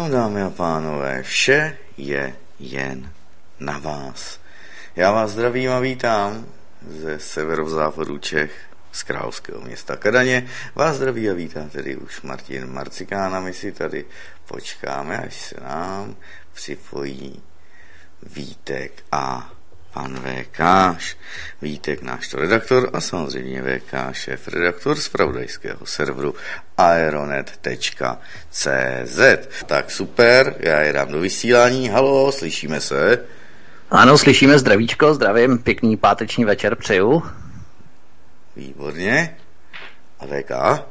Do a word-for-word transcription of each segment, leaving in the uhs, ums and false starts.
No, dámy a pánové, vše je jen na vás. Já vás zdravím a vítám ze severozápadu Čech, z královského města Kadaně. Vás zdraví a vítá tedy už Martin Marcikán a my si tady počkáme, až se nám připojí Vítek a pan VKáš. Vítek, náš redaktor, a samozřejmě VK, šéf-redaktor zpravodajského serveru aeronet tečka cé zet. Tak super, já je dám do vysílání. Haló, slyšíme se? Ano, slyšíme, zdravíčko, zdravím, pěkný páteční večer přeju. Výborně. A VK?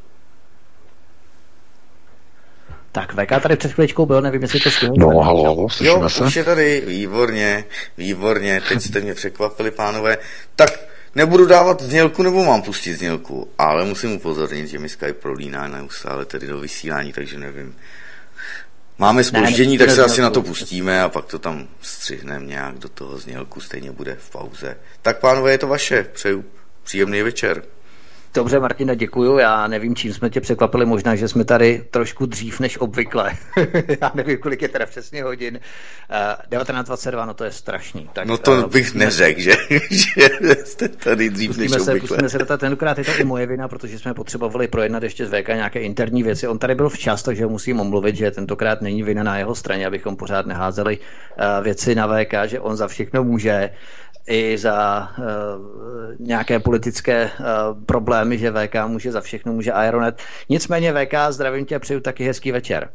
Tak, VK tady před chvíličkou byl, nevím, jestli to stihl. No, halo, halo, slyšíme jo, se? Jo, už je tady, výborně, výborně, teď jste mě překvapili, pánové. Tak, nebudu dávat znělku, nebo mám pustit znělku, ale musím upozornit, že mi Skype prolíná neustále tedy do vysílání, takže nevím. Máme zpoždění, tak se asi na to pustíme a pak to tam střihneme nějak do toho znělku, stejně bude v pauze. Tak, pánové, je to vaše, přeju příjemný večer. Dobře, Martina, děkuju. Já nevím, čím jsme tě překvapili, možná, že jsme tady trošku dřív než obvykle. Já nevím, kolik je teda přesně hodin. Uh, devatenáct dvacet dva, no to je strašný. Tak, no to uh, bych pustíme... neřekl, že, že jste tady dřív pustíme než se, obvykle. Pustíme se do tentokrát je to i moje vina, protože jsme potřebovali projednat ještě z VK nějaké interní věci. On tady byl včas, takže ho musím omluvit, že tentokrát není vina na jeho straně, abychom pořád neházeli uh, věci na VK, že on za všechno může. I za uh, nějaké politické uh, problémy, že VK může za všechno, může Aeronet. Nicméně VK, zdravím tě a přeju taky hezký večer.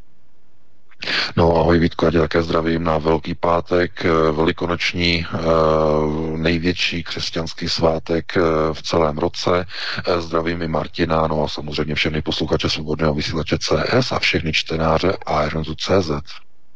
No ahoj Vítku, já tě také zdravím na Velký pátek, velikonoční největší křesťanský svátek v celém roce. Zdravím i Martina, no a samozřejmě všechny posluchače Svobodného vysílače C S a všechny čtenáře aeronetu tečka cé zet.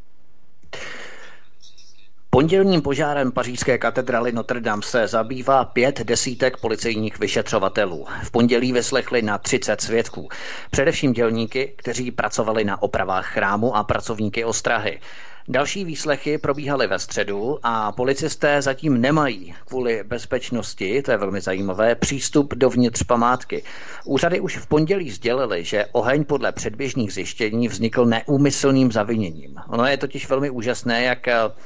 Pondělním požárem pařížské katedrály Notre Dame se zabývá pět desítek policejních vyšetřovatelů. V pondělí vyslechli na třicet svědků. Především dělníky, kteří pracovali na opravách chrámu a pracovníky ostrahy. Další výslechy probíhaly ve středu a policisté zatím nemají kvůli bezpečnosti, to je velmi zajímavé, přístup dovnitř památky. Úřady už v pondělí sdělili, že oheň podle předběžných zjištění vznikl neúmyslným zaviněním. Ono je totiž velmi úžasné, jak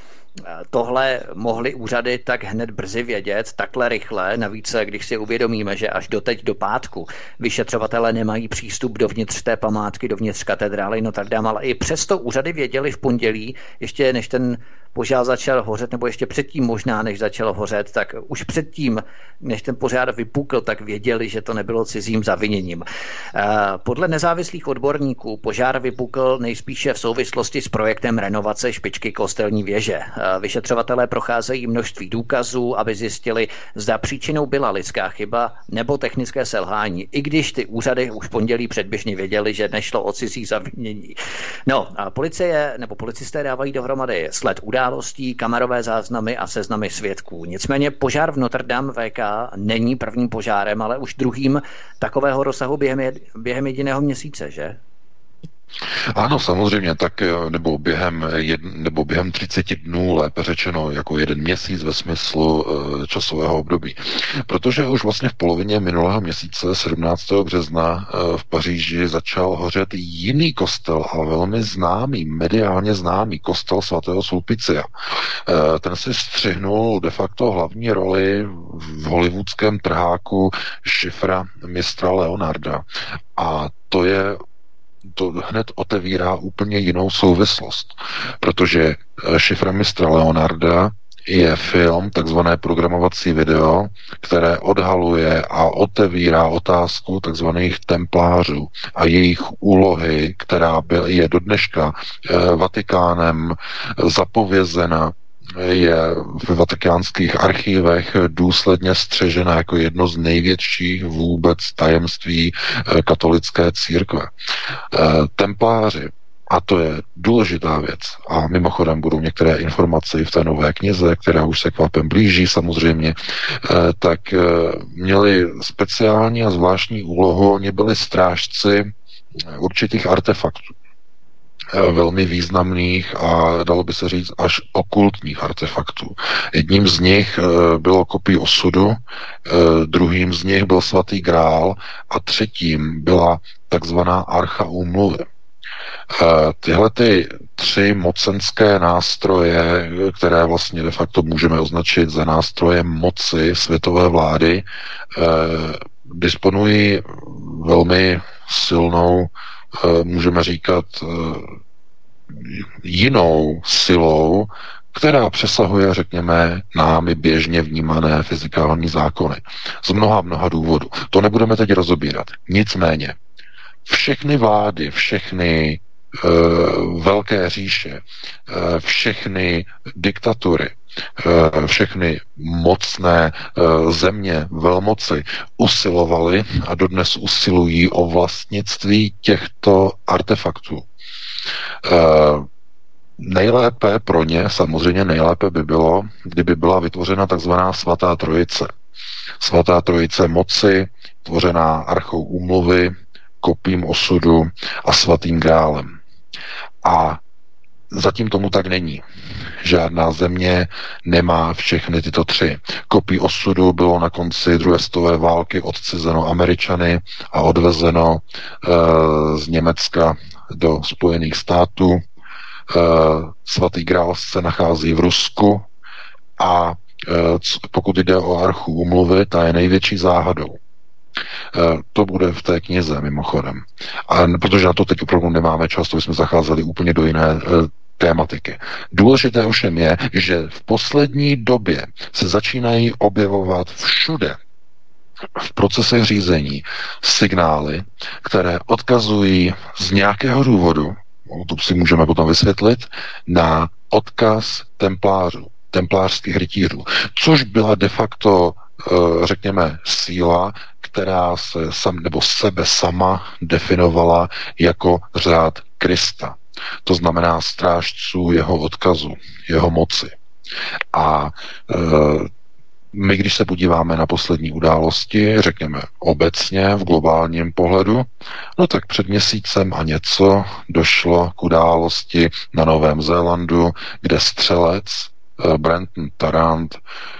tohle mohly úřady tak hned brzy vědět, takhle rychle, navíc když si uvědomíme, že až doteď do pátku vyšetřovatelé nemají přístup dovnitř té památky, dovnitř katedrály, no tak dám, ale i přesto úřady věděli v pondělí, ještě než ten požár začal hořet, nebo ještě předtím možná, než začal hořet, tak už předtím, než ten požár vypukl, tak věděli, že to nebylo cizím zaviněním. Podle nezávislých odborníků požár vypukl nejspíše v souvislosti s projektem renovace špičky kostelní věže. Vyšetřovatelé procházejí množství důkazů, aby zjistili, zda příčinou byla lidská chyba nebo technické selhání, i když ty úřady už v pondělí předběžně věděli, že nešlo o cizí zavinění. No, a policie nebo policisté dávají dohromady sled událostí, kamerové záznamy a seznamy svědků. Nicméně požár v Notre Dame V K není prvním požárem, ale už druhým takového rozsahu během, jed, během jediného měsíce, že? Ano, samozřejmě, tak nebo během, jed, nebo během třicet dnů, lépe řečeno, jako jeden měsíc ve smyslu e, časového období. Protože už vlastně v polovině minulého měsíce, sedmnáctého března, e, v Paříži začal hořet jiný kostel a velmi známý, mediálně známý kostel svatého Sulpicia. E, ten si střihnul de facto hlavní roli v hollywoodském trháku šifra mistra Leonarda. A to je to hned otevírá úplně jinou souvislost, protože šifra mistra Leonarda je film, takzvané programovací video, které odhaluje a otevírá otázku takzvaných templářů a jejich úlohy, která je do dneška Vatikánem zapovězena, je v vatikánských archívech důsledně střežena jako jedno z největších vůbec tajemství katolické církve. Templáři, a to je důležitá věc, a mimochodem budou některé informace v té nové knize, která už se kvapem blíží samozřejmě, tak měli speciální a zvláštní úlohu, oni byli strážci určitých artefaktů, velmi významných a dalo by se říct až okultních artefaktů. Jedním z nich bylo kopí osudu, druhým z nich byl svatý grál a třetím byla takzvaná archa úmluvy. Tyhle ty tři mocenské nástroje, které vlastně de facto můžeme označit za nástroje moci světové vlády, disponují velmi silnou, můžeme říkat, jinou silou, která přesahuje, řekněme, námi běžně vnímané fyzikální zákony. Z mnoha, mnoha důvodů. To nebudeme teď rozobírat. Nicméně, všechny vlády, všechny uh, velké říše, uh, všechny diktatury, uh, všechny mocné uh, země, velmoci usilovaly a dodnes usilují o vlastnictví těchto artefaktů. Uh, Nejlépe pro ně, samozřejmě nejlépe by bylo, kdyby byla vytvořena takzvaná svatá trojice. Svatá trojice moci, tvořená archou úmluvy, kopím osudu a svatým grálem. A zatím tomu tak není. Žádná země nemá všechny tyto tři. Kopí osudu bylo na konci druhé světové války odcizeno Američany a odvezeno e, z Německa do Spojených států. Svatý grál se nachází v Rusku a pokud jde o archu úmluvy, ta je největší záhadou. To bude v té knize, mimochodem. A protože na to teď opravdu nemáme čas, to jsme zacházeli úplně do jiné tématiky. Důležité ovšem je, že v poslední době se začínají objevovat všude v procesech řízení signály, které odkazují z nějakého důvodu, to si můžeme potom vysvětlit, na odkaz templářů, templářských rytířů, což byla de facto, řekněme, síla, která se sam, nebo sebe sama definovala jako řád Krista. To znamená strážců jeho odkazu, jeho moci. A e, my, když se podíváme na poslední události, řekněme obecně v globálním pohledu, no tak před měsícem a něco došlo k události na Novém Zélandu, kde střelec uh, Brenton Tarrant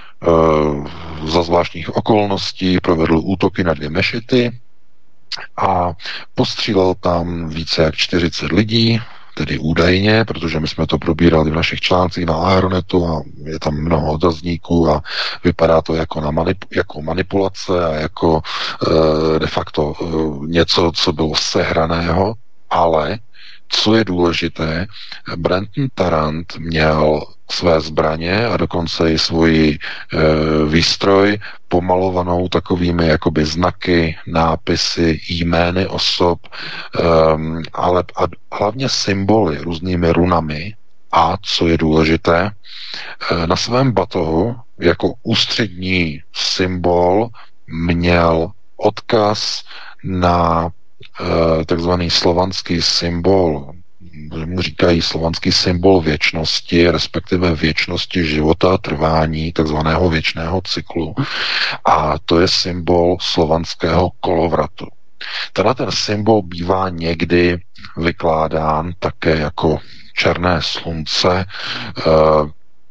uh, za zvláštních okolností provedl útoky na dvě mešity a postřílel tam více jak čtyřicet lidí, tedy údajně, protože my jsme to probírali v našich článcích na Aeronetu a je tam mnoho otazníků a vypadá to jako, na manip- jako manipulace a jako e, de facto e, něco, co bylo sehraného, ale co je důležité, Brenton Tarrant měl své zbraně a dokonce i svoji e, výstroj pomalovanou takovými jakoby znaky, nápisy, jmény osob, e, ale a hlavně symboly, různými runami a, co je důležité, e, na svém batohu jako ústřední symbol měl odkaz na e, takzvaný slovanský symbol, mu říkají slovanský symbol věčnosti, respektive věčnosti života, trvání, takzvaného věčného cyklu. A to je symbol slovanského kolovratu. Tenhle ten symbol bývá někdy vykládán také jako černé slunce. Uh,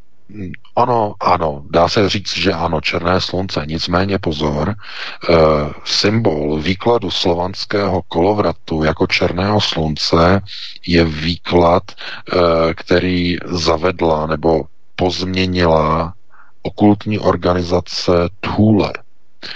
ano, ano, dá se říct, že ano, černé slunce. Nicméně pozor, e, symbol výkladu slovanského kolovratu jako černého slunce je výklad, e, který zavedla nebo pozměnila okultní organizace Thule, e,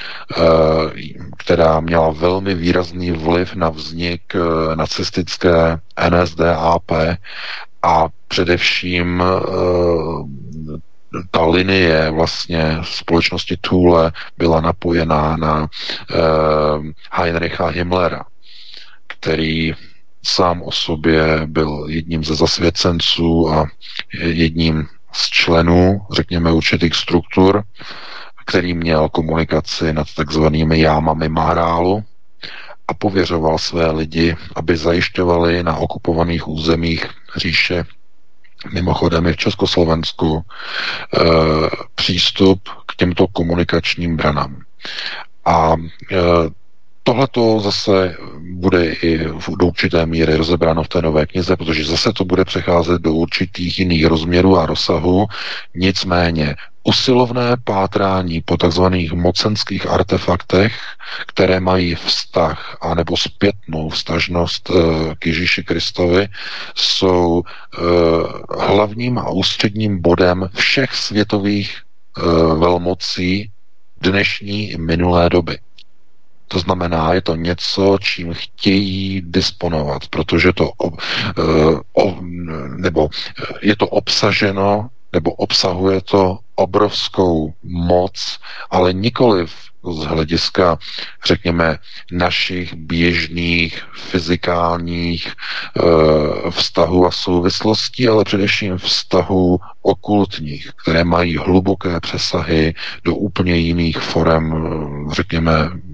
která měla velmi výrazný vliv na vznik e, nacistické N S D A P a především e, ta linie vlastně společnosti Thule byla napojená na e, Heinricha Himmlera, který sám o sobě byl jedním ze zasvěcenců a jedním z členů, řekněme, určitých struktur, který měl komunikaci nad takzvanými jámami Mahrálu a pověřoval své lidi, aby zajišťovali na okupovaných územích říše, mimochodem i v Československu, e, přístup k těmto komunikačním branám. A e, tohleto zase bude i do určité míry rozebráno v té nové knize, protože zase to bude přecházet do určitých jiných rozměrů a rozsahů. Nicméně usilovné pátrání po takzvaných mocenských artefaktech, které mají vztah anebo zpětnou vztažnost k Ježíši Kristovi, jsou hlavním a ústředním bodem všech světových velmocí dnešní i minulé doby. To znamená, je to něco, čím chtějí disponovat, protože to ob, ob, nebo je to obsaženo, nebo obsahuje to obrovskou moc, ale nikoliv z hlediska, řekněme, našich běžných fyzikálních e, vztahů a souvislostí, ale především vztahů okultních, které mají hluboké přesahy do úplně jiných forem, řekněme,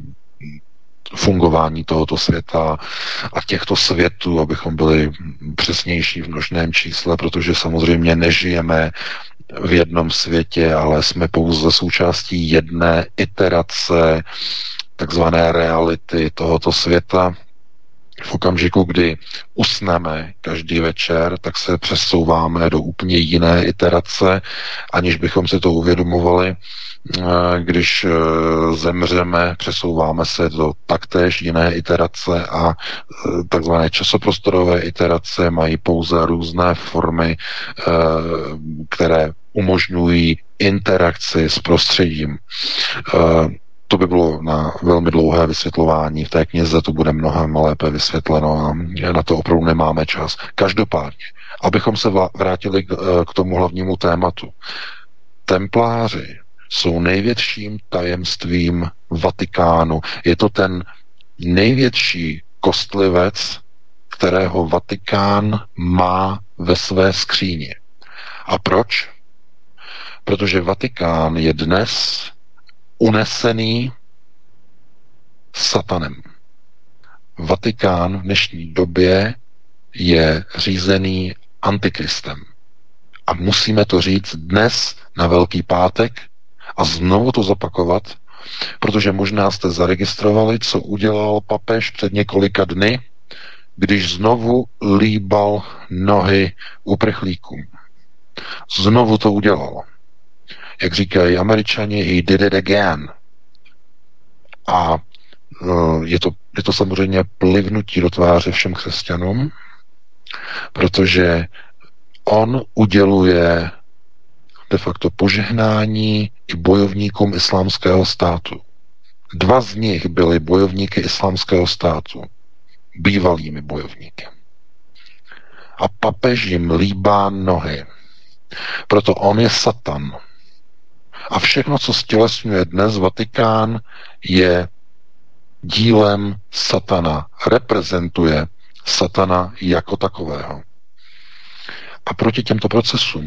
fungování tohoto světa a těchto světů, abychom byli přesnější v množném čísle, protože samozřejmě nežijeme v jednom světě, ale jsme pouze součástí jedné iterace takzvané reality tohoto světa. V okamžiku, kdy usneme každý večer, tak se přesouváme do úplně jiné iterace, aniž bychom si to uvědomovali. Když zemřeme, přesouváme se do taktéž jiné iterace a takzvané časoprostorové iterace mají pouze různé formy, které umožňují interakci s prostředím. To by bylo na velmi dlouhé vysvětlování. V té knize to bude mnohem lépe vysvětleno a na to opravdu nemáme čas. Každopádně, abychom se vrátili k tomu hlavnímu tématu. Templáři jsou největším tajemstvím Vatikánu. Je to ten největší kostlivec, kterého Vatikán má ve své skříni. A proč? Protože Vatikán je dnes unesený satanem. Vatikán v dnešní době je řízený antikristem. A musíme to říct dnes na Velký pátek a znovu to zopakovat, protože možná jste zaregistrovali, co udělal papež před několika dny, když znovu líbal nohy uprchlíkům. Znovu to udělal. Jak říkají Američani, he did it again. A je to, je to samozřejmě plivnutí do tváře všem křesťanům, protože on uděluje de facto požehnání i bojovníkům islámského státu. Dva z nich byli bojovníky islámského státu, bývalými bojovníky. A papež jim líbá nohy. Proto on je satan. A všechno, co stělesňuje dnes Vatikán, je dílem satana. Reprezentuje satana jako takového. A proti těmto procesům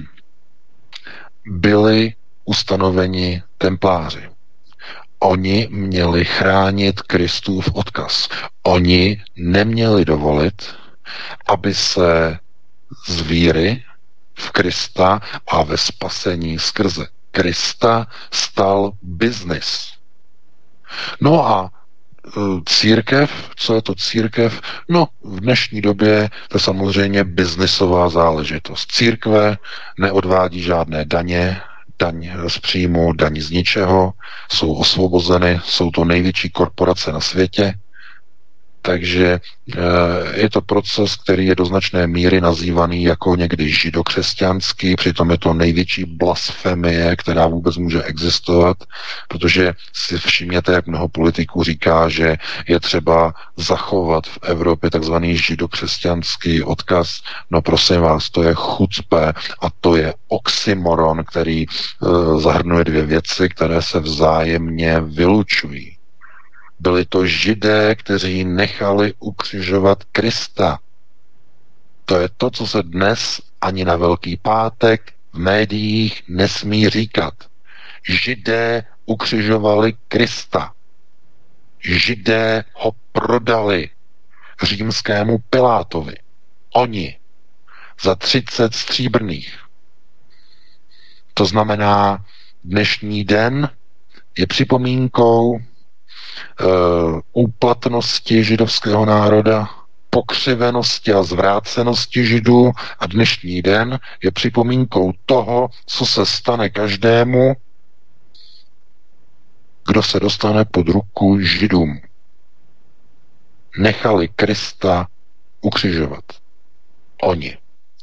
byli ustanoveni templáři. Oni měli chránit Kristův odkaz. Oni neměli dovolit, aby se z víry v Krista a ve spasení skrze Krista stal biznis. No a církev, co je to církev? No, v dnešní době to je samozřejmě biznisová záležitost. Církve neodvádí žádné daně, daň z příjmu, daň z ničeho, jsou osvobozeny, jsou to největší korporace na světě, takže je to proces, který je do značné míry nazývaný jako někdy židokřesťanský, přitom je to největší blasfemie, která vůbec může existovat, protože si všimněte, jak mnoho politiků říká, že je třeba zachovat v Evropě takzvaný židokřesťanský odkaz. No prosím vás, to je chucpe a to je oxymoron, který uh, zahrnuje dvě věci, které se vzájemně vylučují. Byli to Židé, kteří nechali ukřižovat Krista. To je to, co se dnes ani na Velký pátek v médiích nesmí říkat. Židé ukřižovali Krista. Židé ho prodali římskému Pilátovi. Oni. Za třicet stříbrných. To znamená, dnešní den je připomínkou Uh, úplatnosti židovského národa, pokřivenosti a zvrácenosti Židů a dnešní den je připomínkou toho, co se stane každému, kdo se dostane pod ruku Židům. Nechali Krista ukřižovat. Oni.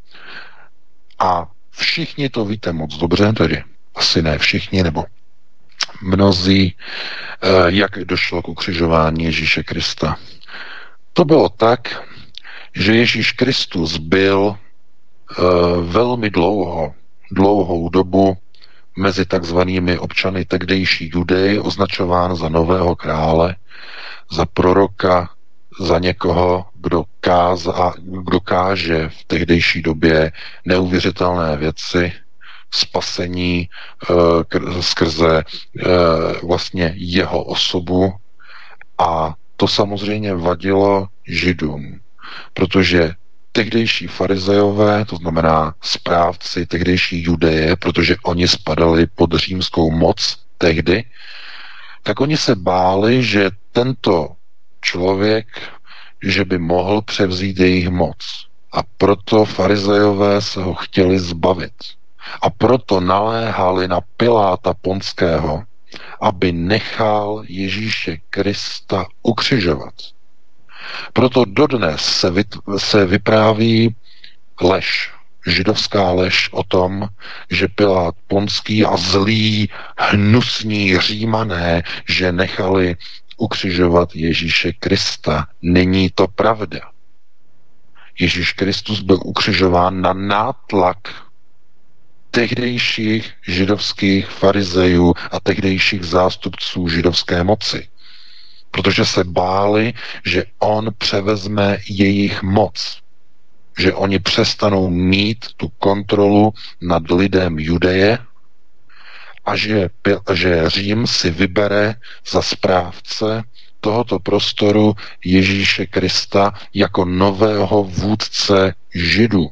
A všichni to víte moc dobře, tedy asi ne všichni, nebo mnozí, jak došlo k ukřižování Ježíše Krista. To bylo tak, že Ježíš Kristus byl uh, velmi dlouho, dlouhou dobu mezi takzvanými občany tehdejší Judeji označován za nového krále, za proroka, za někoho, kdo, káza, kdo káže v tehdejší době neuvěřitelné věci, spasení uh, skrze uh, vlastně jeho osobu, a to samozřejmě vadilo Židům, protože tehdejší farizejové, to znamená správci tehdejší Judeje, protože oni spadali pod římskou moc tehdy, tak oni se báli, že tento člověk, že by mohl převzít jejich moc. A proto farizejové se ho chtěli zbavit. A proto naléhali na Piláta Ponského, aby nechal Ježíše Krista ukřižovat. Proto dodnes se, vyt- se vypráví lež, židovská lež o tom, že Pilát Ponský a zlí, hnusní Římané, že nechali ukřižovat Ježíše Krista. Není to pravda. Ježíš Kristus byl ukřižován na nátlak tehdejších židovských farizejů a tehdejších zástupců židovské moci. Protože se báli, že on převezme jejich moc. Že oni přestanou mít tu kontrolu nad lidem Judeje a že, že Řím si vybere za správce tohoto prostoru Ježíše Krista jako nového vůdce Židů.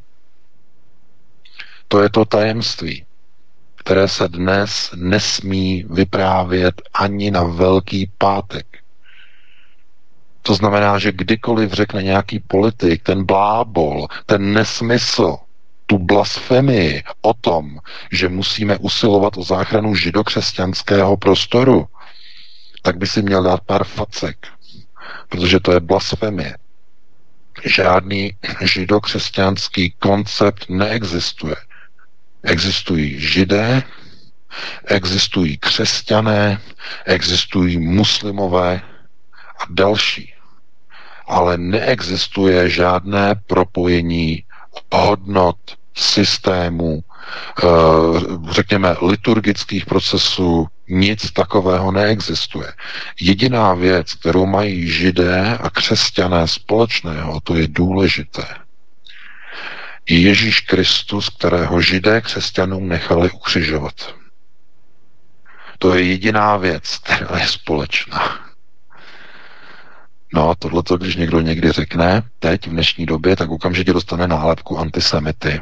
To je to tajemství, které se dnes nesmí vyprávět ani na Velký pátek. To znamená, že kdykoliv řekne nějaký politik, ten blábol, ten nesmysl, tu blasfemii o tom, že musíme usilovat o záchranu židokřesťanského prostoru, tak by si měl dát pár facek, protože to je blasfemie. Žádný židokřesťanský koncept neexistuje. Existují Židé, existují křesťané, existují muslimové a další. Ale neexistuje žádné propojení hodnot, systémů, řekněme liturgických procesů, nic takového neexistuje. Jediná věc, kterou mají Židé a křesťané společného, to je důležité. Je Ježíš Kristus, kterého Židé křesťanům nechali ukřižovat. To je jediná věc, která je společná. No a tohleto, když někdo někdy řekne, teď v dnešní době, tak okamžitě dostane nálepku antisemity.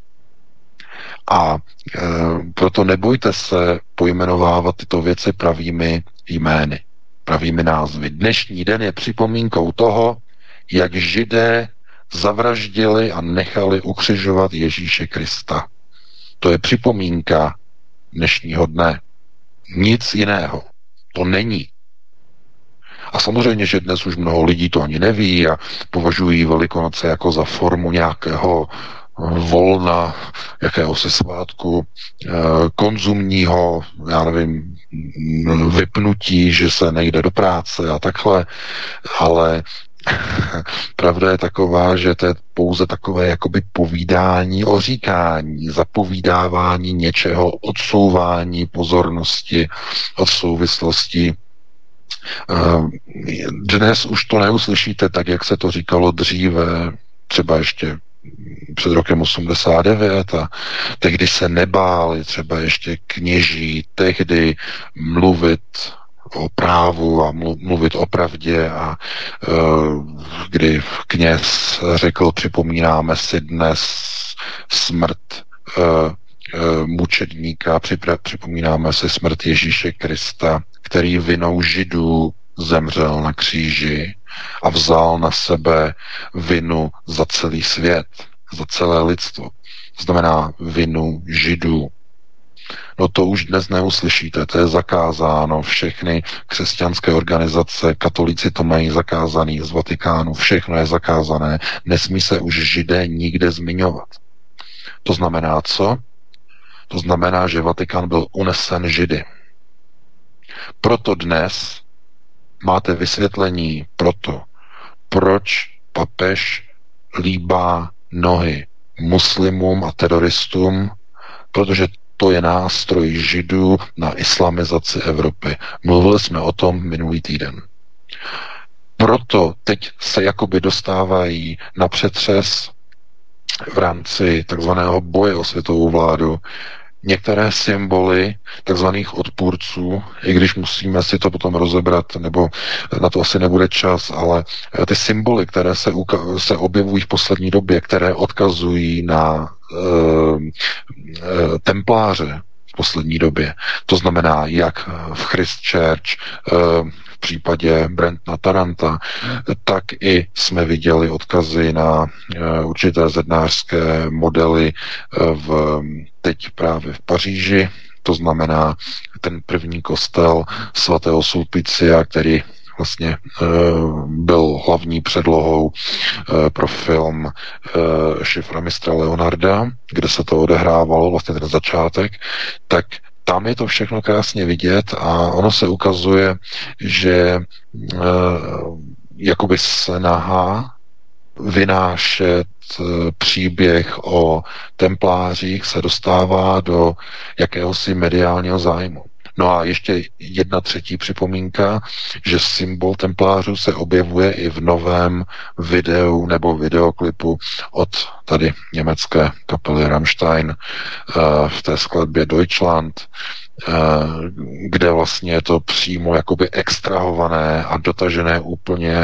A e, proto nebojte se pojmenovávat tyto věci pravými jmény, pravými názvy. Dnešní den je připomínkou toho, jak Židé zavraždili a nechali ukřižovat Ježíše Krista. To je připomínka dnešního dne. Nic jiného. To není. A samozřejmě, že dnes už mnoho lidí to ani neví a považují Velikonoce jako za formu nějakého volna, jakéhosi svátku, konzumního, já nevím, vypnutí, že se nejde do práce a takhle, ale pravda je taková, že to je pouze takové jakoby povídání o říkání, zapovídávání něčeho, odsouvání pozornosti od souvislosti. Dnes už to neuslyšíte tak, jak se to říkalo dříve, třeba ještě před rokem osmdesát devět a tehdy se nebáli třeba ještě kněží tehdy mluvit o právu a mluvit o pravdě a uh, kdy kněz řekl, připomínáme si dnes smrt uh, uh, mučedníka, připra- připomínáme si smrt Ježíše Krista, který vinou Židů zemřel na kříži a vzal na sebe vinu za celý svět, za celé lidstvo. To znamená vinu Židů. No to už dnes neuslyšíte, to je zakázáno, všechny křesťanské organizace, katolíci to mají zakázaný z Vatikánu, všechno je zakázané, nesmí se už Židé nikde zmiňovat. To znamená co? To znamená, že Vatikán byl unesen Židy. Proto dnes máte vysvětlení pro to, proč papež líbá nohy muslimům a teroristům, protože to je nástroj Židů na islamizaci Evropy. Mluvili jsme o tom minulý týden. Proto teď se jakoby dostávají na přetřes v rámci takzvaného boje o světovou vládu některé symboly takzvaných odpůrců, i když musíme si to potom rozebrat, nebo na to asi nebude čas, ale ty symboly, které se, uka- se objevují v poslední době, které odkazují na uh, templáře v poslední době, to znamená jak v Christchurch, uh, v případě Brentona Taranta, tak i jsme viděli odkazy na uh, určité zednářské modely uh, v, teď právě v Paříži, to znamená ten první kostel svatého Sulpicia, který vlastně uh, byl hlavní předlohou uh, pro film uh, Šifra mistra Leonarda, kde se to odehrávalo, vlastně ten začátek, tak tam je to všechno krásně vidět a ono se ukazuje, že uh, jakoby snaha vynášet příběh o templářích se dostává do jakéhosi mediálního zájmu. No a ještě jedna třetí připomínka, že symbol templářů se objevuje i v novém videu nebo videoklipu od tady německé kapely Rammstein v té skladbě Deutschland, kde vlastně je to přímo jakoby extrahované a dotažené úplně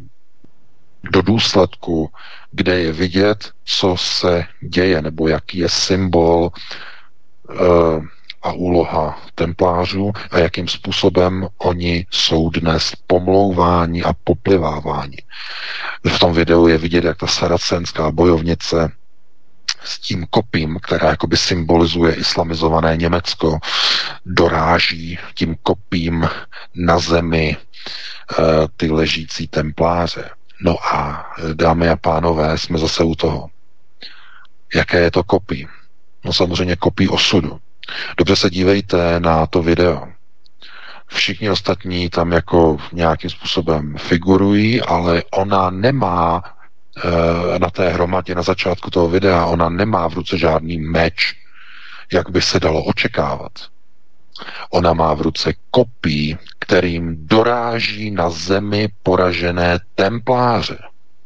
do důsledku, kde je vidět, co se děje, nebo jaký je symbol uh, a úloha templářů a jakým způsobem oni jsou dnes pomlouváni a popliváváni. V tom videu je vidět, jak ta saracenská bojovnice s tím kopím, která jakoby symbolizuje islamizované Německo, doráží tím kopím na zemi uh, ty ležící templáře. No a dámy a pánové, jsme zase u toho. Jaké je to kopí? No samozřejmě kopí osudu. Dobře se dívejte na to video. Všichni ostatní tam jako nějakým způsobem figurují, ale ona nemá e, na té hromadě na začátku toho videa, ona nemá v ruce žádný meč, jak by se dalo očekávat. Ona má v ruce kopí, kterým doráží na zemi poražené templáře.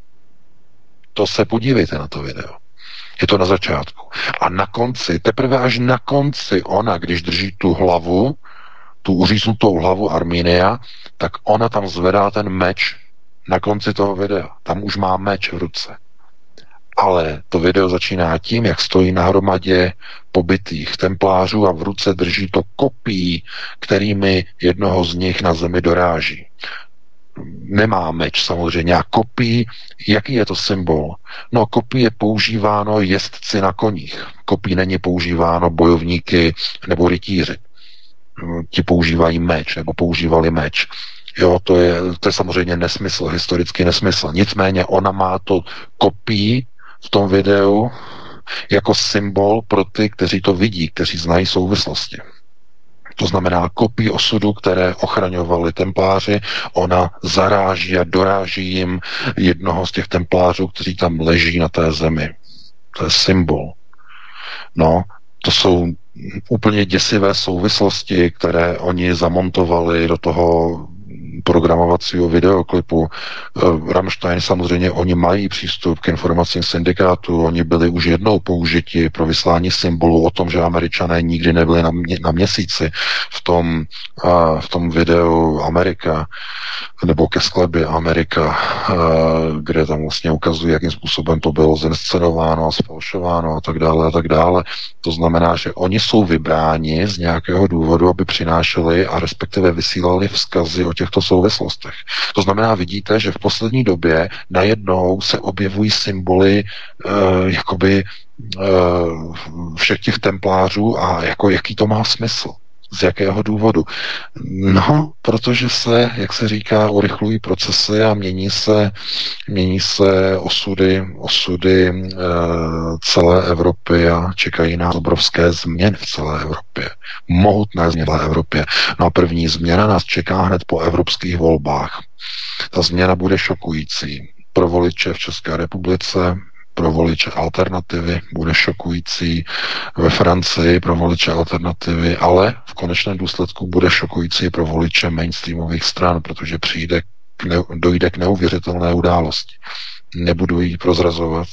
To se podívejte na to video. Je to na začátku. A na konci, teprve až na konci ona, když drží tu hlavu, tu uříznutou hlavu Arminia, tak ona tam zvedá ten meč na konci toho videa. Tam už má meč v ruce. Ale to video začíná tím, jak stojí na hromadě pobytých templářů a v ruce drží to kopí, kterými jednoho z nich na zemi doráží. Nemá meč samozřejmě. A kopí, jaký je to symbol? No, kopí je používáno jezdci na koních. Kopí není používáno bojovníky nebo rytíři. Ti používají meč nebo používali meč. Jo, to je, to je samozřejmě nesmysl, historický nesmysl. Nicméně ona má to kopí v tom videu jako symbol pro ty, kteří to vidí, kteří znají souvislosti. To znamená kopí osudu, které ochraňovali templáři, ona zaráží a doráží jim jednoho z těch templářů, kteří tam leží na té zemi. To je symbol. No, to jsou úplně děsivé souvislosti, které oni zamontovali do toho programovacího videoklipu. Rammstein samozřejmě, oni mají přístup k informacím syndikátu, oni byli už jednou použiti pro vyslání symbolu o tom, že Američané nikdy nebyli na, mě, na měsíci v tom, a, v tom videu Amerika, nebo ke skladbě Amerika, a, kde tam vlastně ukazuje, jakým způsobem to bylo zinscenováno a sfalšováno a tak dále a tak dále. To znamená, že oni jsou vybráni z nějakého důvodu, aby přinášeli a respektive vysílali vzkazy o těchto souvislostech. To znamená, vidíte, že v poslední době najednou se objevují symboly uh, jakoby uh, všech těch templářů a jako jaký to má smysl. Z jakého důvodu? No, protože se, jak se říká, urychlují procesy a mění se, mění se osudy, osudy e, celé Evropy a čekají nás obrovské změny v celé Evropě. Mohutné změny v celé Evropě. No a první změna nás čeká hned po evropských volbách. Ta změna bude šokující pro voliče v České republice, pro voliče Alternativy, bude šokující ve Francii pro voliče Alternativy, ale v konečném důsledku bude šokující pro voliče mainstreamových stran, protože přijde k ne, dojde k neuvěřitelné události. Nebudu ji prozrazovat,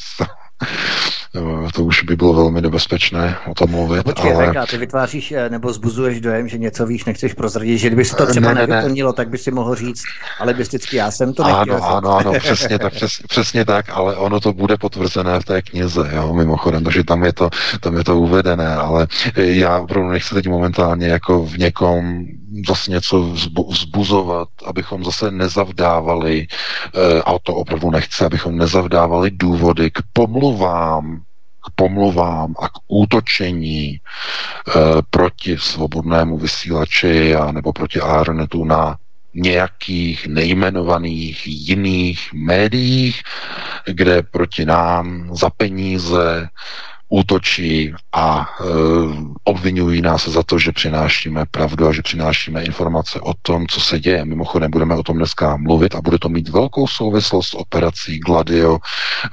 to už by bylo velmi nebezpečné o tom mluvit. Počkej, ale... Veka, ty vytváříš nebo zbuzuješ dojem, že něco víš, nechceš prozradit, že kdyby se to třeba ne, ne, nevyplnilo, tak by si mohl říct, ale vždycky já jsem to nechtěl. Ano, ano, ano, přesně tak, přes, přesně tak, ale ono to bude potvrzené v té knize, jo, mimochodem, takže tam je to, tam je to uvedené, ale já opravdu nechci teď momentálně jako v někom zase něco vzbuzovat, abychom zase nezavdávali, a to opravdu nechci, abychom nezavdávali důvody k pomluvám, k pomluvám a k útočení e, proti svobodnému vysílači a nebo proti Aeronetu na nějakých nejmenovaných jiných médiích, kde proti nám za peníze útočí a e, obvinují nás za to, že přinášíme pravdu a že přinášíme informace o tom, co se děje. Mimochodem budeme o tom dneska mluvit a bude to mít velkou souvislost s operací Gladio. E,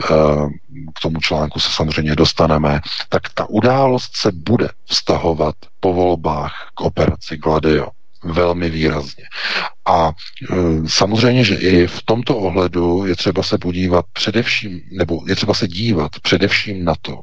k tomu článku se samozřejmě dostaneme. Tak ta událost se bude vztahovat po volbách k operaci Gladio. Velmi výrazně. A e, samozřejmě, že i v tomto ohledu je třeba se podívat především, nebo je třeba se dívat především na to, e,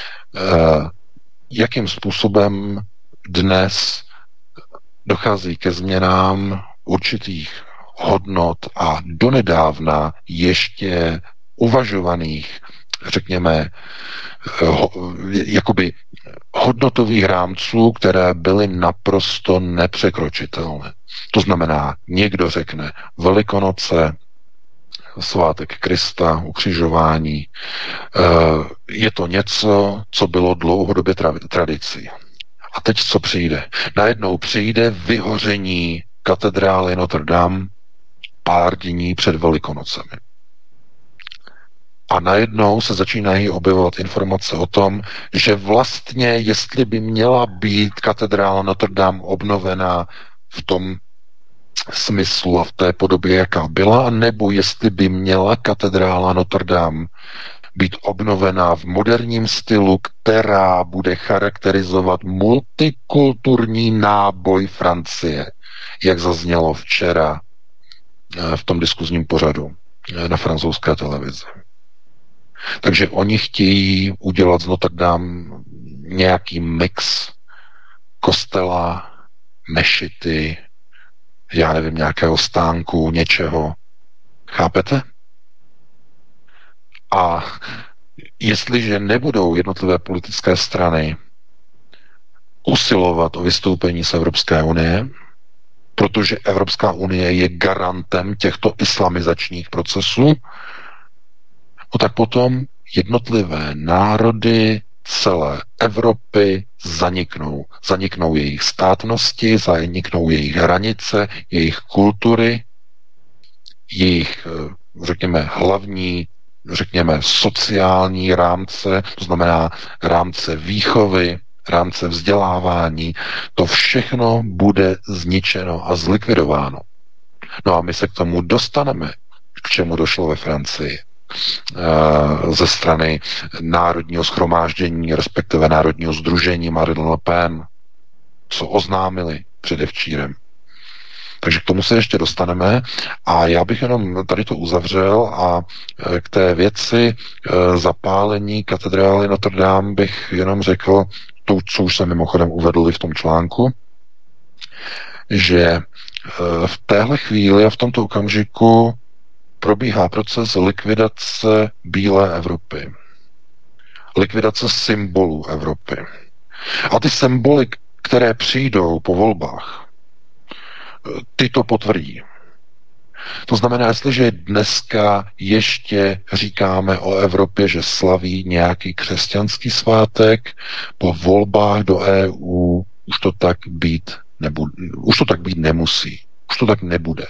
jakým způsobem dnes dochází ke změnám určitých hodnot a donedávna ještě uvažovaných, řekněme, ho, jakoby hodnotových rámců, které byly naprosto nepřekročitelné. To znamená, někdo řekne Velikonoce, svátek Krista, ukřižování, je to něco, co bylo dlouhodobě tradicí. A teď co přijde? Najednou přijde vyhoření katedrály Notre Dame pár dní před Velikonocemi. A najednou se začínají objevovat informace o tom, že vlastně, jestli by měla být katedrála Notre Dame obnovena v tom smyslu a v té podobě, jaká byla, nebo jestli by měla katedrála Notre Dame být obnovená v moderním stylu, která bude charakterizovat multikulturní náboj Francie, jak zaznělo včera v tom diskuzním pořadu na francouzské televizi. Takže oni chtějí udělat z Notre Dame nějaký mix kostela, mešity, já nevím, nějakého stánku, něčeho. Chápete? A jestliže nebudou jednotlivé politické strany usilovat o vystoupení z Evropské unie, protože Evropská unie je garantem těchto islamizačních procesů, no tak potom jednotlivé národy celé Evropy zaniknou. Zaniknou jejich státnosti, zaniknou jejich hranice, jejich kultury, jejich, řekněme, hlavní, řekněme, sociální rámce, to znamená rámce výchovy, rámce vzdělávání, to všechno bude zničeno a zlikvidováno. No a my se k tomu dostaneme, k čemu došlo ve Francii ze strany Národního shromáždění, respektive Národního sdružení Marine Le Pen, co oznámili předevčírem. Takže k tomu se ještě dostaneme a já bych jenom tady to uzavřel a k té věci zapálení katedrály Notre Dame bych jenom řekl to, co už jsem mimochodem uvedl i v tom článku, že v téhle chvíli a v tomto okamžiku probíhá proces likvidace bílé Evropy. Likvidace symbolů Evropy. A ty symboly, které přijdou po volbách, ty to potvrdí. To znamená, jestliže dneska ještě říkáme o Evropě, že slaví nějaký křesťanský svátek, po volbách do E U už to tak být nebude, už to tak být nemusí, už to tak nebude.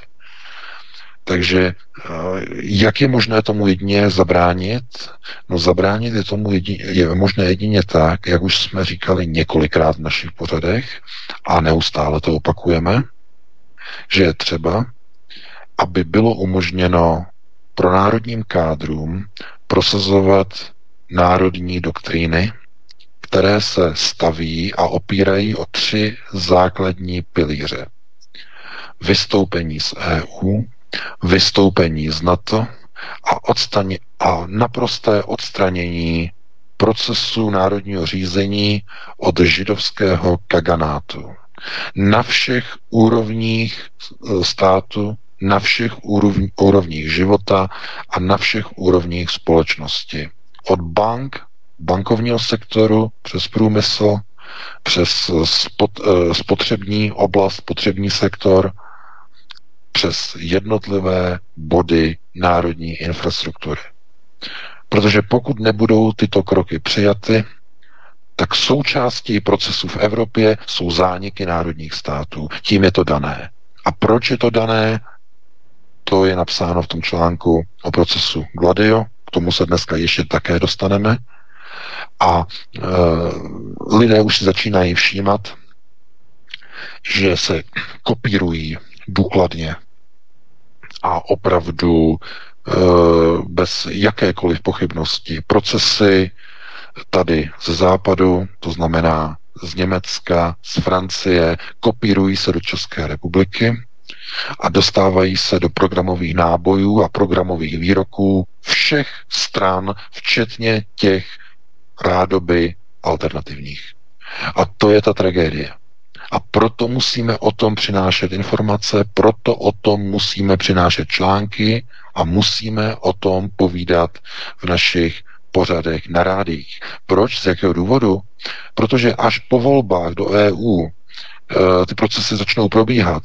Takže jak je možné tomu jedině zabránit? No zabránit je tomu jedině, je možné jedině tak, jak už jsme říkali několikrát v našich pořadech a neustále to opakujeme, že je třeba, aby bylo umožněno pro národním kádrům prosazovat národní doktríny, které se staví a opírají o tři základní pilíře. Vystoupení z E U, vystoupení z NATO a, odstaně, a naprosté odstranění procesu národního řízení od židovského kaganátu. Na všech úrovních státu, na všech úrovních, úrovních života a na všech úrovních společnosti. Od bank, bankovního sektoru, přes průmysl, přes spot, spotřební oblast, spotřební sektor, přes jednotlivé body národní infrastruktury. Protože pokud nebudou tyto kroky přijaty, tak součástí procesu v Evropě jsou zániky národních států. Tím je to dané. A proč je to dané? To je napsáno v tom článku o procesu Gladio. K tomu se dneska ještě také dostaneme. A e, lidé už si začínají všímat, že se kopírují důkladně a opravdu e, bez jakékoliv pochybnosti procesy tady ze západu, to znamená z Německa, z Francie, kopírují se do České republiky a dostávají se do programových nábojů a programových výroků všech stran, včetně těch rádoby alternativních. A to je ta tragédie. A proto musíme o tom přinášet informace, proto o tom musíme přinášet články a musíme o tom povídat v našich pořadech na rádiích. Proč? Z jakého důvodu? Protože až po volbách do E U e, ty procesy začnou probíhat,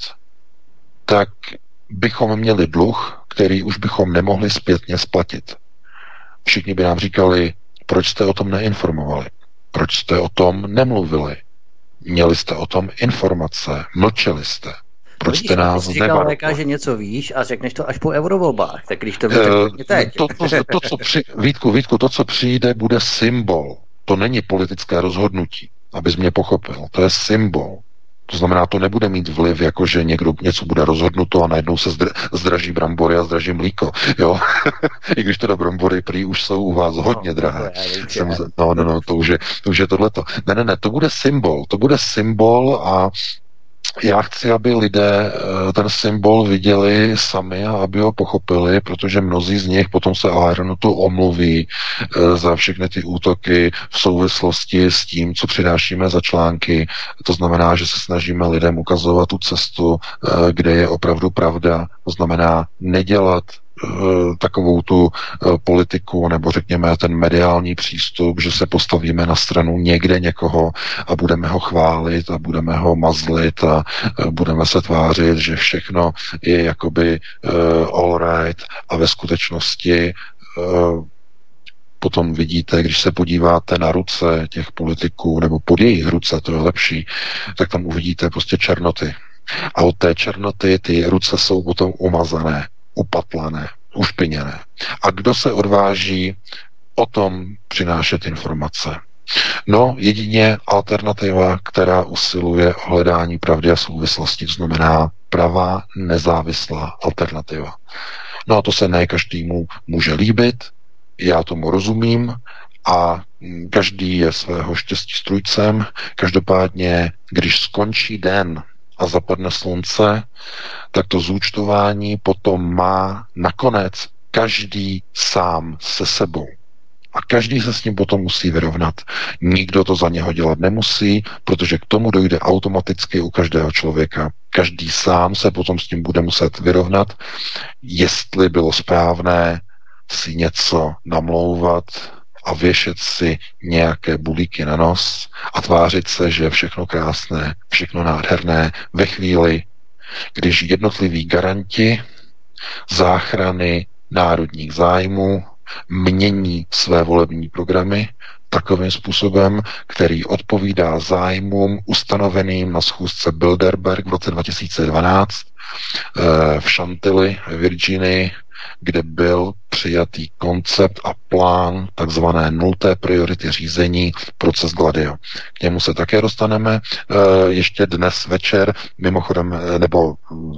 tak bychom měli dluh, který už bychom nemohli zpětně splatit. Všichni by nám říkali, proč jste o tom neinformovali, proč jste o tom nemluvili, měli jste o tom informace, mlčeli jste. Proč jste nás nevarovali? Že něco víš a řekneš to až po eurovolbách, tak když to víš, uh, teď. To, to, to, co při, Vítku, Vítku, to, co přijde, bude symbol. To není politické rozhodnutí, abys mě pochopil. To je symbol. To znamená, to nebude mít vliv, jako že někdo něco bude rozhodnuto a najednou se zdra, zdraží brambory a zdraží mlíko. Jo? I když teda brambory prý už jsou u vás hodně drahé. No, no, no, to už je, to už je tohleto. Ne, ne, ne, to bude symbol. To bude symbol a já chci, aby lidé ten symbol viděli sami a aby ho pochopili, protože mnozí z nich potom se Aeronutu omluví za všechny ty útoky v souvislosti s tím, co přinášíme za články. To znamená, že se snažíme lidem ukazovat tu cestu, kde je opravdu pravda. To znamená nedělat takovou tu politiku, nebo řekněme ten mediální přístup, že se postavíme na stranu někde někoho a budeme ho chválit a budeme ho mazlit a budeme se tvářit, že všechno je jakoby uh, all right a ve skutečnosti uh, potom vidíte, když se podíváte na ruce těch politiků, nebo pod jejich ruce, to je lepší, tak tam uvidíte prostě černoty. A od té černoty ty ruce jsou potom umazané, upatlané, ušpiněné. A kdo se odváží o tom přinášet informace? No, jedině alternativa, která usiluje o hledání pravdy a souvislosti, to znamená pravá, nezávislá alternativa. No a to se ne každému může líbit, já tomu rozumím a každý je svého štěstí strůjcem. Každopádně, když skončí den a zapadne slunce, tak to zúčtování potom má nakonec každý sám se sebou. A každý se s ním potom musí vyrovnat. Nikdo to za něho dělat nemusí, protože k tomu dojde automaticky u každého člověka. Každý sám se potom s tím bude muset vyrovnat, jestli bylo správné si něco namlouvat a věšet si nějaké bulíky na nos a tvářit se, že je všechno krásné, všechno nádherné ve chvíli, když jednotliví garanti záchrany národních zájmů, mění své volební programy takovým způsobem, který odpovídá zájmům ustanoveným na schůzce Bilderberg v roce dva tisíce dvanáct v Chantilly, Virginii, kde byl přijatý koncept a plán takzvané nulté priority řízení, proces Gladio. K němu se také dostaneme ještě dnes večer, mimochodem, nebo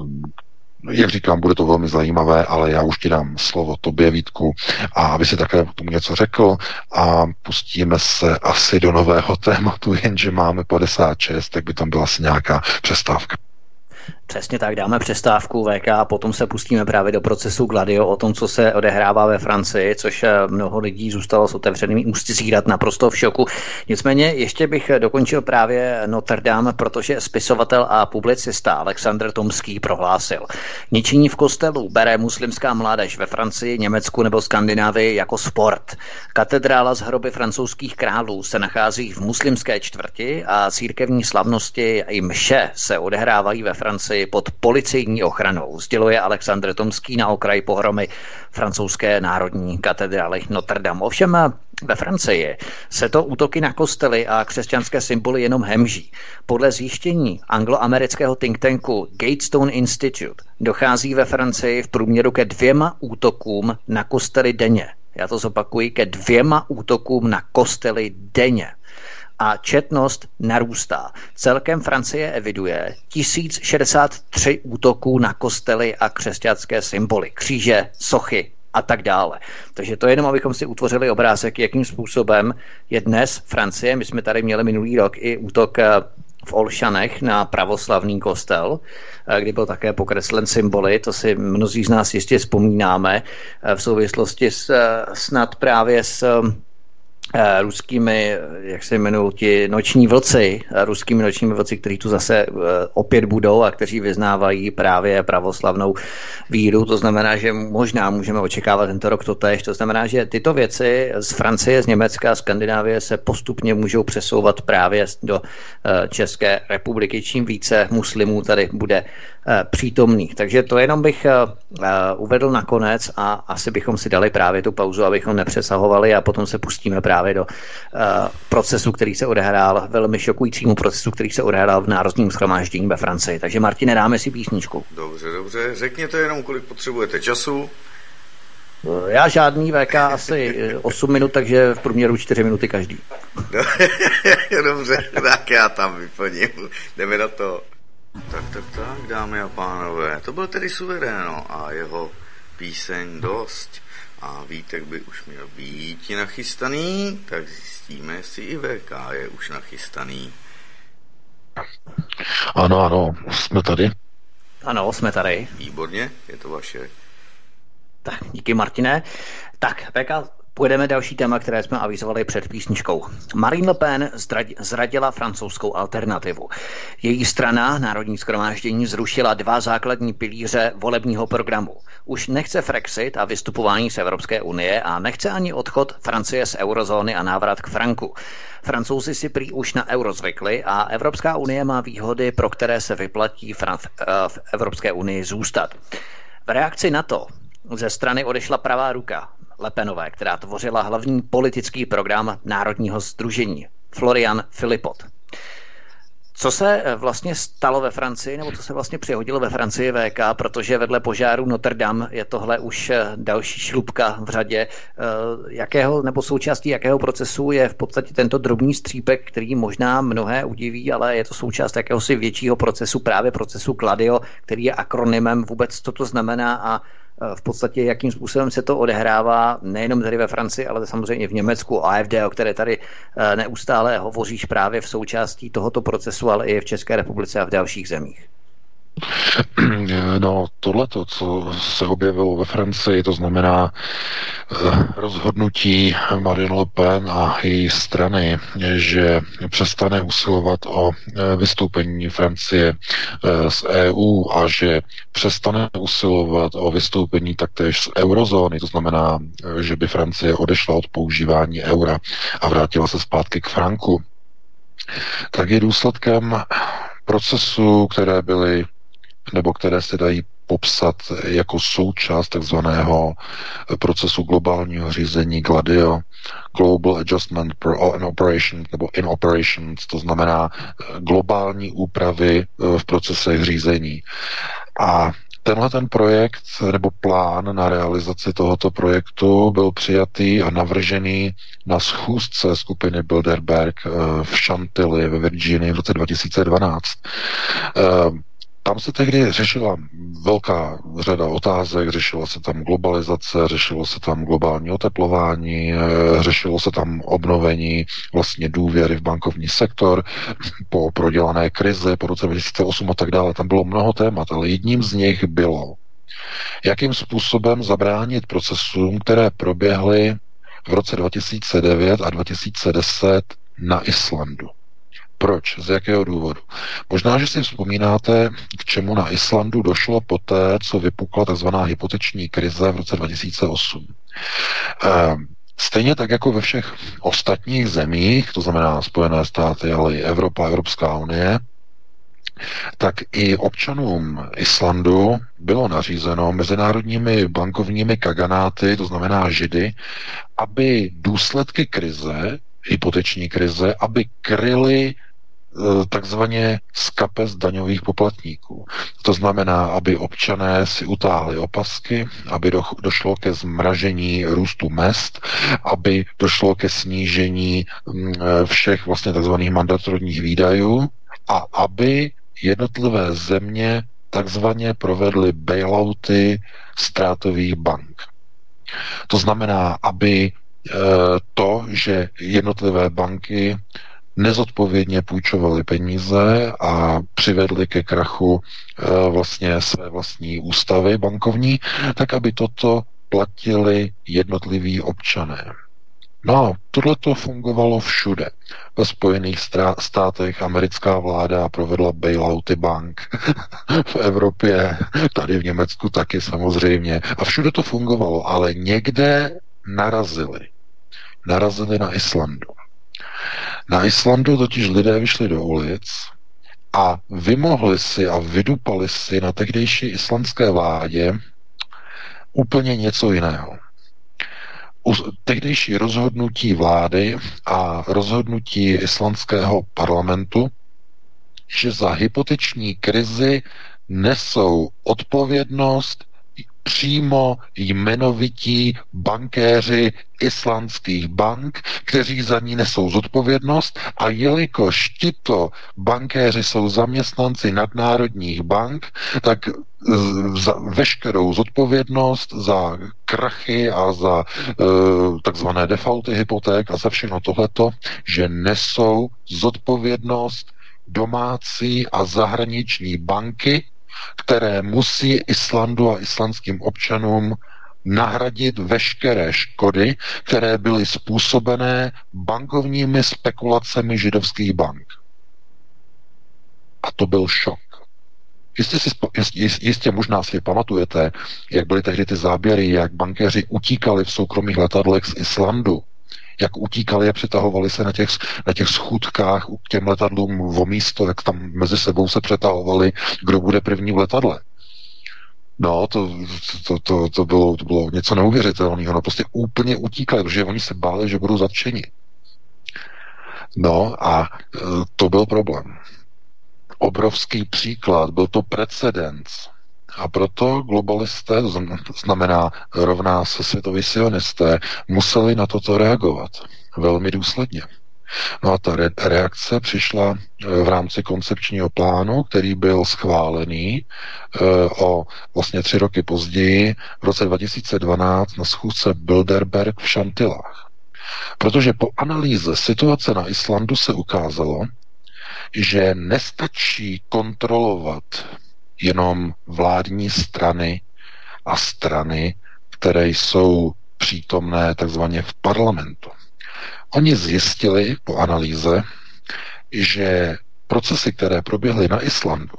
jak říkám, bude to velmi zajímavé, ale já už ti dám slovo tobě, Vítku, a aby si také k tomu něco řekl a pustíme se asi do nového tématu, jenže máme padesát šest, tak by tam byla asi nějaká přestávka. Přesně tak, dáme přestávku V K a potom se pustíme právě do procesu Gladio, o tom, co se odehrává ve Francii, což mnoho lidí zůstalo s otevřenými ústy zírat naprosto v šoku. Nicméně ještě bych dokončil právě Notre Dame, protože spisovatel a publicista Alexandr Tomský prohlásil: ničení v kostelu bere muslimská mládež ve Francii, Německu nebo Skandinávii jako sport. Katedrála z hroby francouzských králů se nachází v muslimské čtvrti a církevní slavnosti i mše se odehrávají ve Francii pod policejní ochranou, sděluje Alexandr Tomský na okraji pohromy francouzské národní katedrály Notre Dame. Ovšem ve Francii se to útoky na kostely a křesťanské symboly jenom hemží. Podle zjištění angloamerického think tanku Gatestone Institute dochází ve Francii v průměru ke dvěma útokům na kostely denně. Já to zopakuji, ke dvěma útokům na kostely denně. A četnost narůstá. Celkem Francie eviduje tisíc šedesát tři útoků na kostely a křesťanské symboly, kříže, sochy a tak dále. Takže to jenom, abychom si utvořili obrázek, jakým způsobem je dnes Francie. My jsme tady měli minulý rok i útok v Olšanech na pravoslavný kostel, kdy byl také pokreslen symboly, to si mnozí z nás jistě vzpomínáme v souvislosti s, snad právě s ruskými, jak se jmenují ti noční vlci, ruskými nočními vlci, kteří tu zase opět budou a kteří vyznávají právě pravoslavnou víru. To znamená, že možná můžeme očekávat tento rok totéž. To znamená, že tyto věci z Francie, z Německa, Skandinávie se postupně můžou přesouvat právě do České republiky. Čím více muslimů tady bude přítomných. Takže to jenom bych uvedl nakonec a asi bychom si dali právě tu pauzu, abychom nepřesahovali a potom se pustíme právě do procesu, který se odehrál, velmi šokujícímu procesu, který se odehrál v Národním shromáždění ve Francii. Takže Martine, dáme si písničku. Dobře, dobře. Řekněte jenom, kolik potřebujete času. Já žádný V K asi osm minut, takže v průměru čtyři minuty každý. Dobře, tak já tam vyplním. Jdeme na to. Tak, tak, tak, dámy a pánové, to byl tedy Suveréno a jeho píseň Dost. A Vítek by už měl být nachystaný, tak zjistíme, jestli i V K je už nachystaný. Ano, ano, jsme tady. Ano, jsme tady. Výborně, je to vaše. Tak, díky Martine. Tak, V K, pojedeme další téma, které jsme avizovali před písničkou. Marine Le Pen zradila francouzskou alternativu. Její strana, Národní shromáždění, zrušila dva základní pilíře volebního programu. Už nechce Frexit a vystupování z Evropské unie a nechce ani odchod Francie z eurozóny a návrat k franku. Francouzi si prý už na euro zvykli a Evropská unie má výhody, pro které se vyplatí v Evropské unii zůstat. V reakci na to ze strany odešla pravá ruka Le Penové, která tvořila hlavní politický program Národního sdružení, Florian Philippot. Co se vlastně stalo ve Francii, nebo co se vlastně přihodilo ve Francii V K, protože vedle požáru Notre Dame je tohle už další šlupka v řadě, jakého nebo součástí jakého procesu je v podstatě tento drobný střípek, který možná mnohé udiví, ale je to součást jakéhosi většího procesu, právě procesu Gladio, který je akronymem vůbec, co to znamená a v podstatě jakým způsobem se to odehrává nejenom tady ve Francii, ale samozřejmě v Německu, A F D, o které tady neustále hovoříš právě v součástí tohoto procesu, ale i v České republice a v dalších zemích. No, tohleto, co se objevilo ve Francii, to znamená rozhodnutí Marine Le Pen a její strany, že přestane usilovat o vystoupení Francie z E U a že přestane usilovat o vystoupení taktéž z eurozóny, to znamená, že by Francie odešla od používání eura a vrátila se zpátky k franku, tak je důsledkem procesů, které byly nebo které se dají popsat jako součást takzvaného procesu globálního řízení GLADIO, Global Adjustment in Operations, nebo in Operations, to znamená globální úpravy v procesech řízení. A tenhle ten projekt nebo plán na realizaci tohoto projektu byl přijatý a navržený na schůzce skupiny Bilderberg v Chantilly ve Virginii v roce dva tisíce dvanáct. Tam se tehdy řešila velká řada otázek, řešila se tam globalizace, řešilo se tam globální oteplování, řešilo se tam obnovení vlastně důvěry v bankovní sektor po prodělané krizi po roce dva tisíce osm a tak dále. Tam bylo mnoho témat, ale jedním z nich bylo, jakým způsobem zabránit procesům, které proběhly v roce dva tisíce devět a dva tisíce deset na Islandu. Proč? Z jakého důvodu? Možná, že si vzpomínáte, k čemu na Islandu došlo poté, co vypukla tzv. Hypoteční krize v roce dva tisíce osm. Stejně tak jako ve všech ostatních zemích, to znamená Spojené státy, ale i Evropa, Evropská unie, tak i občanům Islandu bylo nařízeno mezinárodními bankovními kaganáty, to znamená židy, aby důsledky krize, hypoteční krize, aby kryly takzvaně z kapes daňových poplatníků. To znamená, aby občané si utáhli opasky, aby do, došlo ke zmražení růstu mezd, aby došlo ke snížení všech vlastně takzvaných mandatorních výdajů a aby jednotlivé země takzvaně provedly bailouty ztrátových bank. To znamená, aby to, že jednotlivé banky nezodpovědně půjčovali peníze a přivedli ke krachu e, vlastně své vlastní ústavy bankovní, tak aby toto platili jednotliví občané. No a tohleto fungovalo všude. Ve Spojených státech americká vláda provedla bailouty bank, v Evropě, tady v Německu taky samozřejmě. A všude to fungovalo, ale někde narazili. Narazili na Islandu. Na Islandu totiž lidé vyšli do ulic a vymohli si a vydupali si na tehdejší islandské vládě úplně něco jiného. U tehdejší rozhodnutí vlády a rozhodnutí islandského parlamentu, že za hypoteční krizi nesou odpovědnost přímo jmenovití bankéři islandských bank, kteří za ní nesou zodpovědnost, a jelikož tito bankéři jsou zaměstnanci nadnárodních bank, tak za veškerou zodpovědnost za krachy a za uh, takzvané defaulty hypoték a za všechno tohleto, že nesou zodpovědnost domácí a zahraniční banky, které musí Islandu a islandským občanům nahradit veškeré škody, které byly způsobené bankovními spekulacemi židovských bank. A to byl šok. Jistě, si, jistě, jistě možná si pamatujete, jak byly tehdy ty záběry, jak bankéři utíkali v soukromých letadlech z Islandu, jak utíkali a přetahovali se na těch, na těch schůdkách k těm letadlům o místo, jak tam mezi sebou se přetahovali, kdo bude první v letadle. No, to, to, to, to, bylo, to bylo něco neuvěřitelného. No, prostě úplně utíkali, protože oni se báli, že budou zatčeni. No a to byl problém. Obrovský příklad, byl to precedens. A proto globalisté, to znamená rovná se světoví sionisté, museli na toto reagovat velmi důsledně. No a ta re- reakce přišla v rámci koncepčního plánu, který byl schválený e, o vlastně tři roky později, v roce dva tisíce dvanáct na schůzce Bilderberg v Chantillách. Protože po analýze situace na Islandu se ukázalo, že nestačí kontrolovat jenom vládní strany a strany, které jsou přítomné takzvaně v parlamentu. Oni zjistili po analýze, že procesy, které proběhly na Islandu,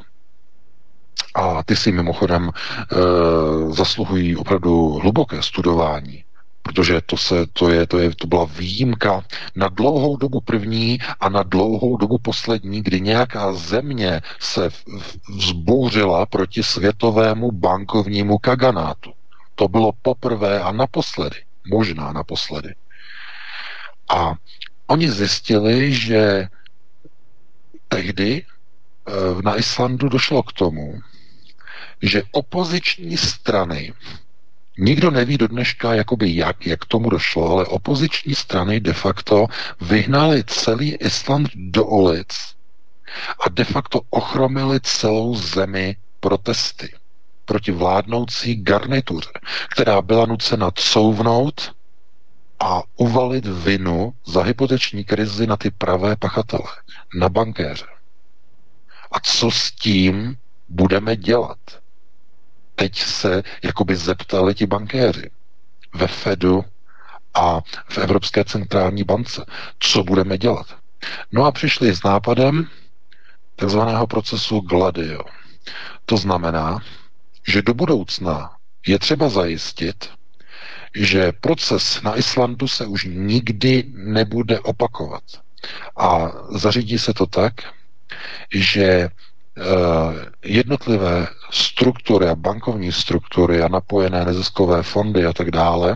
a ty si mimochodem e, zasluhují opravdu hluboké studování, protože to, se, to, je, to, je, to byla výjimka na dlouhou dobu první a na dlouhou dobu poslední, kdy nějaká země se vzbouřila proti světovému bankovnímu kaganátu. To bylo poprvé a naposledy, možná naposledy. A oni zjistili, že tehdy na Islandu došlo k tomu, že opoziční strany, nikdo neví do dneška, jakoby jak, jak tomu došlo, ale opoziční strany de facto vyhnali celý Island do ulic a de facto ochromili celou zemi protesty proti vládnoucí garnituře, která byla nucena couvnout a uvalit vinu za hypoteční krizi na ty pravé pachatele, na bankéře. A co s tím budeme dělat? Teď se jakoby zeptali ti bankéři ve Fedu a v Evropské centrální bance, co budeme dělat. No a přišli s nápadem takzvaného procesu Gladio. To znamená, že do budoucna je třeba zajistit, že proces na Islandu se už nikdy nebude opakovat. A zařídí se to tak, že jednotlivé struktury a bankovní struktury a napojené neziskové fondy a tak dále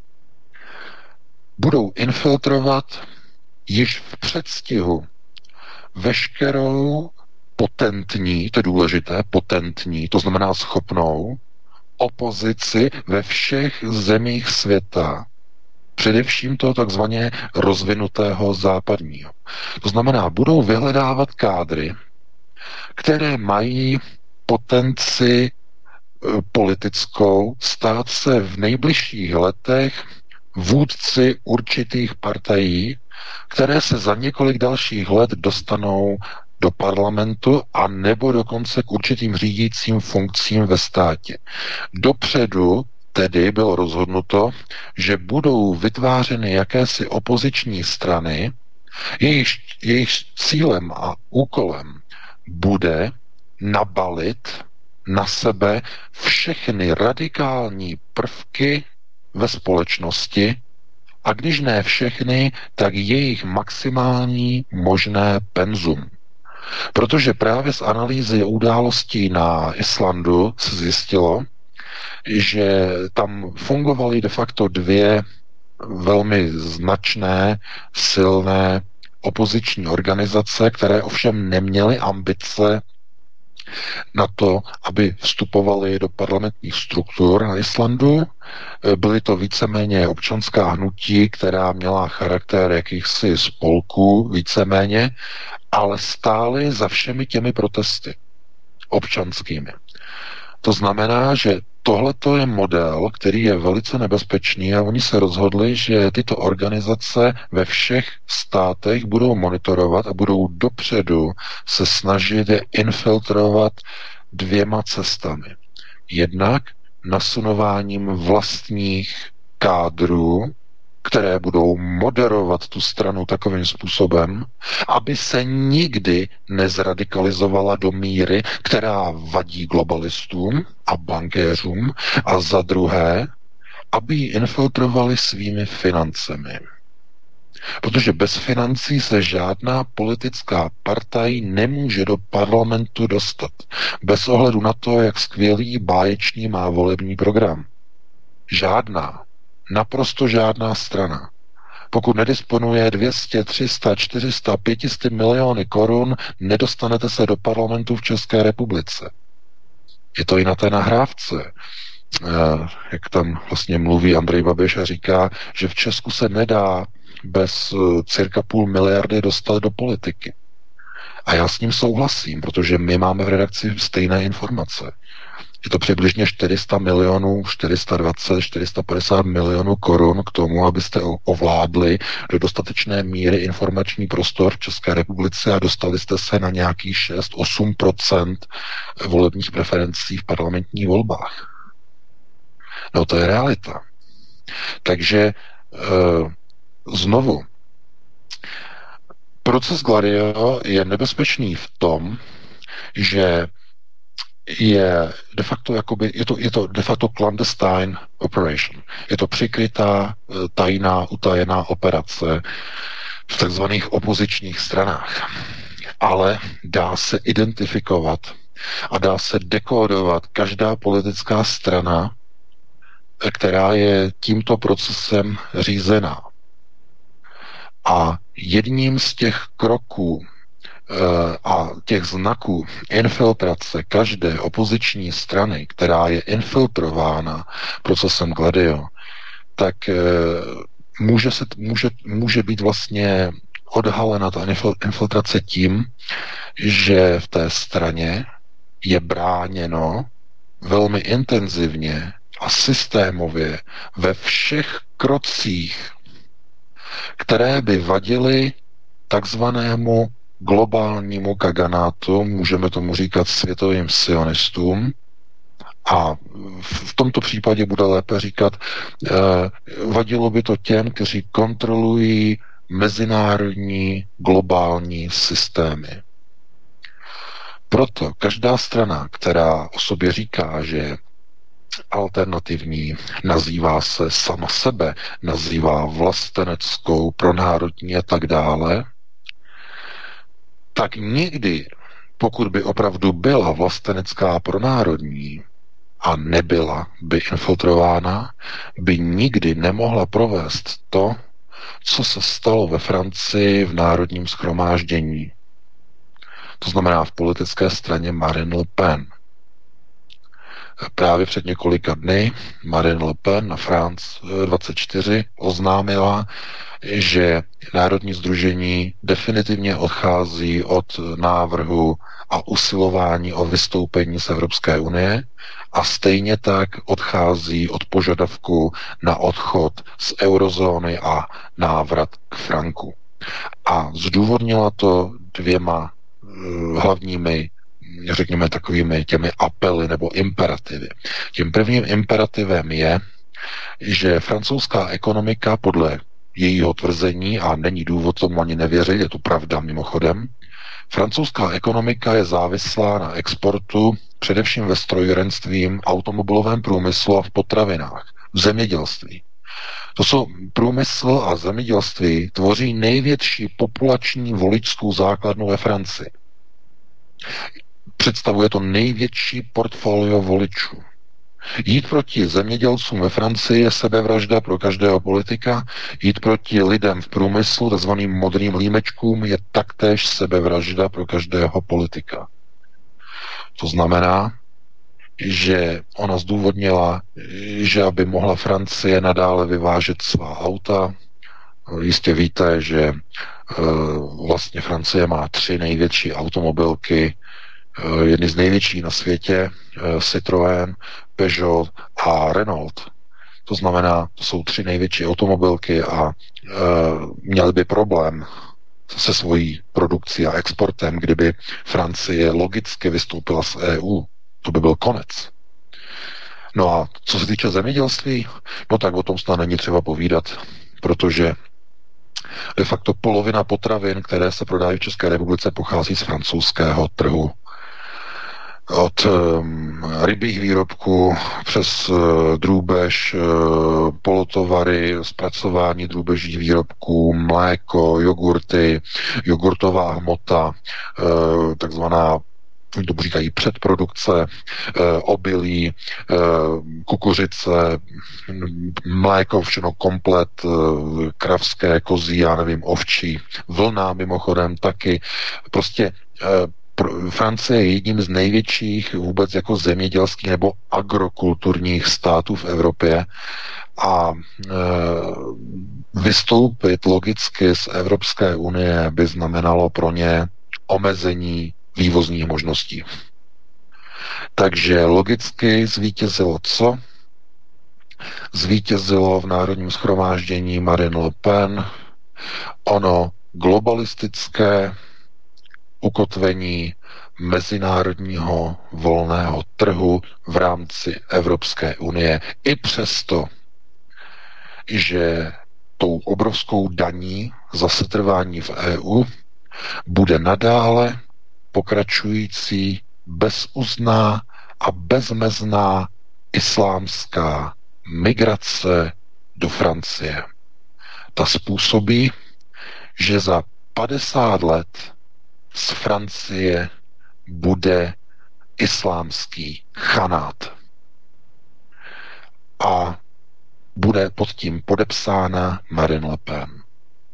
budou infiltrovat již v předstihu veškerou potentní, to je důležité, potentní, to znamená schopnou opozici ve všech zemích světa, především toho takzvaně rozvinutého západního. To znamená, budou vyhledávat kádry, které mají potenci politickou stát se v nejbližších letech vůdci určitých partají, které se za několik dalších let dostanou do parlamentu a nebo dokonce k určitým řídícím funkcím ve státě. Dopředu tedy bylo rozhodnuto, že budou vytvářeny jakési opoziční strany, jejich, jejich cílem a úkolem bude nabalit na sebe všechny radikální prvky ve společnosti a když ne všechny, tak jejich maximální možné penzum. Protože právě z analýzy událostí na Islandu se zjistilo, že tam fungovaly de facto dvě velmi značné, silné opoziční organizace, které ovšem neměly ambice na to, aby vstupovali do parlamentních struktur na Islandu. Byly to víceméně občanská hnutí, která měla charakter jakýchsi spolků, víceméně, ale stály za všemi těmi protesty občanskými. To znamená, že tohleto je model, který je velice nebezpečný a oni se rozhodli, že tyto organizace ve všech státech budou monitorovat a budou dopředu se snažit je infiltrovat dvěma cestami. Jednak nasunováním vlastních kádrů, které budou moderovat tu stranu takovým způsobem, aby se nikdy nezradikalizovala do míry, která vadí globalistům a bankéřům, a za druhé, aby ji infiltrovali svými financemi. Protože bez financí se žádná politická partaj nemůže do parlamentu dostat. Bez ohledu na to, jak skvělý báječný má volební program. Žádná. Naprosto žádná strana. Pokud nedisponuje dvě stě, tři sta, čtyři sta, pět set miliony korun, nedostanete se do parlamentu v České republice. Je to i na té nahrávce. Jak tam vlastně mluví Andrej Babiš a říká, že v Česku se nedá bez cirka půl miliardy dostat do politiky. A já s ním souhlasím, protože my máme v redakci stejné informace. Je to přibližně čtyři sta milionů, čtyři sta dvacet, čtyři sta padesát milionů korun k tomu, abyste ovládli do dostatečné míry informační prostor v České republice a dostali jste se na nějakých šest až osm procent volebních preferencí v parlamentních volbách. No to je realita. Takže e, znovu, proces Gladio je nebezpečný v tom, že je de facto jakoby, je to, je to de facto clandestine operation. Je to přikrytá, tajná, utajená operace v takzvaných opozičních stranách. Ale dá se identifikovat a dá se dekódovat každá politická strana, která je tímto procesem řízená. A jedním z těch kroků a těch znaků infiltrace každé opoziční strany, která je infiltrována procesem Gladio, tak může, se, může, může být vlastně odhalena ta infiltrace tím, že v té straně je bráněno velmi intenzivně a systémově ve všech krocích, které by vadily takzvanému globálnímu kaganátu, můžeme tomu říkat světovým sionistům, a v tomto případě bude lépe říkat, eh, vadilo by to těm, kteří kontrolují mezinárodní globální systémy. Proto každá strana, která o sobě říká, že alternativní, nazývá se sama sebe, nazývá vlasteneckou, pronárodní a tak dále, tak nikdy, pokud by opravdu byla vlastenecká pronárodní a nebyla by infiltrována, by nikdy nemohla provést to, co se stalo ve Francii v národním shromáždění. To znamená v politické straně Marine Le Pen. Právě před několika dny Marine Le Pen na France dvacet čtyři oznámila, že Národní sdružení definitivně odchází od návrhu a usilování o vystoupení z Evropské unie a stejně tak odchází od požadavku na odchod z eurozóny a návrat k franku. A zdůvodnila to dvěma hlavními, řekněme, takovými těmi apely nebo imperativy. Tím prvním imperativem je, že francouzská ekonomika podle jejího tvrzení, a není důvod tomu ani nevěřit, je to pravda mimochodem, francouzská ekonomika je závislá na exportu především ve strojírenství, automobilovém průmyslu a v potravinách, v zemědělství. To jsou průmysl a zemědělství tvoří největší populační voličskou základnu ve Francii. Představuje to největší portfolio voličů. Jít proti zemědělcům ve Francii je sebevražda pro každého politika, jít proti lidem v průmyslu, takzvaným modrým límečkům, je taktéž sebevražda pro každého politika. To znamená, že ona zdůvodnila, že aby mohla Francie nadále vyvážet svá auta. Jistě víte, že vlastně Francie má tři největší automobilky, jedny z největších na světě, Citroën, Peugeot a Renault. To znamená, to jsou tři největší automobilky a e, měly by problém se svojí produkcí a exportem, kdyby Francie logicky vystoupila z E U. To by byl konec. No a co se týče zemědělství, no tak o tom snad není třeba povídat, protože de facto polovina potravin, které se prodávají v České republice, pochází z francouzského trhu. Od um, rybích výrobků přes uh, drůbež, uh, polotovary, zpracování drůbežích výrobků, mléko, jogurty, jogurtová hmota, uh, takzvaná, to říkají předprodukce, uh, obilí, uh, kukuřice, mléko, všechno komplet, uh, kravské, kozí, já nevím, ovčí, vlna mimochodem taky, prostě uh, Francie je jedním z největších vůbec jako zemědělských nebo agrokulturních států v Evropě a e, vystoupit logicky z Evropské unie by znamenalo pro ně omezení vývozních možností. Takže logicky zvítězilo co? Zvítězilo v Národním shromáždění Marine Le Pen ono globalistické ukotvení mezinárodního volného trhu v rámci Evropské unie. I přesto, že tou obrovskou daní za setrvání v E U bude nadále pokračující bezúzná a bezmezná islámská migrace do Francie. Ta způsobí, že za padesát let z Francie bude islámský chanát. A bude pod tím podepsána Marine Le Pen.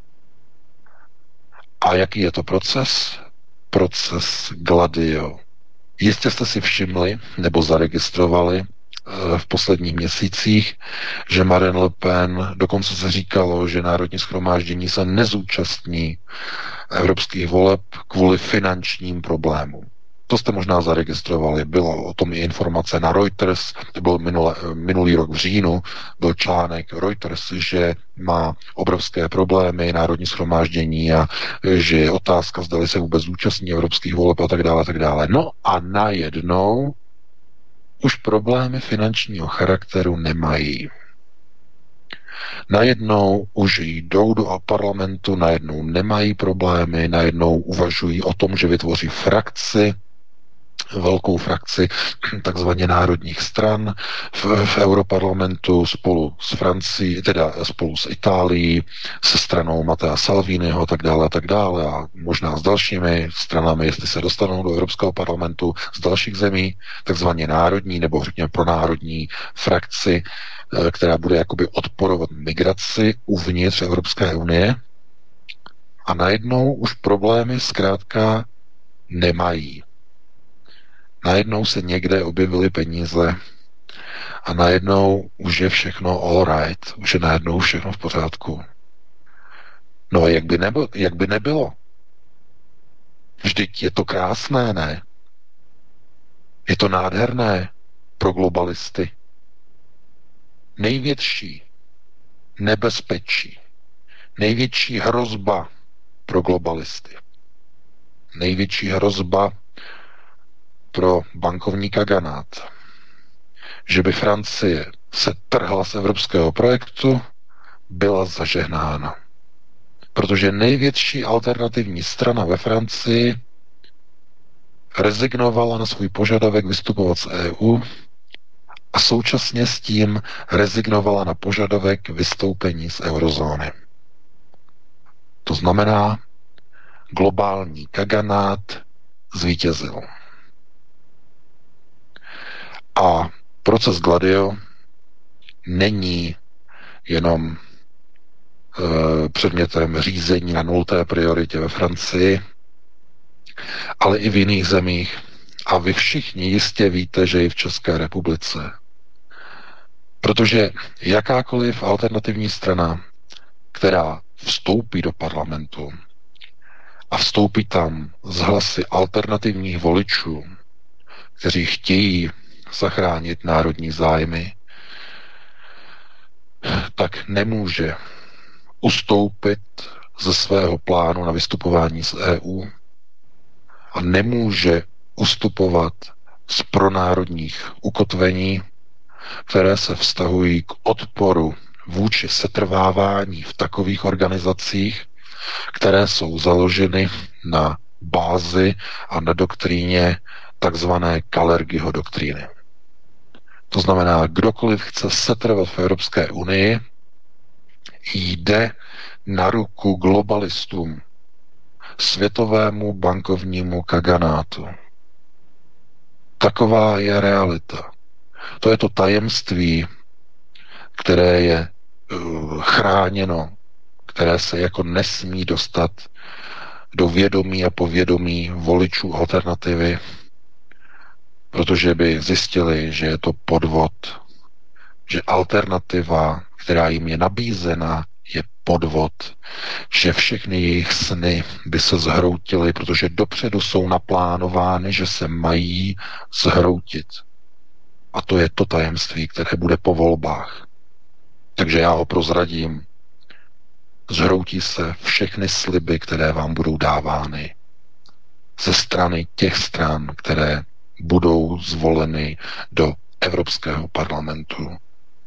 A jaký je to proces? Proces Gladio. Jistě jste si všimli nebo zaregistrovali v posledních měsících, že Marine Le Pen, dokonce se říkalo, že Národní shromáždění se nezúčastní evropských voleb kvůli finančním problémům. To jste možná zaregistrovali, bylo o tom i informace na Reuters, to byl minule, minulý rok v říjnu, byl článek Reuters, že má obrovské problémy Národní shromáždění a že je otázka, zdali se vůbec zúčastní evropských voleb a tak dále, a tak dále. No a najednou už problémy finančního charakteru nemají. Najednou už jdou do parlamentu, najednou nemají problémy, najednou uvažují o tom, že vytvoří frakci, velkou frakci takzvaně národních stran v, v Europarlamentu spolu s Francií, teda spolu s Itálií, se stranou Mattea Salviniho a tak dále a tak dále a možná s dalšími stranami, jestli se dostanou do Evropského parlamentu z dalších zemí, takzvaně národní nebo řekněme pronárodní frakci, která bude jakoby odporovat migraci uvnitř Evropské unie a najednou už problémy zkrátka nemají. Najednou se někde objevily peníze a najednou už je všechno all right, už je najednou všechno v pořádku. No a jak by, nebylo, jak by nebylo? Vždyť je to krásné, ne? Je to nádherné pro globalisty. Největší nebezpečí, největší hrozba pro globalisty, největší hrozba pro bankovníka Ganát, že by Francie se trhla z evropského projektu, byla zažehnána. Protože největší alternativní strana ve Francii rezignovala na svůj požadavek vystupovat z E U a současně s tím rezignovala na požadavek vystoupení z eurozóny. To znamená, globální kaganát zvítězil. A proces Gladio není jenom e, předmětem řízení na nulté prioritě ve Francii, ale i v jiných zemích. A vy všichni jistě víte, že i v České republice. Protože jakákoliv alternativní strana, která vstoupí do parlamentu a vstoupí tam z hlasy alternativních voličů, kteří chtějí zachránit národní zájmy, tak nemůže ustoupit ze svého plánu na vystupování z E U a nemůže ustupovat z pronárodních ukotvení, které se vztahují k odporu vůči setrvávání v takových organizacích, které jsou založeny na bázi a na doktríně takzvané Kalergiho doktríny. To znamená, kdokoliv chce setrvat v Evropské unii, jde na ruku globalistům, světovému bankovnímu kaganátu. Taková je realita. To je to tajemství, které je uh, chráněno, které se jako nesmí dostat do vědomí a povědomí voličů alternativy, protože by zjistili, že je to podvod, že alternativa, která jim je nabízena, je podvod, že všechny jejich sny by se zhroutily, protože dopředu jsou naplánovány, že se mají zhroutit. A to je to tajemství, které bude po volbách. Takže já ho prozradím. Zhroutí se všechny sliby, které vám budou dávány ze strany těch stran, které budou zvoleny do Evropského parlamentu.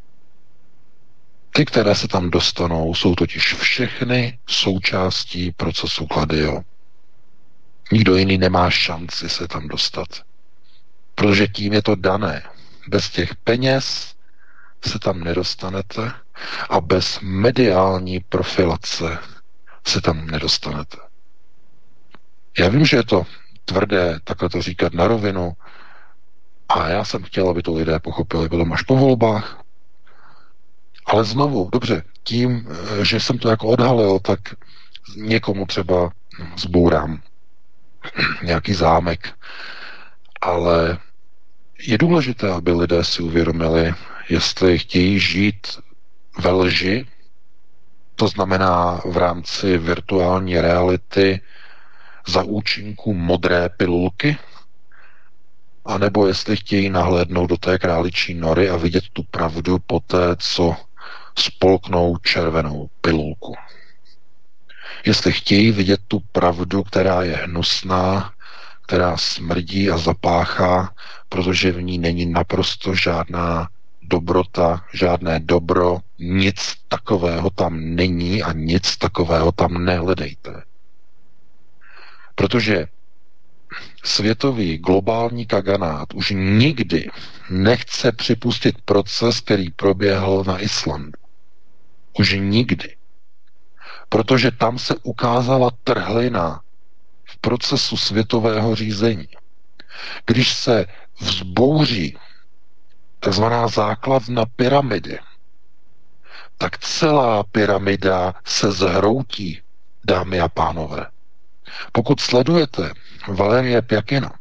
Ty, které se tam dostanou, jsou totiž všechny součástí procesu Gladio. Nikdo jiný nemá šanci se tam dostat. Protože tím je to dané. Bez těch peněz se tam nedostanete a bez mediální profilace se tam nedostanete. Já vím, že je to tvrdé takhle to říkat na rovinu a já jsem chtěl, aby to lidé pochopili potom až po volbách. Ale znovu, dobře, tím, že jsem to jako odhalil, tak někomu třeba zbourám nějaký zámek, ale je důležité, aby lidé si uvědomili, jestli chtějí žít ve lži, to znamená v rámci virtuální reality za účinku modré pilulky, anebo jestli chtějí nahlédnout do té králičí nory a vidět tu pravdu po té, co spolknou červenou pilulku. Jestli chtějí vidět tu pravdu, která je hnusná, která smrdí a zapáchá, protože v ní není naprosto žádná dobrota, žádné dobro, nic takového tam není a nic takového tam nehledejte. Protože světový globální kaganát už nikdy nechce připustit proces, který proběhl na Islandu. Už nikdy. Protože tam se ukázala trhlina v procesu světového řízení. Když se vzbouří takzvaná základna pyramidy, tak celá pyramida se zhroutí, dámy a pánové. Pokud sledujete Valerie Pjakina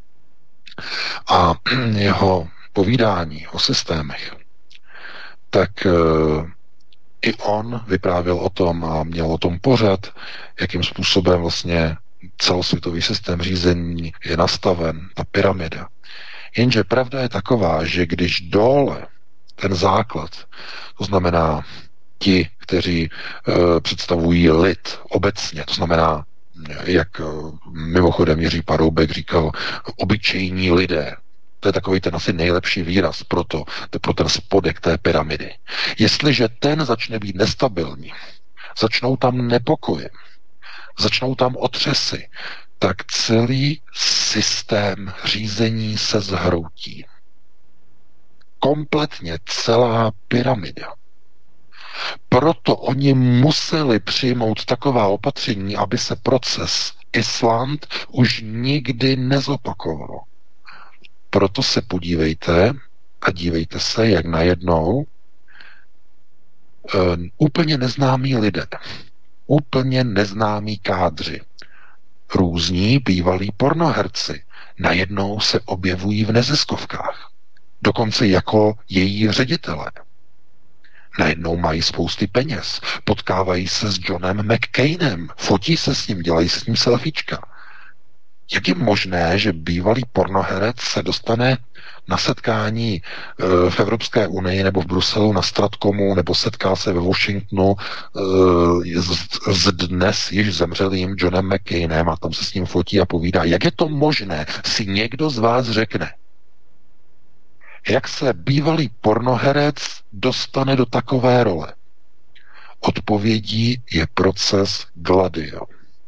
a jeho povídání o systémech, tak i on vyprávěl o tom a měl o tom pořad, jakým způsobem vlastně celosvětový systém řízení je nastaven, ta pyramida. Jenže pravda je taková, že když dole ten základ, to znamená ti, kteří e, představují lid obecně, to znamená, jak mimochodem Jiří Paroubek říkal, obyčejní lidé, to je takový ten asi nejlepší výraz pro, to, pro ten spodek té pyramidy. Jestliže ten začne být nestabilní, začnou tam nepokoje, začnou tam otřesy, tak celý systém řízení se zhroutí. Kompletně celá pyramida. Proto oni museli přijmout taková opatření, aby se proces Island už nikdy nezopakoval. Proto se podívejte a dívejte se, jak najednou uh, úplně neznámí lidé, úplně neznámí kádři, různí bývalí pornoherci najednou se objevují v neziskovkách. Dokonce jako její ředitelé. Najednou mají spousty peněz. Potkávají se s Johnem McCainem. Fotí se s ním, dělají se s ním selfiečka. Jak je možné, že bývalý pornoherec se dostane na setkání e, v Evropské unii nebo v Bruselu na Stratcomu nebo setká se ve Washingtonu e, s, s dnes již zemřelým Johnem McCainem a tam se s ním fotí a povídá, jak je to možné, si někdo z vás řekne, jak se bývalý pornoherec dostane do takové role. Odpovědí je proces Gladio.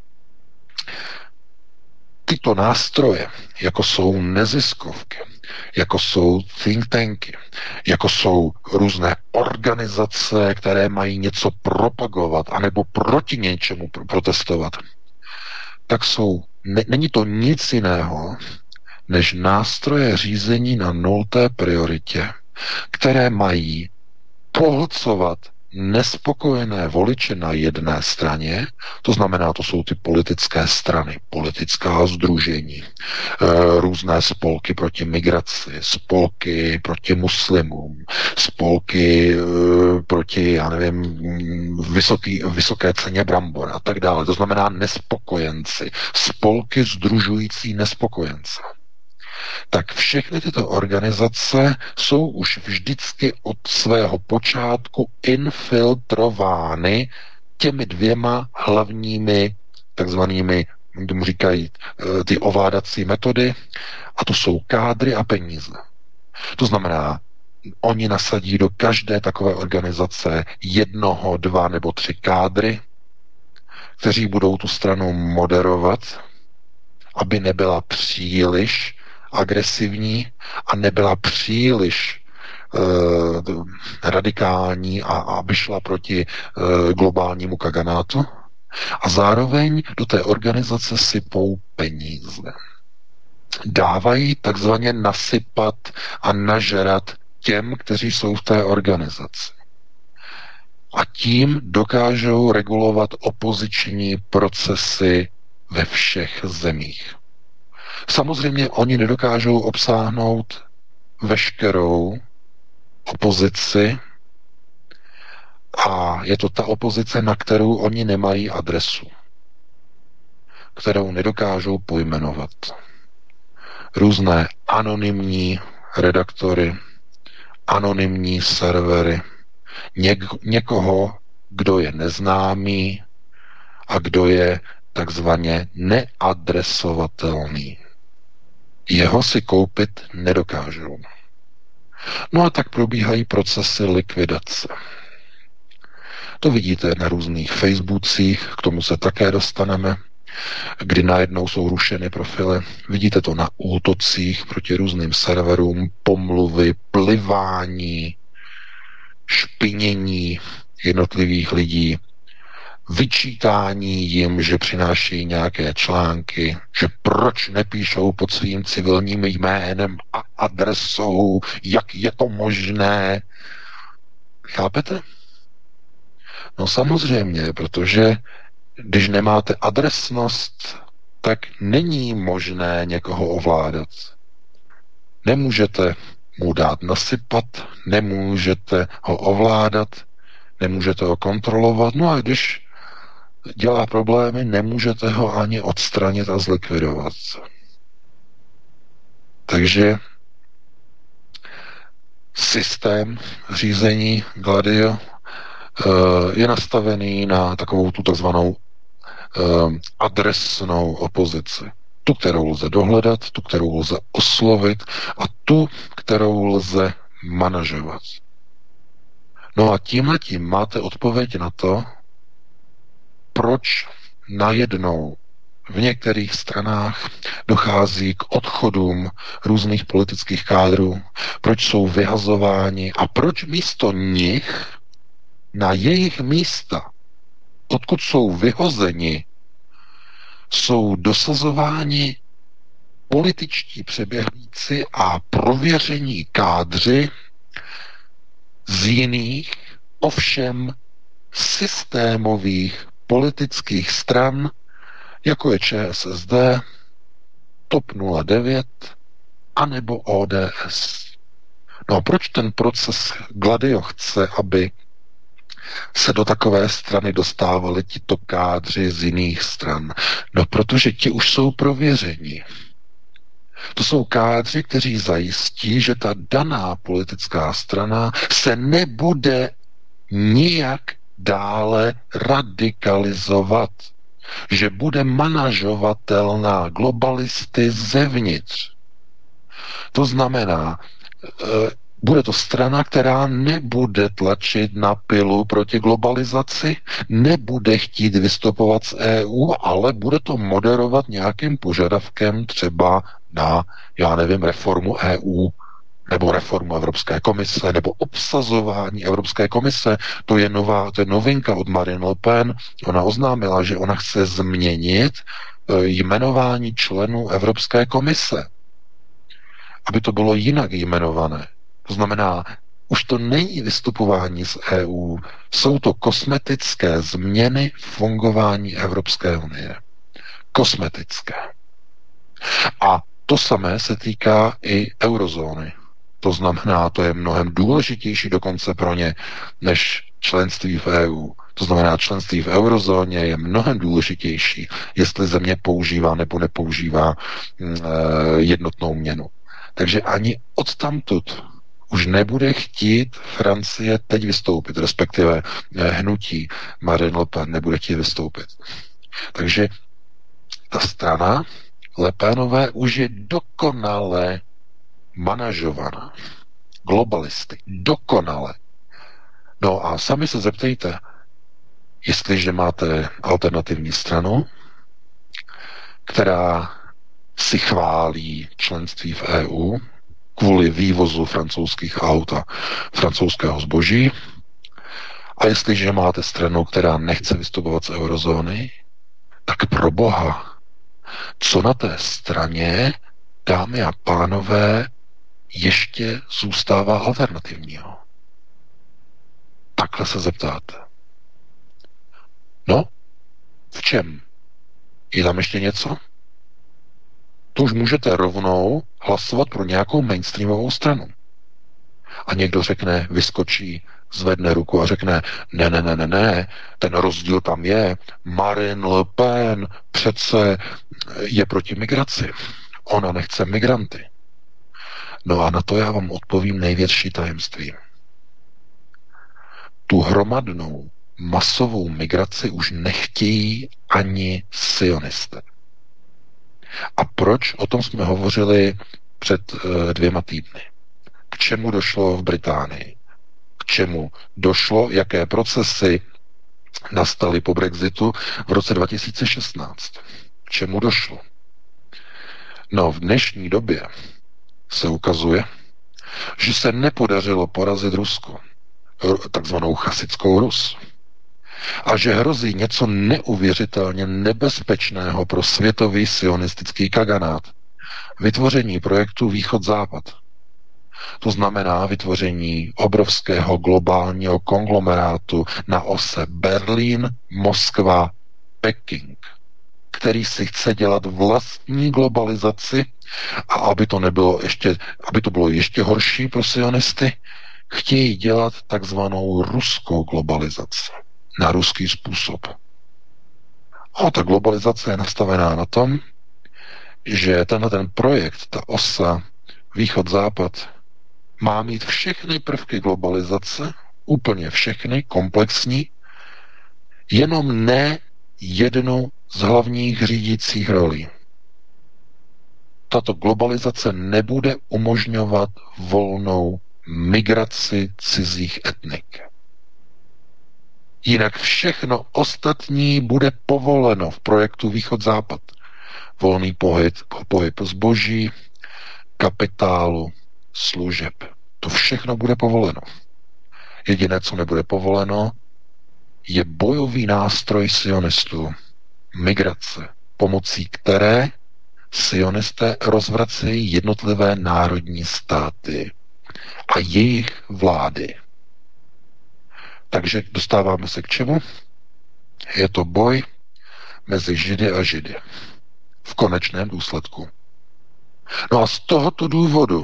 Tyto nástroje, jako jsou neziskovky, jako jsou think tanky, jako jsou různé organizace, které mají něco propagovat, anebo proti něčemu protestovat, tak jsou, ne, není to nic jiného, než nástroje řízení na nulté prioritě, které mají pohlcovat nespokojené voliče na jedné straně, to znamená, to jsou ty politické strany, politická sdružení, různé spolky proti migraci, spolky proti muslimům, spolky proti, já nevím, vysoký, vysoké ceně brambor a tak dále. To znamená nespokojenci, spolky sdružující nespokojence. Tak všechny tyto organizace jsou už vždycky od svého počátku infiltrovány těmi dvěma hlavními takzvanými, tomu říkají, ty ovládací metody, a to jsou kádry a peníze. To znamená, oni nasadí do každé takové organizace jednoho, dva nebo tři kádry, kteří budou tu stranu moderovat, aby nebyla příliš agresivní a nebyla příliš uh, radikální a aby šla proti uh, globálnímu kaganátu. A zároveň do té organizace sypou peníze. Dávají takzvaně nasypat a nažerat těm, kteří jsou v té organizaci. A tím dokážou regulovat opoziční procesy ve všech zemích. Samozřejmě oni nedokážou obsáhnout veškerou opozici a je to ta opozice, na kterou oni nemají adresu, kterou nedokážou pojmenovat. Různé anonymní redaktory, anonymní servery, něk- někoho, kdo je neznámý a kdo je takzvaně neadresovatelný. Jeho si koupit nedokážou. No a tak probíhají procesy likvidace. To vidíte na různých Facebookcích, k tomu se také dostaneme, kdy najednou jsou rušeny profily. Vidíte to na útocích proti různým serverům, pomluvy, plivání, špinění jednotlivých lidí, vyčítání jim, že přináší nějaké články, že proč nepíšou pod svým civilním jménem a adresou, jak je to možné. Chápete? No samozřejmě, protože když nemáte adresnost, tak není možné někoho ovládat. Nemůžete mu dát nasypat, nemůžete ho ovládat, nemůžete ho kontrolovat, no a když dělá problémy, nemůžete ho ani odstranit a zlikvidovat. Takže systém řízení Gladio je nastavený na takovou tu takzvanou adresnou opozici. Tu, kterou lze dohledat, tu, kterou lze oslovit a tu, kterou lze manažovat. No a tímhletím máte odpověď na to, proč najednou v některých stranách dochází k odchodům různých politických kádrů, proč jsou vyhazováni a proč místo nich na jejich místa, odkud jsou vyhozeni, jsou dosazováni političtí přeběhlíci a prověření kádři z jiných, ovšem systémových politických stran, jako je ČSSD, TOP nula devět anebo O D S. No a proč ten proces Gladio chce, aby se do takové strany dostávali tito kádři z jiných stran? No protože ti už jsou prověření. To jsou kádři, kteří zajistí, že ta daná politická strana se nebude nijak dále radikalizovat, že bude manažovatelná globalisty zevnitř. To znamená, bude to strana, která nebude tlačit na pilu proti globalizaci, nebude chtít vystupovat z E U, ale bude to moderovat nějakým požadavkem třeba na, já nevím, reformu E U, nebo reformu Evropské komise, nebo obsazování Evropské komise. To je nová, to je novinka od Marine Le Pen. Ona oznámila, že ona chce změnit jmenování členů Evropské komise, aby to bylo jinak jmenované. To znamená, už to není vystupování z E U, jsou to kosmetické změny fungování Evropské unie. Kosmetické. A to samé se týká i eurozóny. To znamená, to je mnohem důležitější dokonce pro ně, než členství v E U. To znamená, členství v eurozóně je mnohem důležitější, jestli země používá nebo nepoužívá e, jednotnou měnu. Takže ani odtamtud už nebude chtít Francie teď vystoupit, respektive hnutí Marine Le Pen nebude chtít vystoupit. Takže ta strana Le Penové už je dokonale manažovaná. Globalisty. Dokonale. No a sami se zeptejte, jestliže máte alternativní stranu, která si chválí členství v E U kvůli vývozu francouzských aut a francouzského zboží. A jestliže máte stranu, která nechce vystupovat z eurozóny, tak pro boha, co na té straně, dámy a pánové, ještě zůstává alternativního? Takhle se zeptáte. No, v čem? Je tam ještě něco? To už můžete rovnou hlasovat pro nějakou mainstreamovou stranu. A někdo řekne, vyskočí, zvedne ruku a řekne, ne, ne, ne, ne, ne, ten rozdíl tam je, Marine Le Pen přece je proti migraci. Ona nechce migranty. No a na to já vám odpovím největší tajemství. Tu hromadnou masovou migraci už nechtějí ani sionisté. A proč? O tom jsme hovořili před uh, dvěma týdny. K čemu došlo v Británii? K čemu došlo? Jaké procesy nastaly po Brexitu v roce dva tisíce šestnáct? K čemu došlo? No, v dnešní době se ukazuje, že se nepodařilo porazit Rusko, takzvanou chasickou Rus. A že hrozí něco neuvěřitelně nebezpečného pro světový sionistický kaganát. Vytvoření projektu Východ-Západ. To znamená vytvoření obrovského globálního konglomerátu na ose Berlín, Moskva, Peking, který si chce dělat vlastní globalizaci a aby to nebylo ještě, aby to bylo ještě horší pro sionisty, chtějí dělat takzvanou ruskou globalizaci na ruský způsob. A ta globalizace je nastavená na tom, že tenhle ten projekt, ta osa Východ-Západ, má mít všechny prvky globalizace, úplně všechny, komplexní, jenom ne jednu z hlavních řídících rolí. Tato globalizace nebude umožňovat volnou migraci cizích etnik. Jinak všechno ostatní bude povoleno v projektu Východ-Západ. Volný pohyb, pohyb zboží, kapitálu, služeb. To všechno bude povoleno. Jediné, co nebude povoleno, je bojový nástroj sionistů. Migrace, pomocí které sionisté rozvracejí jednotlivé národní státy a jejich vlády. Takže dostáváme se k čemu? Je to boj mezi Židy a Židy. V konečném důsledku. No a z tohoto důvodu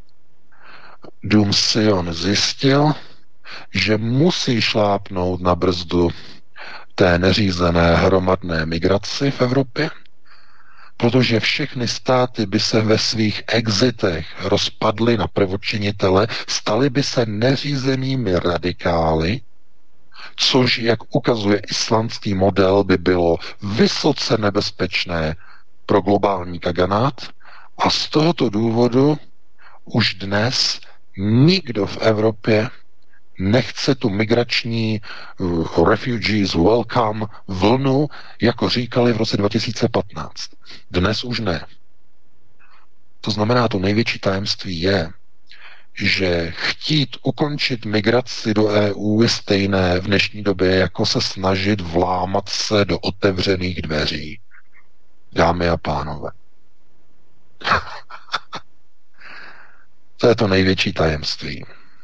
Dům Sion zjistil, že musí šlápnout na brzdu té neřízené hromadné migraci v Evropě, protože všechny státy by se ve svých exitech rozpadly na prvočinitele, staly by se neřízenými radikály, což, jak ukazuje islandský model, by bylo vysoce nebezpečné pro globální kaganát a z tohoto důvodu už dnes nikdo v Evropě nechce tu migrační uh, refugees welcome vlnu, jako říkali v roce dva tisíce patnáct. Dnes už ne. To znamená, to největší tajemství je, že chtít ukončit migraci do E U je stejné v dnešní době, jako se snažit vlámat se do otevřených dveří. Dámy a pánové. To je to největší tajemství.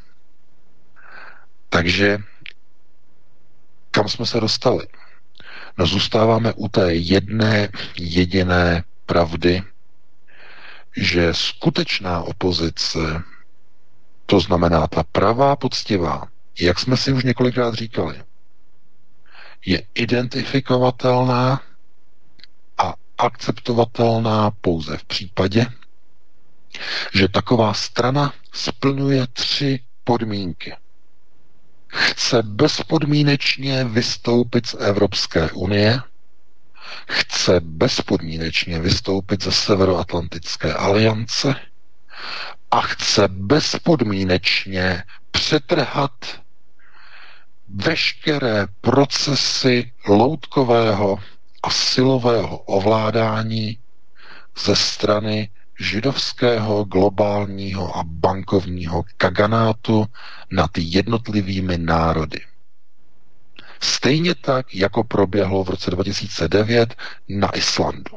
Takže kam jsme se dostali? No zůstáváme u té jedné jediné pravdy, že skutečná opozice, to znamená ta pravá poctivá, jak jsme si už několikrát říkali, je identifikovatelná a akceptovatelná pouze v případě, že taková strana splňuje tři podmínky. Chce bezpodmínečně vystoupit z Evropské unie, chce bezpodmínečně vystoupit ze Severoatlantické aliance a chce bezpodmínečně přetrhat veškeré procesy loutkového a silového ovládání ze strany židovského globálního a bankovního kaganátu nad jednotlivými národy. Stejně tak, jako proběhlo v roce dva tisíce devět na Islandu.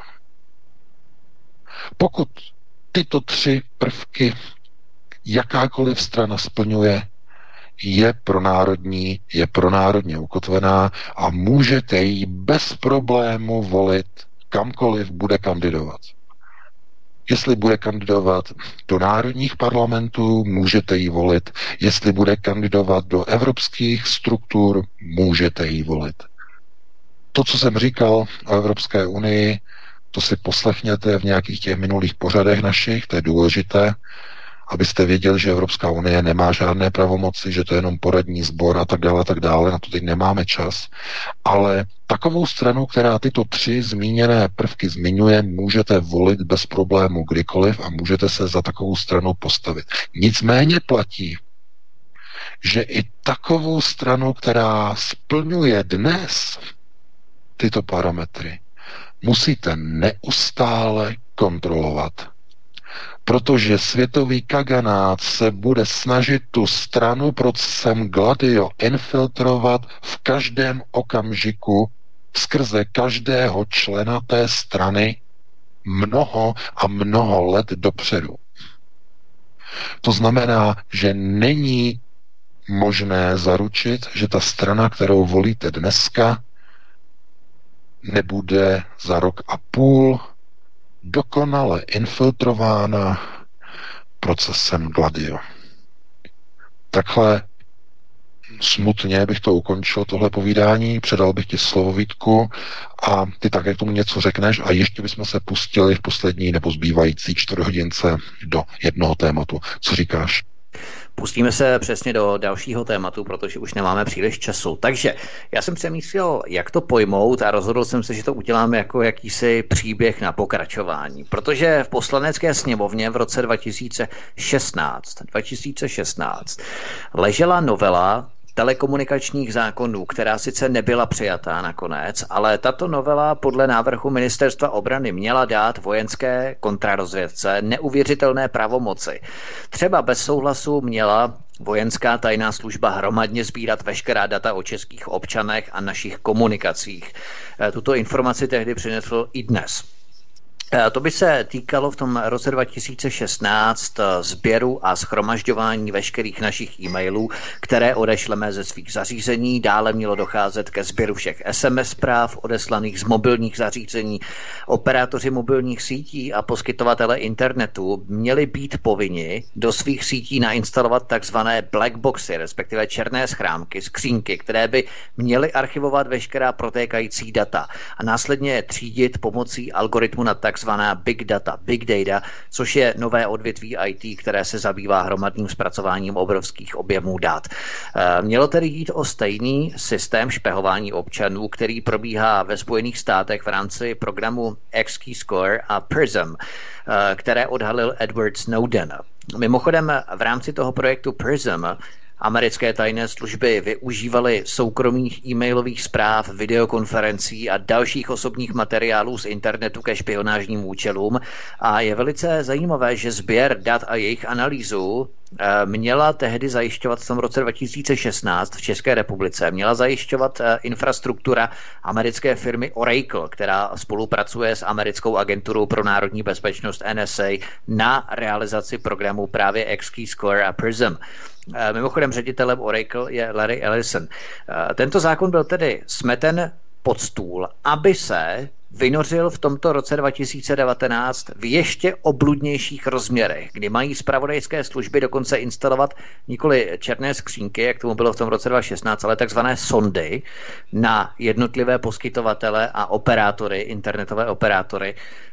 Pokud tyto tři prvky jakákoliv strana splňuje, je pronárodní, je pronárodně ukotvená a můžete ji bez problému volit kamkoliv bude kandidovat. Jestli bude kandidovat do národních parlamentů, můžete ji volit. Jestli bude kandidovat do evropských struktur, můžete ji volit. To, co jsem říkal o Evropské unii, to si poslechněte v nějakých těch minulých pořadech našich, to je důležité, abyste věděli, že Evropská unie nemá žádné pravomoci, že to je jenom poradní sbor a tak dále, a tak dále, na to teď nemáme čas. Ale takovou stranu, která tyto tři zmíněné prvky zmiňuje, můžete volit bez problému kdykoliv a můžete se za takovou stranu postavit. Nicméně platí, že i takovou stranu, která splňuje dnes tyto parametry, musíte neustále kontrolovat. Protože světový kaganát se bude snažit tu stranu procesem Gladio infiltrovat v každém okamžiku skrze každého člena té strany mnoho a mnoho let dopředu. To znamená, že není možné zaručit, že ta strana, kterou volíte dneska, nebude za rok a půl dokonale infiltrována procesem Gladio. Takhle smutně bych to ukončil, tohle povídání, předal bych ti slovo, Vítku, a ty také k tomu něco řekneš a ještě bychom se pustili v poslední nebo zbývající čtvrthodince do jednoho tématu. Co říkáš? Pustíme se přesně do dalšího tématu, protože už nemáme příliš času. Takže já jsem přemýšlel, jak to pojmout a rozhodl jsem se, že to uděláme jako jakýsi příběh na pokračování. Protože v Poslanecké sněmovně v roce dva tisíce šestnáct ležela novela telekomunikačních zákonů, která sice nebyla přijatá nakonec, ale tato novela podle návrhu Ministerstva obrany měla dát vojenské kontrarozvědce neuvěřitelné pravomoci. Třeba bez souhlasu měla vojenská tajná služba hromadně sbírat veškerá data o českých občanech a našich komunikacích. Tuto informaci tehdy přinesl i dnes. To by se týkalo v tom roce dva tisíce šestnáct sběru a shromažďování veškerých našich e-mailů, které odešleme ze svých zařízení. Dále mělo docházet ke sběru všech es em es zpráv odeslaných z mobilních zařízení. Operátoři mobilních sítí a poskytovatele internetu měli být povinni do svých sítí nainstalovat takzvané black boxy, respektive černé schránky, skřínky, které by měly archivovat veškerá protékající data a následně je třídit pomocí algoritmu na tak takzvaná big data, big data, což je nové odvětví í té, které se zabývá hromadným zpracováním obrovských objemů dat. Mělo tedy jít o stejný systém špehování občanů, který probíhá ve Spojených státech v rámci programu X-Keyscore a PRISM, které odhalil Edward Snowden. Mimochodem v rámci toho projektu PRISM americké tajné služby využívaly soukromých e-mailových zpráv, videokonferencí a dalších osobních materiálů z internetu ke špionážním účelům a je velice zajímavé, že sběr dat a jejich analýzu měla tehdy zajišťovat v tom roce dva tisíce šestnáct v České republice, měla zajišťovat infrastruktura americké firmy Oracle, která spolupracuje s americkou agenturou pro národní bezpečnost N S A na realizaci programu právě X-Keyscore a PRISM. Mimochodem ředitelem Oracle je Larry Ellison. Tento zákon byl tedy smeten pod stůl, aby se vynořil v tomto roce dva tisíce devatenáct v ještě obludnějších rozměrech, kdy mají zpravodajské služby dokonce instalovat nikoli černé skřínky, jak tomu bylo v tom roce dva tisíce šestnáct, ale takzvané sondy na jednotlivé poskytovatele a operátory, internetové operátory,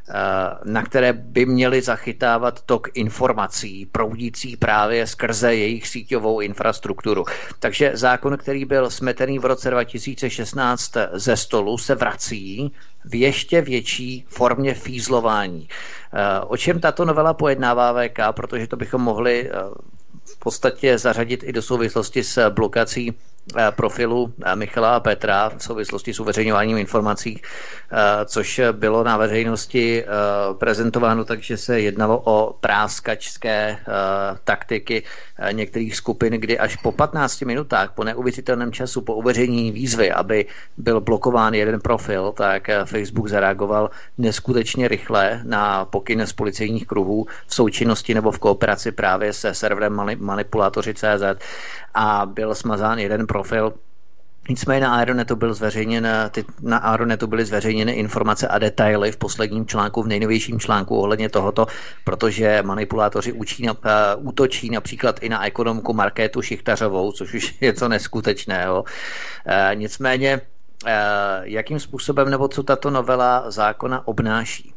na které by měly zachytávat tok informací proudící právě skrze jejich síťovou infrastrukturu. Takže zákon, který byl smetený v roce dva tisíce šestnáct ze stolu, se vrací v ještě větší formě fízlování. O čem tato novela pojednává V K, protože to bychom mohli v podstatě zařadit i do souvislosti s blokací profilu Michala a Petra v souvislosti s uveřejňováním informací, což bylo na veřejnosti prezentováno, takže se jednalo o práskačské taktiky některých skupin, kdy až po patnácti minutách, po neuvěřitelném času, po uveřejnění výzvy, aby byl blokován jeden profil, tak Facebook zareagoval neskutečně rychle na pokyn z policejních kruhů v součinnosti nebo v kooperaci právě se serverem Manipulátoři tečka cé zet a byl smazán jeden profil. Nicméně na Aeronetu, byl zveřejněn, ty, na Aeronetu byly zveřejněny informace a detaily v posledním článku, v nejnovějším článku ohledně tohoto, protože manipulátoři učí na, uh, útočí například i na ekonomku Markétu Šichtařovou, což už je to neskutečného. Uh, nicméně, uh, jakým způsobem nebo co tato novela zákona obnáší?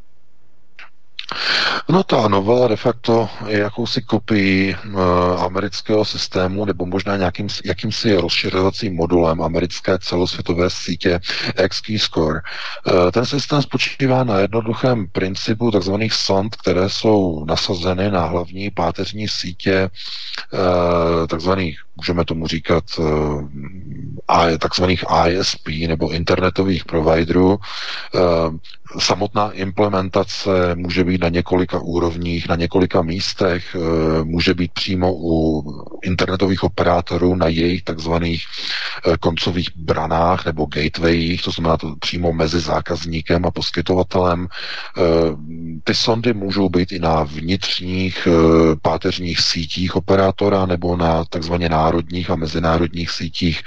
No ta novela de facto je jakousi kopií e, amerického systému nebo možná nějakým, jakýmsi rozšiřovacím modulem americké celosvětové sítě X-Keyscore. E, ten systém spočívá na jednoduchém principu takzvaných sond, které jsou nasazeny na hlavní páteřní sítě e, takzvaných, můžeme tomu říkat e, takzvaných I S P nebo internetových providerů. E, Samotná implementace může být na několika úrovních, na několika místech, může být přímo u internetových operátorů na jejich takzvaných koncových branách nebo gatewayích, to znamená to přímo mezi zákazníkem a poskytovatelem. Ty sondy můžou být i na vnitřních páteřních sítích operátora nebo na takzvaně národních a mezinárodních sítích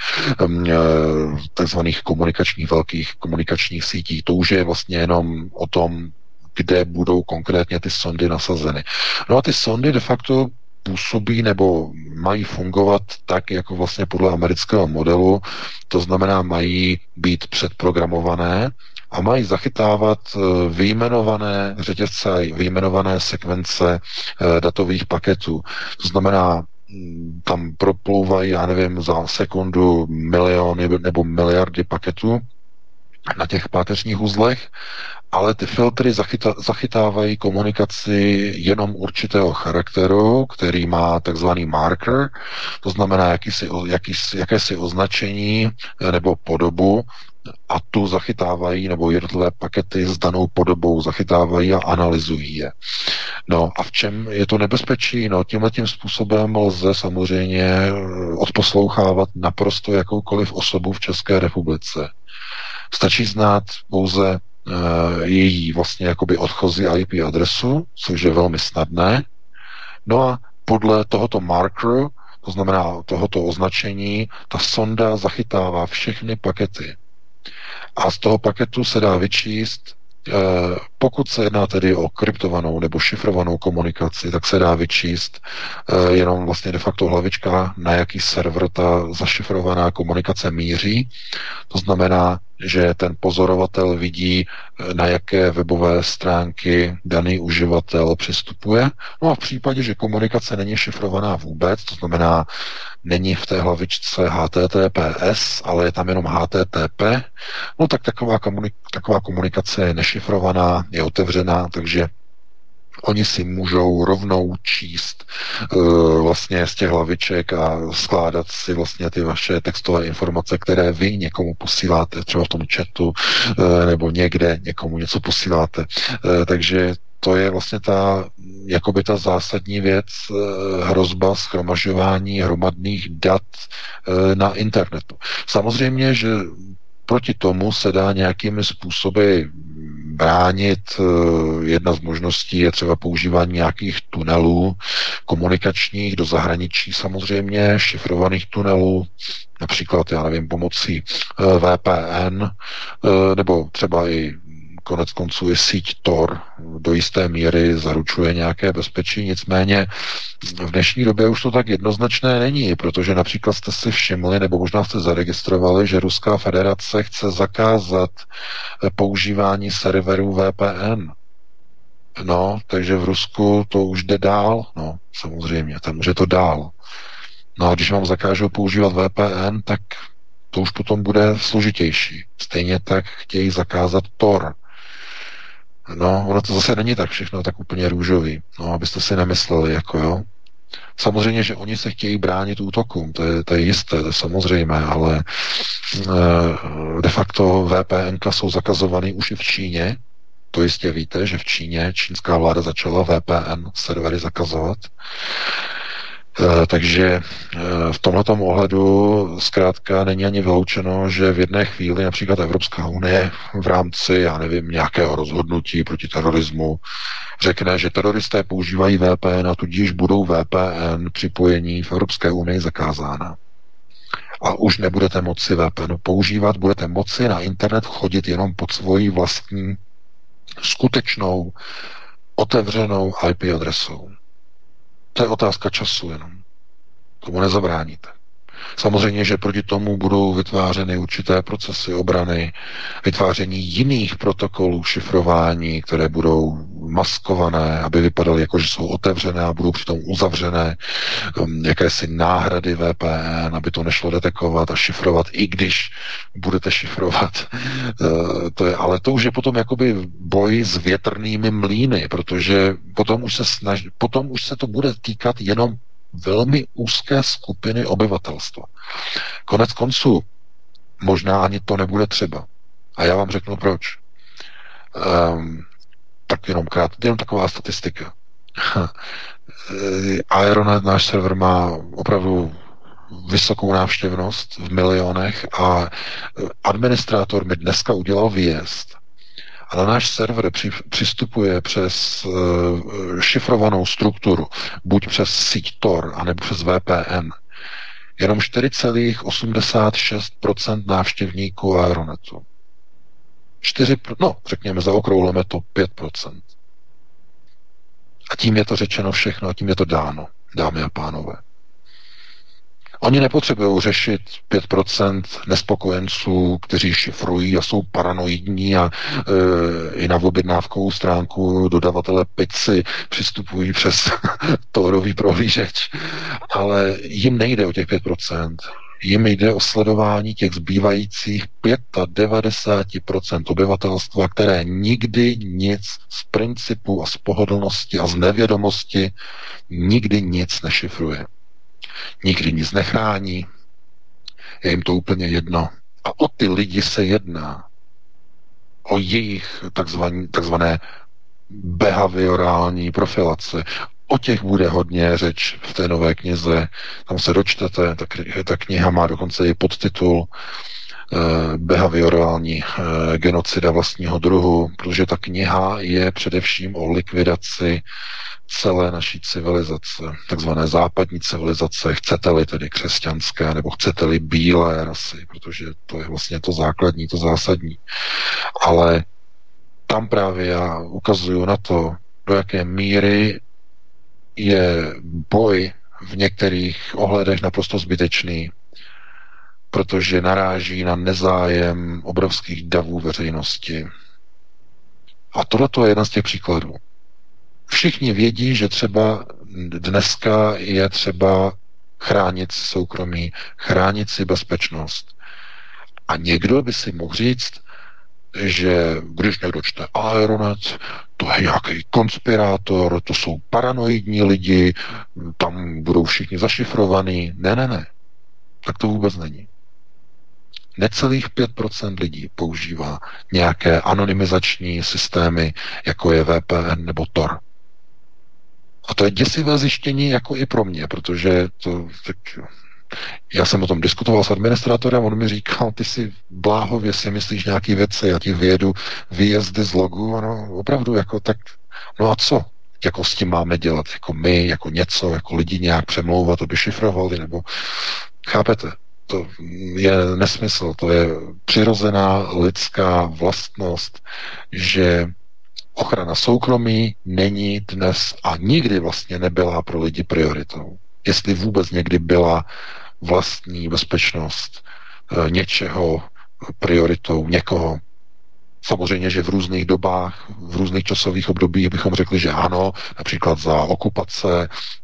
takzvaných komunikačních, velkých komunikačních sítích. To už je vlastně jenom o tom, kde budou konkrétně ty sondy nasazeny. No a ty sondy de facto působí nebo mají fungovat tak, jako vlastně podle amerického modelu, to znamená, mají být předprogramované a mají zachytávat vyjmenované řetězce a vyjmenované sekvence datových paketů. To znamená, tam proplouvají, já nevím, za sekundu miliony nebo miliardy paketů na těch páteřních uzlech, ale ty filtry zachyta, zachytávají komunikaci jenom určitého charakteru, který má takzvaný marker, to znamená jakýsi, jakýsi, jakési označení nebo podobu, a tu zachytávají, nebo jednotlivé pakety s danou podobou zachytávají a analyzují je. No a v čem je to nebezpečí? No tímhletím způsobem lze samozřejmě odposlouchávat naprosto jakoukoliv osobu v České republice. Stačí znát pouze uh, její vlastně jakoby odchozí I P adresu, což je velmi snadné. No a podle tohoto markeru, to znamená tohoto označení, ta sonda zachytává všechny pakety. A z toho paketu se dá vyčíst, uh, pokud se jedná tedy o kryptovanou nebo šifrovanou komunikaci, tak se dá vyčíst uh, jenom vlastně de facto hlavička, na jaký server ta zašifrovaná komunikace míří. To znamená, že ten pozorovatel vidí, na jaké webové stránky daný uživatel přistupuje. No a v případě, že komunikace není šifrovaná vůbec, to znamená, není v té hlavičce H T T P S, ale je tam jenom H T T P, no tak taková, komunik- taková komunikace je nešifrovaná, je otevřená, takže oni si můžou rovnou číst uh, vlastně z těch hlaviček a skládat si vlastně ty vaše textové informace, které vy někomu posíláte, třeba v tom chatu uh, nebo někde někomu něco posíláte. Uh, takže to je vlastně ta, jakoby ta zásadní věc, uh, hrozba shromažďování hromadných dat uh, na internetu. Samozřejmě, že proti tomu se dá nějakými způsoby bránit. Jedna z možností je třeba používání nějakých tunelů komunikačních do zahraničí, samozřejmě šifrovaných tunelů, například, já nevím, pomocí V P N, nebo třeba i konec konců i síť Tor do jisté míry zaručuje nějaké bezpečí, nicméně v dnešní době už to tak jednoznačné není, protože například jste si všimli, nebo možná jste zaregistrovali, že Ruská federace chce zakázat používání serverů V P N. No, takže v Rusku to už jde dál, no, samozřejmě, tam už je to dál. No a když vám zakážou používat V P N, tak to už potom bude složitější. Stejně tak chtějí zakázat Tor. No, ono to zase není tak všechno tak úplně růžový. No, abyste si nemysleli, jako jo. Samozřejmě, že oni se chtějí bránit útokům, to je, to je jisté, to je samozřejmé, ale de facto V P N ka jsou zakazovaný už i v Číně. To jistě víte, že v Číně čínská vláda začala V P N servery zakazovat. Takže v tomhletom ohledu zkrátka není ani vyloučeno, že v jedné chvíli například Evropská unie v rámci, já nevím, nějakého rozhodnutí proti terorismu řekne, že teroristé používají V P N a tudíž budou V P N připojení v Evropské unii zakázána. A už nebudete moci V P N používat, budete moci na internet chodit jenom pod svojí vlastní skutečnou otevřenou I P adresou. To je otázka času jenom. Tomu nezabráníte. Samozřejmě, že proti tomu budou vytvářeny určité procesy obrany, vytváření jiných protokolů šifrování, které budou maskované, aby vypadaly jako, že jsou otevřené a budou přitom uzavřené, um, jakési náhrady V P N, aby to nešlo detekovat a šifrovat, i když budete šifrovat. Uh, to je, ale to už je potom jakoby boj s větrnými mlýny, protože potom už se snaž, potom už se to bude týkat jenom velmi úzké skupiny obyvatelstva. Konec konců, možná ani to nebude třeba. A já vám řeknu proč. Um, tak jenom krát, jenom taková statistika. Aeronet, náš server, má opravdu vysokou návštěvnost v milionech a administrátor mi dneska udělal výjezd. A na náš server při, přistupuje přes uh, šifrovanou strukturu, buď přes síť Tor, anebo přes V P N. Jenom čtyři celá osmdesát šest procent návštěvníků Aeronetu. čtyři, no, řekněme, zaokrouhleme to pět procent. A tím je to řečeno všechno, a tím je to dáno, dámy a pánové. Oni nepotřebují řešit pět procent nespokojenců, kteří šifrují a jsou paranoidní a e, i na objednávkovou stránku dodavatele pizzy přistupují přes Torový prohlížeč. Ale jim nejde o těch pět procent. Jim jde o sledování těch zbývajících devadesát pět procent obyvatelstva, které nikdy nic z principu a z pohodlnosti a z nevědomosti nikdy nic nešifruje. Nikdy nic nechrání, je jim to úplně jedno. A o ty lidi se jedná. O jejich takzvané, takzvané behaviorální profilace. O těch bude hodně řeč v té nové knize. Tam se dočtete, ta, ta kniha má dokonce i podtitul eh, Behaviorální eh, genocida vlastního druhu, protože ta kniha je především o likvidaci celé naší civilizace, takzvané západní civilizace, chcete-li tedy křesťanské, nebo chcete-li bílé rasy, protože to je vlastně to základní, to zásadní. Ale tam právě já ukazuju na to, do jaké míry je boj v některých ohledech naprosto zbytečný, protože naráží na nezájem obrovských davů veřejnosti. A tohle je jeden z těch příkladů. Všichni vědí, že třeba dneska je třeba chránit soukromí, chránit si bezpečnost. A někdo by si mohl říct, že když někdo čte Aeronet, to je nějaký konspirátor, to jsou paranoidní lidi, tam budou všichni zašifrovaní. Ne, ne, ne. Tak to vůbec není. Necelých pět procent lidí používá nějaké anonymizační systémy, jako je V P N nebo Tor. A to je děsivé zjištění jako i pro mě, protože to, tak, já jsem o tom diskutoval s administrátorem, on mi říkal, ty si bláhově si myslíš nějaký věci, já ti vyjedu výjezdy z logu, ano, opravdu, jako tak, no a co? Jako s tím máme dělat, jako my, jako něco, jako lidi nějak přemlouvat, aby šifrovali, nebo chápete? To je nesmysl, to je přirozená lidská vlastnost, že ochrana soukromí není dnes a nikdy vlastně nebyla pro lidi prioritou. Jestli vůbec někdy byla vlastní bezpečnost e, něčeho prioritou, někoho. Samozřejmě, že v různých dobách, v různých časových obdobích bychom řekli, že ano, například za okupace,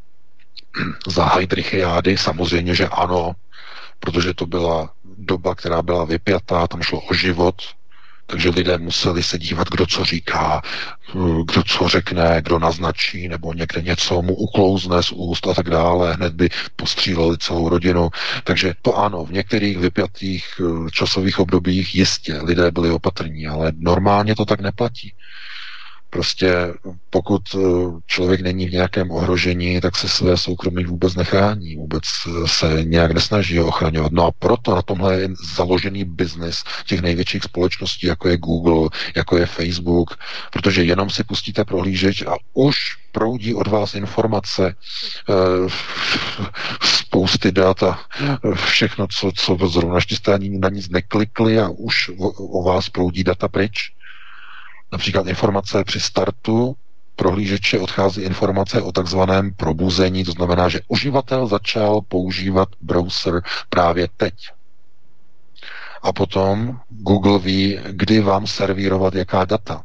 za Heydrichiády, samozřejmě, že ano, protože to byla doba, která byla vypjatá, tam šlo o život, takže lidé museli se dívat, kdo co říká, kdo co řekne, kdo naznačí, nebo někde něco mu uklouzne z úst a tak dále, hned by postříleli celou rodinu. Takže to ano, v některých vypjatých časových obdobích jistě lidé byli opatrní, ale normálně to tak neplatí. Prostě pokud člověk není v nějakém ohrožení, tak se své soukromí vůbec nechrání, vůbec se nějak nesnaží ho ochraňovat. No a proto na tomhle je založený biznis těch největších společností, jako je Google, jako je Facebook, protože jenom si pustíte prohlížeč a už proudí od vás informace, spousty dat a všechno, co, co zrovna jste ani na nic neklikli a už o, o vás proudí data pryč. Například informace při startu prohlížeče odchází informace o takzvaném probuzení, to znamená, že uživatel začal používat browser právě teď. A potom Google ví, kdy vám servírovat jaká data.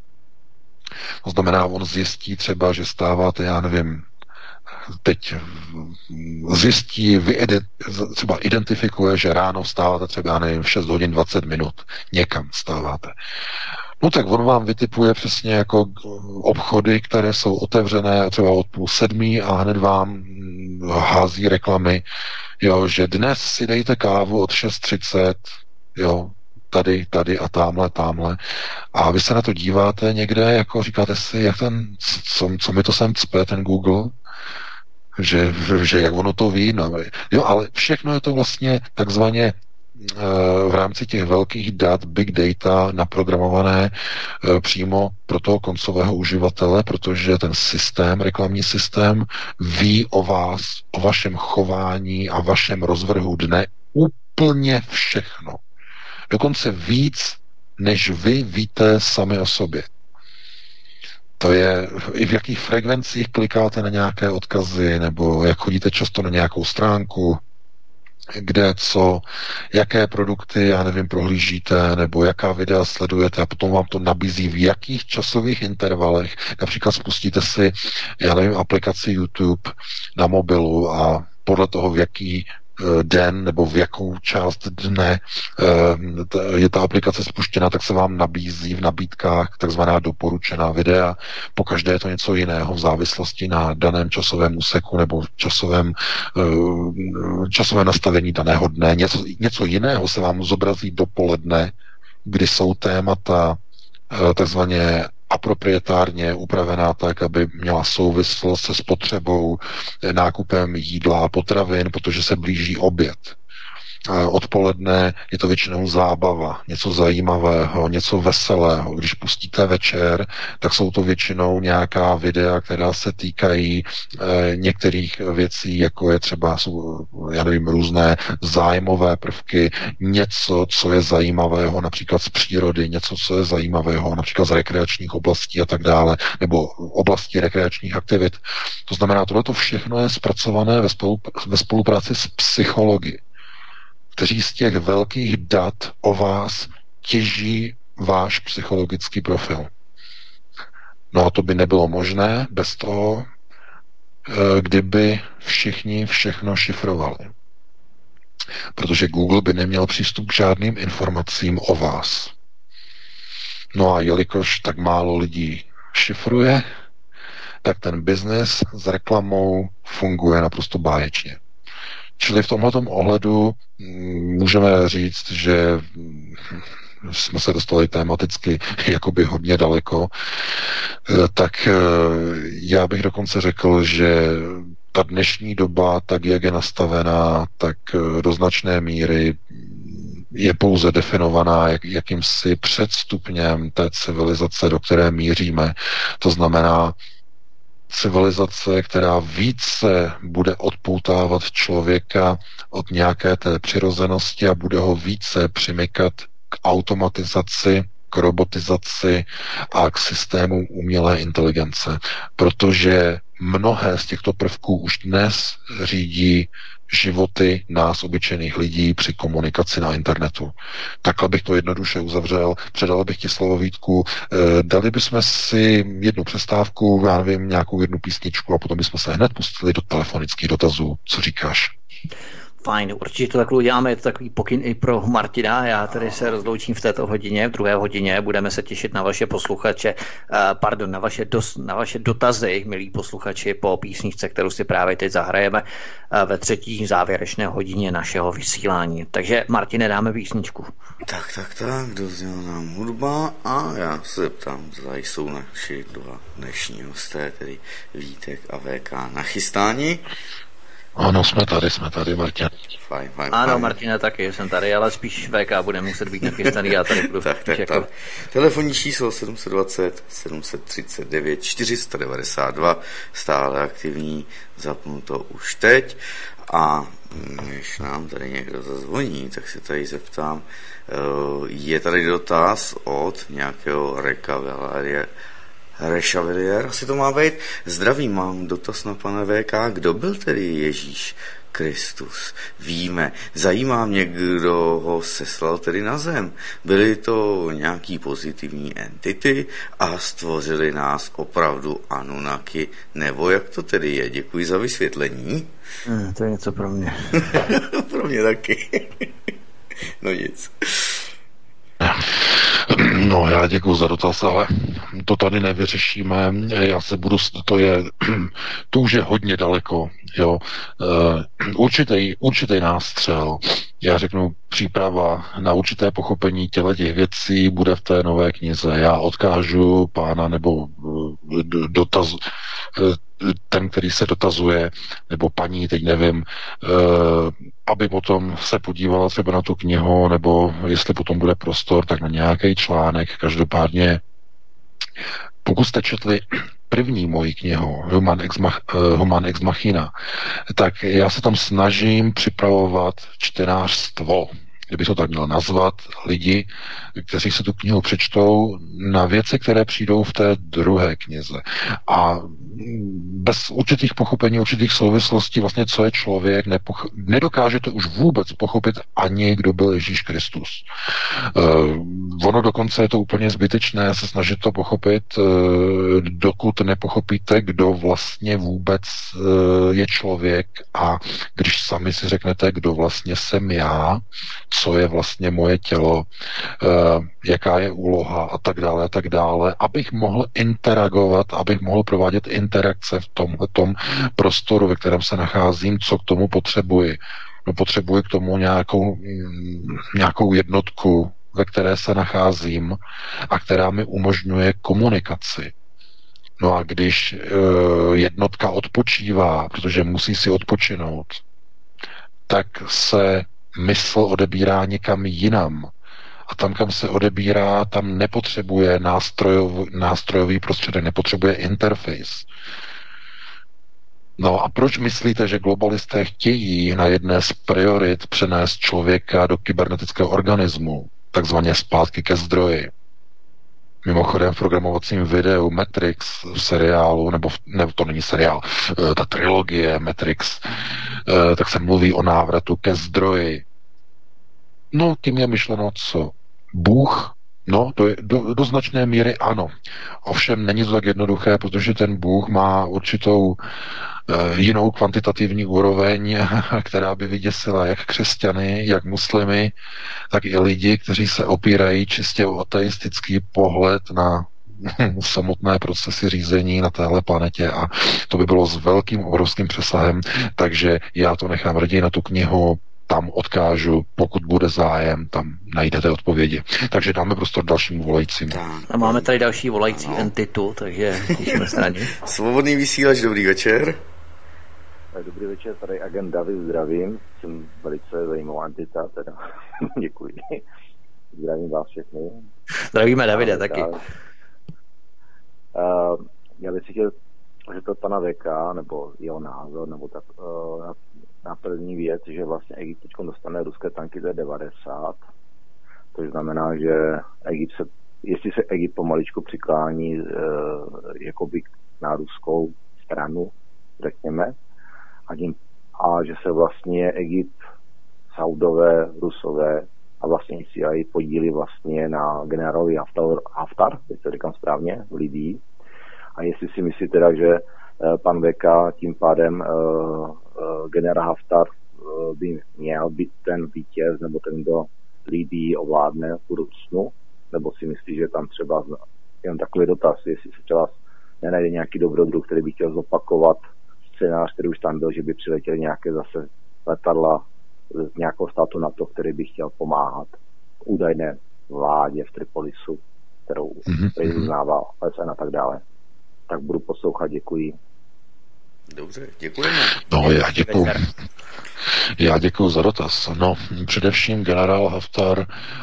To znamená, on zjistí třeba, že stáváte, já nevím, teď zjistí, třeba identifikuje, že ráno vstáváte třeba, nevím, v šest hodin dvacet minut. Někam vstáváte. No tak on vám vytipuje přesně jako obchody, které jsou otevřené třeba od půl sedmí a hned vám hází reklamy, jo, že dnes si dejte kávu od šest třicet, jo, tady, tady a tamhle, tamhle. A vy se na to díváte někde, jako říkáte si, jak ten, co, co mi to sem cpe, ten Google, že, že jak ono to ví, no, jo, ale všechno je to vlastně takzvaně v rámci těch velkých dat, big data, naprogramované přímo pro toho koncového uživatele, protože ten systém, reklamní systém, ví o vás, o vašem chování a vašem rozvrhu dne úplně všechno. Dokonce víc, než vy víte sami o sobě. To je, i v jakých frekvencích klikáte na nějaké odkazy, nebo jak chodíte často na nějakou stránku, kde, co, jaké produkty, já nevím, prohlížíte, nebo jaká videa sledujete a potom vám to nabízí v jakých časových intervalech. Například spustíte si, já nevím, aplikaci YouTube na mobilu a podle toho, v jaký den nebo v jakou část dne je ta aplikace spuštěna, tak se vám nabízí v nabídkách takzvaná doporučená videa. Pokaždé je to něco jiného v závislosti na daném časovém úseku nebo časovém, časovém nastavení daného dne. Něco, něco jiného se vám zobrazí dopoledne, kdy jsou témata takzvaně aproprietárně upravená tak, aby měla souvislost se spotřebou, nákupem jídla a potravin, protože se blíží oběd. Odpoledne je to většinou zábava, něco zajímavého, něco veselého. Když pustíte večer, tak jsou to většinou nějaká videa, která se týkají e, některých věcí, jako je třeba, jsou, já nevím, různé zájmové prvky, něco, co je zajímavého, například z přírody, něco, co je zajímavého, například z rekreačních oblastí a tak dále, nebo oblasti rekreačních aktivit. To znamená, tohleto všechno je zpracované ve, spolupr- ve spolupráci s psychologi, kteří z těch velkých dat o vás těží váš psychologický profil. No a to by nebylo možné bez toho, kdyby všichni všechno šifrovali. Protože Google by neměl přístup k žádným informacím o vás. No a jelikož tak málo lidí šifruje, tak ten biznes s reklamou funguje naprosto báječně. Čili v tomhletom ohledu můžeme říct, že jsme se dostali tematicky jakoby hodně daleko, tak já bych dokonce řekl, že ta dnešní doba, tak jak je nastavená, tak do značné míry je pouze definovaná jak, jakýmsi předstupněm té civilizace, do které míříme. To znamená civilizace, která více bude odpoutávat člověka od nějaké té přirozenosti a bude ho více přimykat k automatizaci, k robotizaci a k systému umělé inteligence. Protože mnohé z těchto prvků už dnes řídí životy nás, obyčejných lidí, při komunikaci na internetu. Takhle bych to jednoduše uzavřel. Předal bych ti slovo, Vítku. Dali bychom si jednu přestávku, já nevím, nějakou jednu písničku a potom bychom se hned pustili do telefonických dotazů. Co říkáš? Fajn, určitě to takhle uděláme, je to takový pokyn i pro Martina, já tady se rozloučím v této hodině, v druhé hodině, budeme se těšit na vaše posluchače, uh, pardon, na vaše, dos, na vaše dotazy, milí posluchači, po písničce, kterou si právě teď zahrajeme uh, ve třetí závěrečné hodině našeho vysílání. Takže Martine, dáme písničku. Tak, tak, tak, dozněla nám hudba a já se zeptám, zda jsou naši dva dnešní hosté, tedy Vítek a V K, nachystáni. Ano, jsme tady, jsme tady, Martin. Fajn, fajn, ano, fajn. Martina, taky jsem tady, ale spíš V K bude muset být nachystaný, já tady budu. tak, tak, jako... tak. Telefonní číslo sedm dva nula sedm tři devět čtyři devět dva, stále aktivní, zapnuto už teď. A než nám tady někdo zazvoní, tak se tady zeptám, je tady dotaz od nějakého Rekavelarie, Rešavelier, asi to má být. Zdravím, mám dotaz na pana V K. Kdo byl tedy Ježíš Kristus? Víme. Zajímá mě, kdo ho seslal tedy na zem. Byly to nějaký pozitivní entity a stvořili nás opravdu Anunnaki? Nebo jak to tedy je? Děkuji za vysvětlení. Hmm, to je něco pro mě. Pro mě taky. No nic. No, já děkuji za dotaz, ale to tady nevyřešíme. Já se budu, to je, to už je hodně daleko, jo. Určitý, určitý nástřel, já řeknu, příprava na určité pochopení těle těch věcí bude v té nové knize. Já odkážu pána nebo dotaz, ten, který se dotazuje, nebo paní, teď nevím, aby potom se podívala třeba na tu knihu, nebo jestli potom bude prostor, tak na nějaký článek. Každopádně, pokud jste četli první moji knihu Human Ex, Mach, Human Ex Machina, tak já se tam snažím připravovat čtenářstvo, kdyby to tak měl nazvat, lidi, kteří se tu knihu přečtou, na věci, které přijdou v té druhé knize. A bez určitých pochopení, určitých souvislostí, vlastně co je člověk, nepoch- nedokážete už vůbec pochopit ani, kdo byl Ježíš Kristus. Uh, ono dokonce je to úplně zbytečné se snažit to pochopit, uh, dokud nepochopíte, kdo vlastně vůbec uh, je člověk, a když sami si řeknete, kdo vlastně jsem já, co je vlastně moje tělo, uh, jaká je úloha a tak dále a tak dále, abych mohl interagovat, abych mohl provádět interakce v tomhletom prostoru, ve kterém se nacházím, co k tomu potřebuji. No, potřebuji k tomu nějakou, nějakou jednotku, ve které se nacházím a která mi umožňuje komunikaci. No a když uh, jednotka odpočívá, protože musí si odpočinout, tak se mysl odebírá někam jinam. A tam, kam se odebírá, tam nepotřebuje nástrojov, nástrojový prostředek, nepotřebuje interface. No a proč myslíte, že globalisté chtějí na jedné z priorit přenést člověka do kybernetického organismu, takzvaně zpátky ke zdroji? Mimochodem v programovacím videu Matrix v seriálu, nebo, nebo to není seriál, ta trilogie Matrix, tak se mluví o návratu ke zdroji. No, tím je myšleno co? Bůh? No, do, do, do značné míry ano. Ovšem není to tak jednoduché, protože ten Bůh má určitou e, jinou kvantitativní úroveň, která by vyděsila jak křesťany, jak muslimy, tak i lidi, kteří se opírají čistě o ateistický pohled na samotné procesy řízení na téhle planetě, a to by bylo s velkým obrovským přesahem, takže já to nechám raději na tu knihu, tam odkážu, pokud bude zájem, tam najdete odpovědi. Takže dáme prostor dalšímu volajícímu. A máme tady další volající no. entitu, takže těšíme se na ní. Svobodný vysílač, dobrý večer. Dobrý večer, tady agent David, zdravím. Jsem velice zajímavá entita, teda děkuji. Zdravím vás všechny. Zdravíme Davide taky. Uh, já bych si chtěl zeptat pana V K, nebo jeho názor, nebo tak, uh, na, na první věc, že vlastně Egypt teď dostane ruské tanky T devadesát, což znamená, že Egypt se, jestli se Egypt pomaličku přiklání uh, jakoby na ruskou stranu, řekněme, a, tím, a že se vlastně Egypt, Saudové, Rusové a vlastně C I A podílí vlastně na generálovi Haftar, Haftar, teď to říkám správně, v Libii. A jestli si myslí teda, že pan V K tím pádem uh, uh, generál Haftar by měl být ten vítěz nebo ten, kdo Libii ovládne v budoucnu? Nebo si myslíš, že tam třeba, jen takový dotaz, jestli se třeba nenajde nějaký dobrodruh, který by chtěl zopakovat scénář, který už tam byl, že by přiletěli nějaké zase letadla z nějakého státu NATO, který by chtěl pomáhat údajné vládě v Tripolisu, kterou mm-hmm. uznává O S N a tak dále. Tak budu poslouchat, děkuji. Dobře, děkujeme. No, já děkuji. Já děkuji za dotaz. No, především generál Haftar,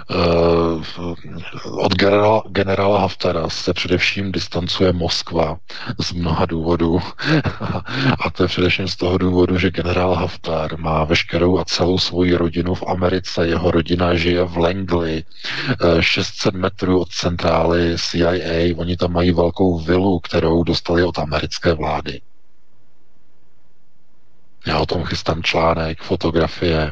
uh, od generála, generála Haftara se především distancuje Moskva z mnoha důvodů. A to je především z toho důvodu, že generál Haftar má veškerou a celou svoji rodinu v Americe. Jeho rodina žije v Langley, šest set metrů od centrály C I A. Oni tam mají velkou vilu, kterou dostali od americké vlády. Já o tom chystám článek, fotografie.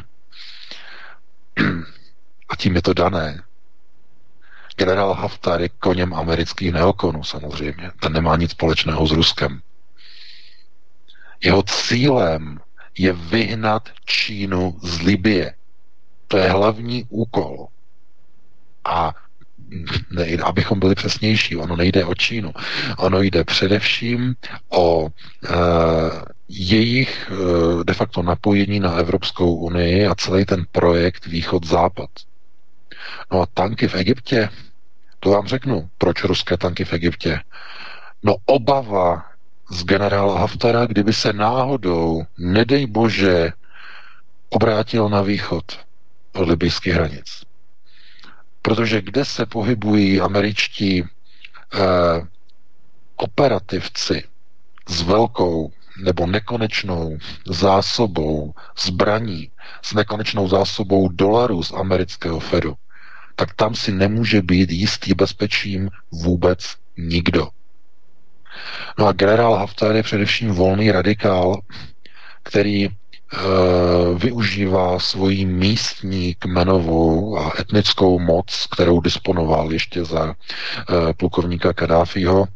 A tím je to dané. Generál Haftar je koněm amerických neokonů samozřejmě. Ten nemá nic společného s Ruskem. Jeho cílem je vyhnat Čínu z Libye. To je hlavní úkol. A ne, abychom byli přesnější, ono nejde o Čínu. Ono jde především o e, jejich e, de facto napojení na Evropskou unii a celý ten projekt Východ-Západ. No a tanky v Egyptě, to vám řeknu, proč ruské tanky v Egyptě. No obava z generála Haftara, kdyby se náhodou, nedej bože, obrátil na východ od libyjských hranic. Protože kde se pohybují američtí eh, operativci s velkou nebo nekonečnou zásobou zbraní, s nekonečnou zásobou dolarů z amerického Fedu, tak tam si nemůže být jistý bezpečím vůbec nikdo. No a generál Haftar je především volný radikál, který využívá svoji místní kmenovou a etnickou moc, kterou disponoval ještě za plukovníka Kaddáfího,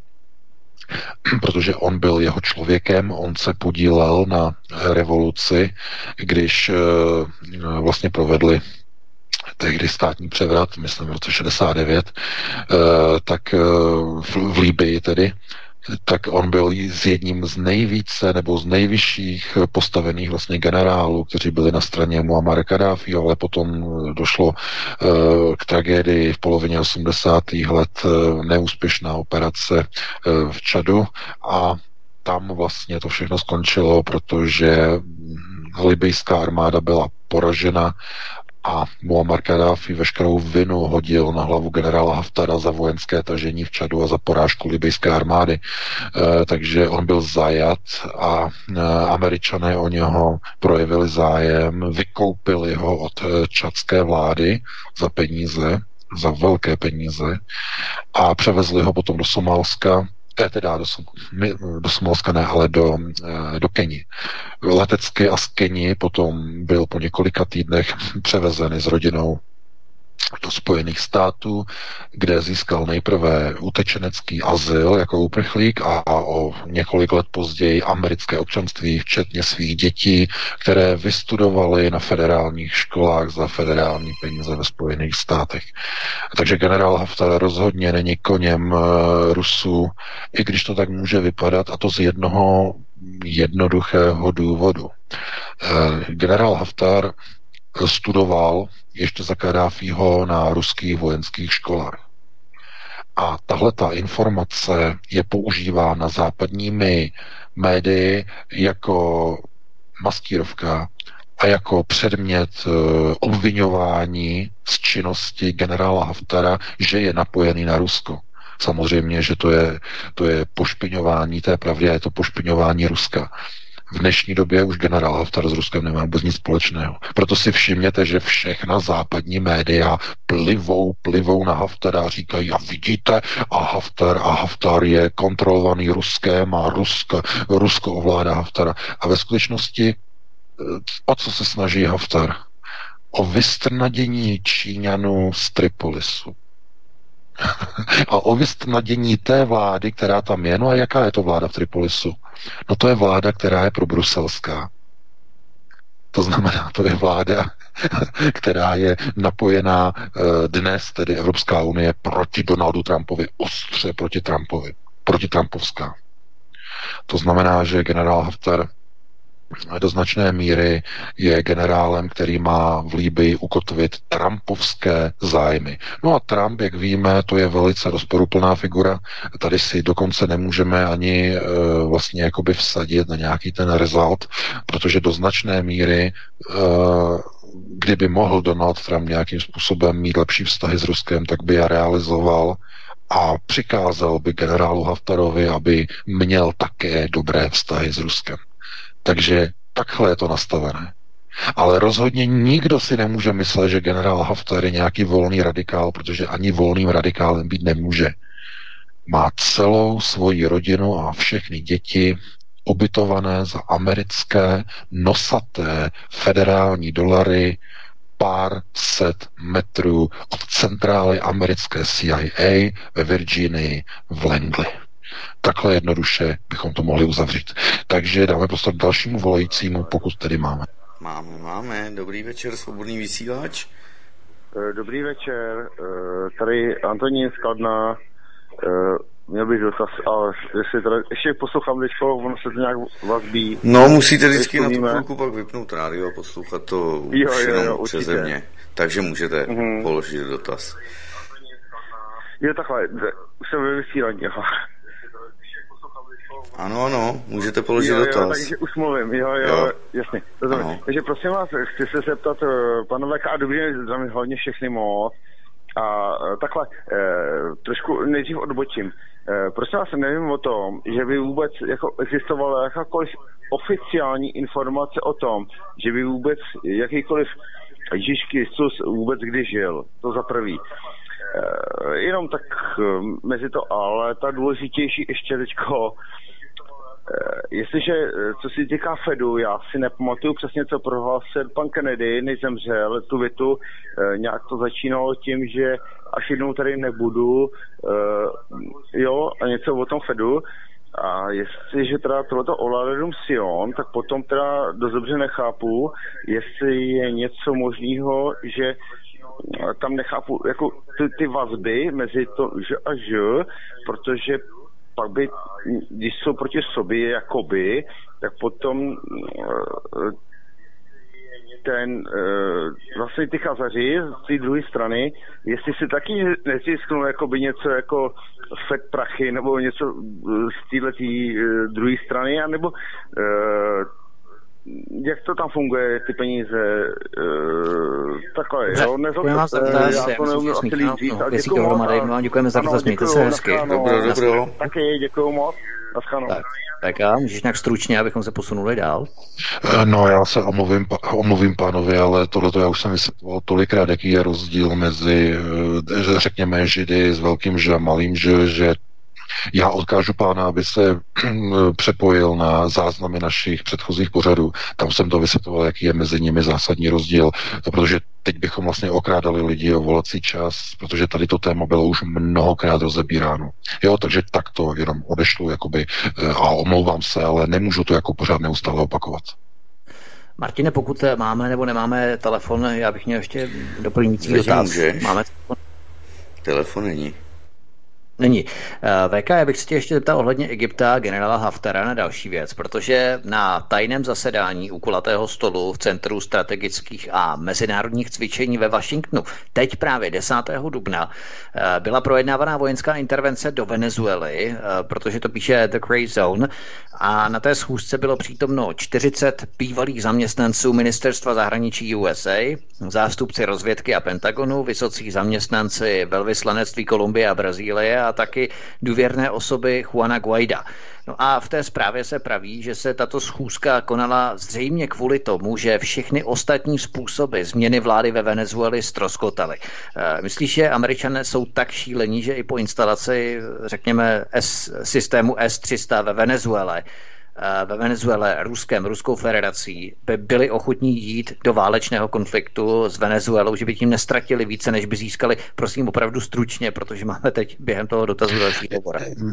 protože on byl jeho člověkem, on se podílel na revoluci, když vlastně provedli tehdy státní převrat, myslím v roce šedesát devět, tak v Libyi tedy, tak on byl s jedním z nejvíce nebo z nejvyšších postavených vlastně generálů, kteří byli na straně Muammara Kaddáfího, ale potom došlo uh, k tragédii v polovině osmdesátých let, uh, neúspěšná operace uh, v Čadu a tam vlastně to všechno skončilo, protože libyjská armáda byla poražena a Muammar Kaddáfí veškerou vinu hodil na hlavu generála Haftara za vojenské tažení v Čadu a za porážku libyjské armády. E, takže on byl zajat a e, Američané o něho projevili zájem, vykoupili ho od e, čadské vlády za peníze, za velké peníze a převezli ho potom do Somálska, teda do, do Somálska ne, ale do, do Keni. Letecky a z Keni potom byl po několika týdnech převezený s rodinou do Spojených států, kde získal nejprve utečenecký azyl jako uprchlík a, a o několik let později americké občanství, včetně svých dětí, které vystudovaly na federálních školách za federální peníze ve Spojených státech. Takže generál Haftar rozhodně není koněm uh, Rusů, i když to tak může vypadat, a to z jednoho jednoduchého důvodu. Uh, generál Haftar studoval ještě za Kaddáfího na ruských vojenských školách. A tahle ta informace je používána západními médii jako maskírovka a jako předmět obviňování z činnosti generála Haftara, že je napojený na Rusko. Samozřejmě, že to je, to je pošpiňování té pravdy a je to pošpiňování Ruska. V dnešní době už generál Haftar s Ruskem nemá vůbec nic společného. Proto si všimněte, že všechna západní média plivou, plivou na Haftara a říkají, a vidíte, a Haftar, a Haftar je kontrolovaný Ruskem a Rusko, Rusko ovládá Haftara. A ve skutečnosti o co se snaží Haftar? O vystrnadění Číňanů z Tripolisu. A o vystrnadění té vlády, která tam je. No a jaká je to vláda v Tripolisu? No to je vláda, která je probruselská. To znamená, to je vláda, která je napojená dnes, tedy Evropská unie, proti Donaldu Trumpovi, ostře proti Trumpovi, proti Trumpovská. To znamená, že generál Haftar do značné míry je generálem, který má v Libyi ukotvit trumpovské zájmy. No a Trump, jak víme, to je velice rozporuplná figura. Tady si dokonce nemůžeme ani e, vlastně jakoby vsadit na nějaký ten result, protože do značné míry e, kdyby mohl Donald Trump nějakým způsobem mít lepší vztahy s Ruskem, tak by je realizoval a přikázal by generálu Haftarovi, aby měl také dobré vztahy s Ruskem. Takže takhle je to nastavené. Ale rozhodně nikdo si nemůže myslet, že generál Haftar je nějaký volný radikál, protože ani volným radikálem být nemůže. Má celou svoji rodinu a všechny děti ubytované za americké nosaté federální dolary pár set metrů od centrály americké C I A ve Virginii v Langley. Takhle jednoduše bychom to mohli uzavřít. Takže dáme prostor dalšímu volajícímu, pokud tedy máme. Máme, máme. Dobrý večer, svobodný vysílač. Dobrý večer, tady Antonín z Kladna. Měl bych dotaz, ale jestli teda, ještě poslouchám teďko, ono se to nějak vazbí. No, musíte vždycky na tu chvilku pak vypnout rádio a poslouchat to jo, už jo, jenom jo, přeze mě. Takže můžete mm-hmm. položit dotaz. Jo, takhle, už jsem ve vysílání, aha. Ano, ano, můžete položit jo, dotaz. Jo, takže už mluvím, jo, jo, jo. jasně. Takže prosím vás, chci se zeptat, panové K. dobrý den, zdravím hlavně všechny moc. A takhle, eh, trošku nejdřív odbočím. Eh, prosím vás, nevím o tom, že by vůbec jako existovala jakákoliv oficiální informace o tom, že by vůbec jakýkoliv Ježíš Kristus vůbec kdy žil. To za prvý. Eh, jenom tak eh, mezi to ale, ta důležitější ještě teďko, jestliže, co se týká Fedu, já si nepamatuju přesně, co prohlásil pan Kennedy, než zemřel, tu větu, nějak to začínalo tím, že až jednou tady nebudu, jo, a něco o tom Fedu. A jestliže teda tohleto Oladum Sion, tak potom teda dost dobře nechápu, jestli je něco možného, že tam nechápu jako ty, ty vazby mezi to Ž a Ž, protože pak by, když jsou proti sobě jakoby, tak potom ten vlastně ty kazaři z té druhé strany, jestli si taky nestisknou jakoby něco jako Fed prachy nebo něco z této druhé strany, anebo jak to tam funguje, ty peníze, uh, takhle, jo, nezlobte se, já to neumím asi líp říct, ale děkuju moc. Děkujeme za dotaz, mějte se hezky. Dobro, dobro. Taky, děkuju moc, naschledanou. Tak, tak a můžeš nějak stručně, abychom se posunuli dál? No, já se omluvím, omluvím pánovi, ale tohleto já už jsem vysvětloval tolikrát, jaký je rozdíl mezi, řekněme, Židy s velkým Ž a malým Ž, že já odkážu pána, aby se přepojil na záznamy našich předchozích pořadů. Tam jsem to vysvětloval, jaký je mezi nimi zásadní rozdíl, protože teď bychom vlastně okrádali lidi o volací čas, protože tady to téma bylo už mnohokrát rozebíráno. Jo, takže tak to jenom odešlu jakoby, a omlouvám se, ale nemůžu to jako pořád neustále opakovat. Martine, pokud máme nebo nemáme telefon, já bych měl ještě doplňující dotaz. Máme telefon? Telefon není. Není. V K, já bych se tě ještě zeptal ohledně Egypta, generála Haftara na další věc, protože na tajném zasedání u kulatého stolu v Centru strategických a mezinárodních cvičení ve Washingtonu teď právě desátého dubna byla projednávaná vojenská intervence do Venezuely, protože to píše The Grey Zone, a na té schůzce bylo přítomno čtyřicet bývalých zaměstnanců Ministerstva zahraničí U S A, zástupci rozvědky a Pentagonu, vysocí zaměstnanci velvyslanectví Kolumbie a Brazílie a taky důvěrné osoby Juana Guaida. No a v té zprávě se praví, že se tato schůzka konala zřejmě kvůli tomu, že všechny ostatní způsoby změny vlády ve Venezueli ztroskotaly. Myslíš, že Američané jsou tak šílení, že i po instalaci, řekněme, S, systému S tři sta ve Venezuele, ve Venezuele Ruskem, Ruskou federací, by byli ochotní jít do válečného konfliktu s Venezuelou, že by tím nestratili více, než by získali? Prosím opravdu stručně, protože máme teď během toho dotazu další hovor.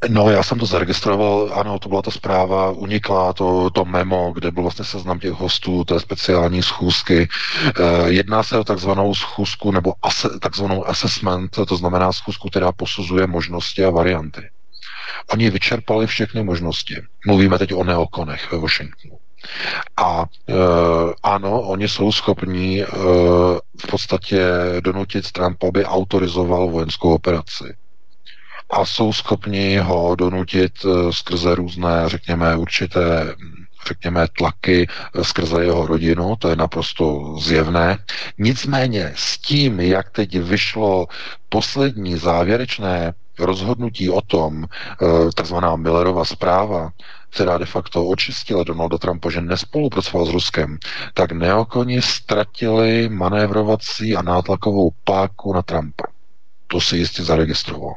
No, já jsem to zaregistroval, ano, to byla ta zpráva, unikla to, to memo, kde byl vlastně seznam těch hostů té speciální schůzky. E, jedná se o takzvanou schůzku nebo ase, takzvanou assessment, to znamená schůzku, která posuzuje možnosti a varianty. Oni vyčerpali všechny možnosti. Mluvíme teď o neokonech ve Washingtonu. A e, ano, oni jsou schopní e, v podstatě donutit Trumpa, aby autorizoval vojenskou operaci. A jsou schopni ho donutit skrze různé, řekněme, určité, řekněme, tlaky skrze jeho rodinu, to je naprosto zjevné. Nicméně s tím, jak teď vyšlo poslední závěrečné rozhodnutí o tom, takzvaná Millerova zpráva, která de facto očistila Donalda Trumpa, že nespolupracoval s Ruskem, tak neokoni ztratili manévrovací a nátlakovou páku na Trumpa. To si jistě zaregistroval.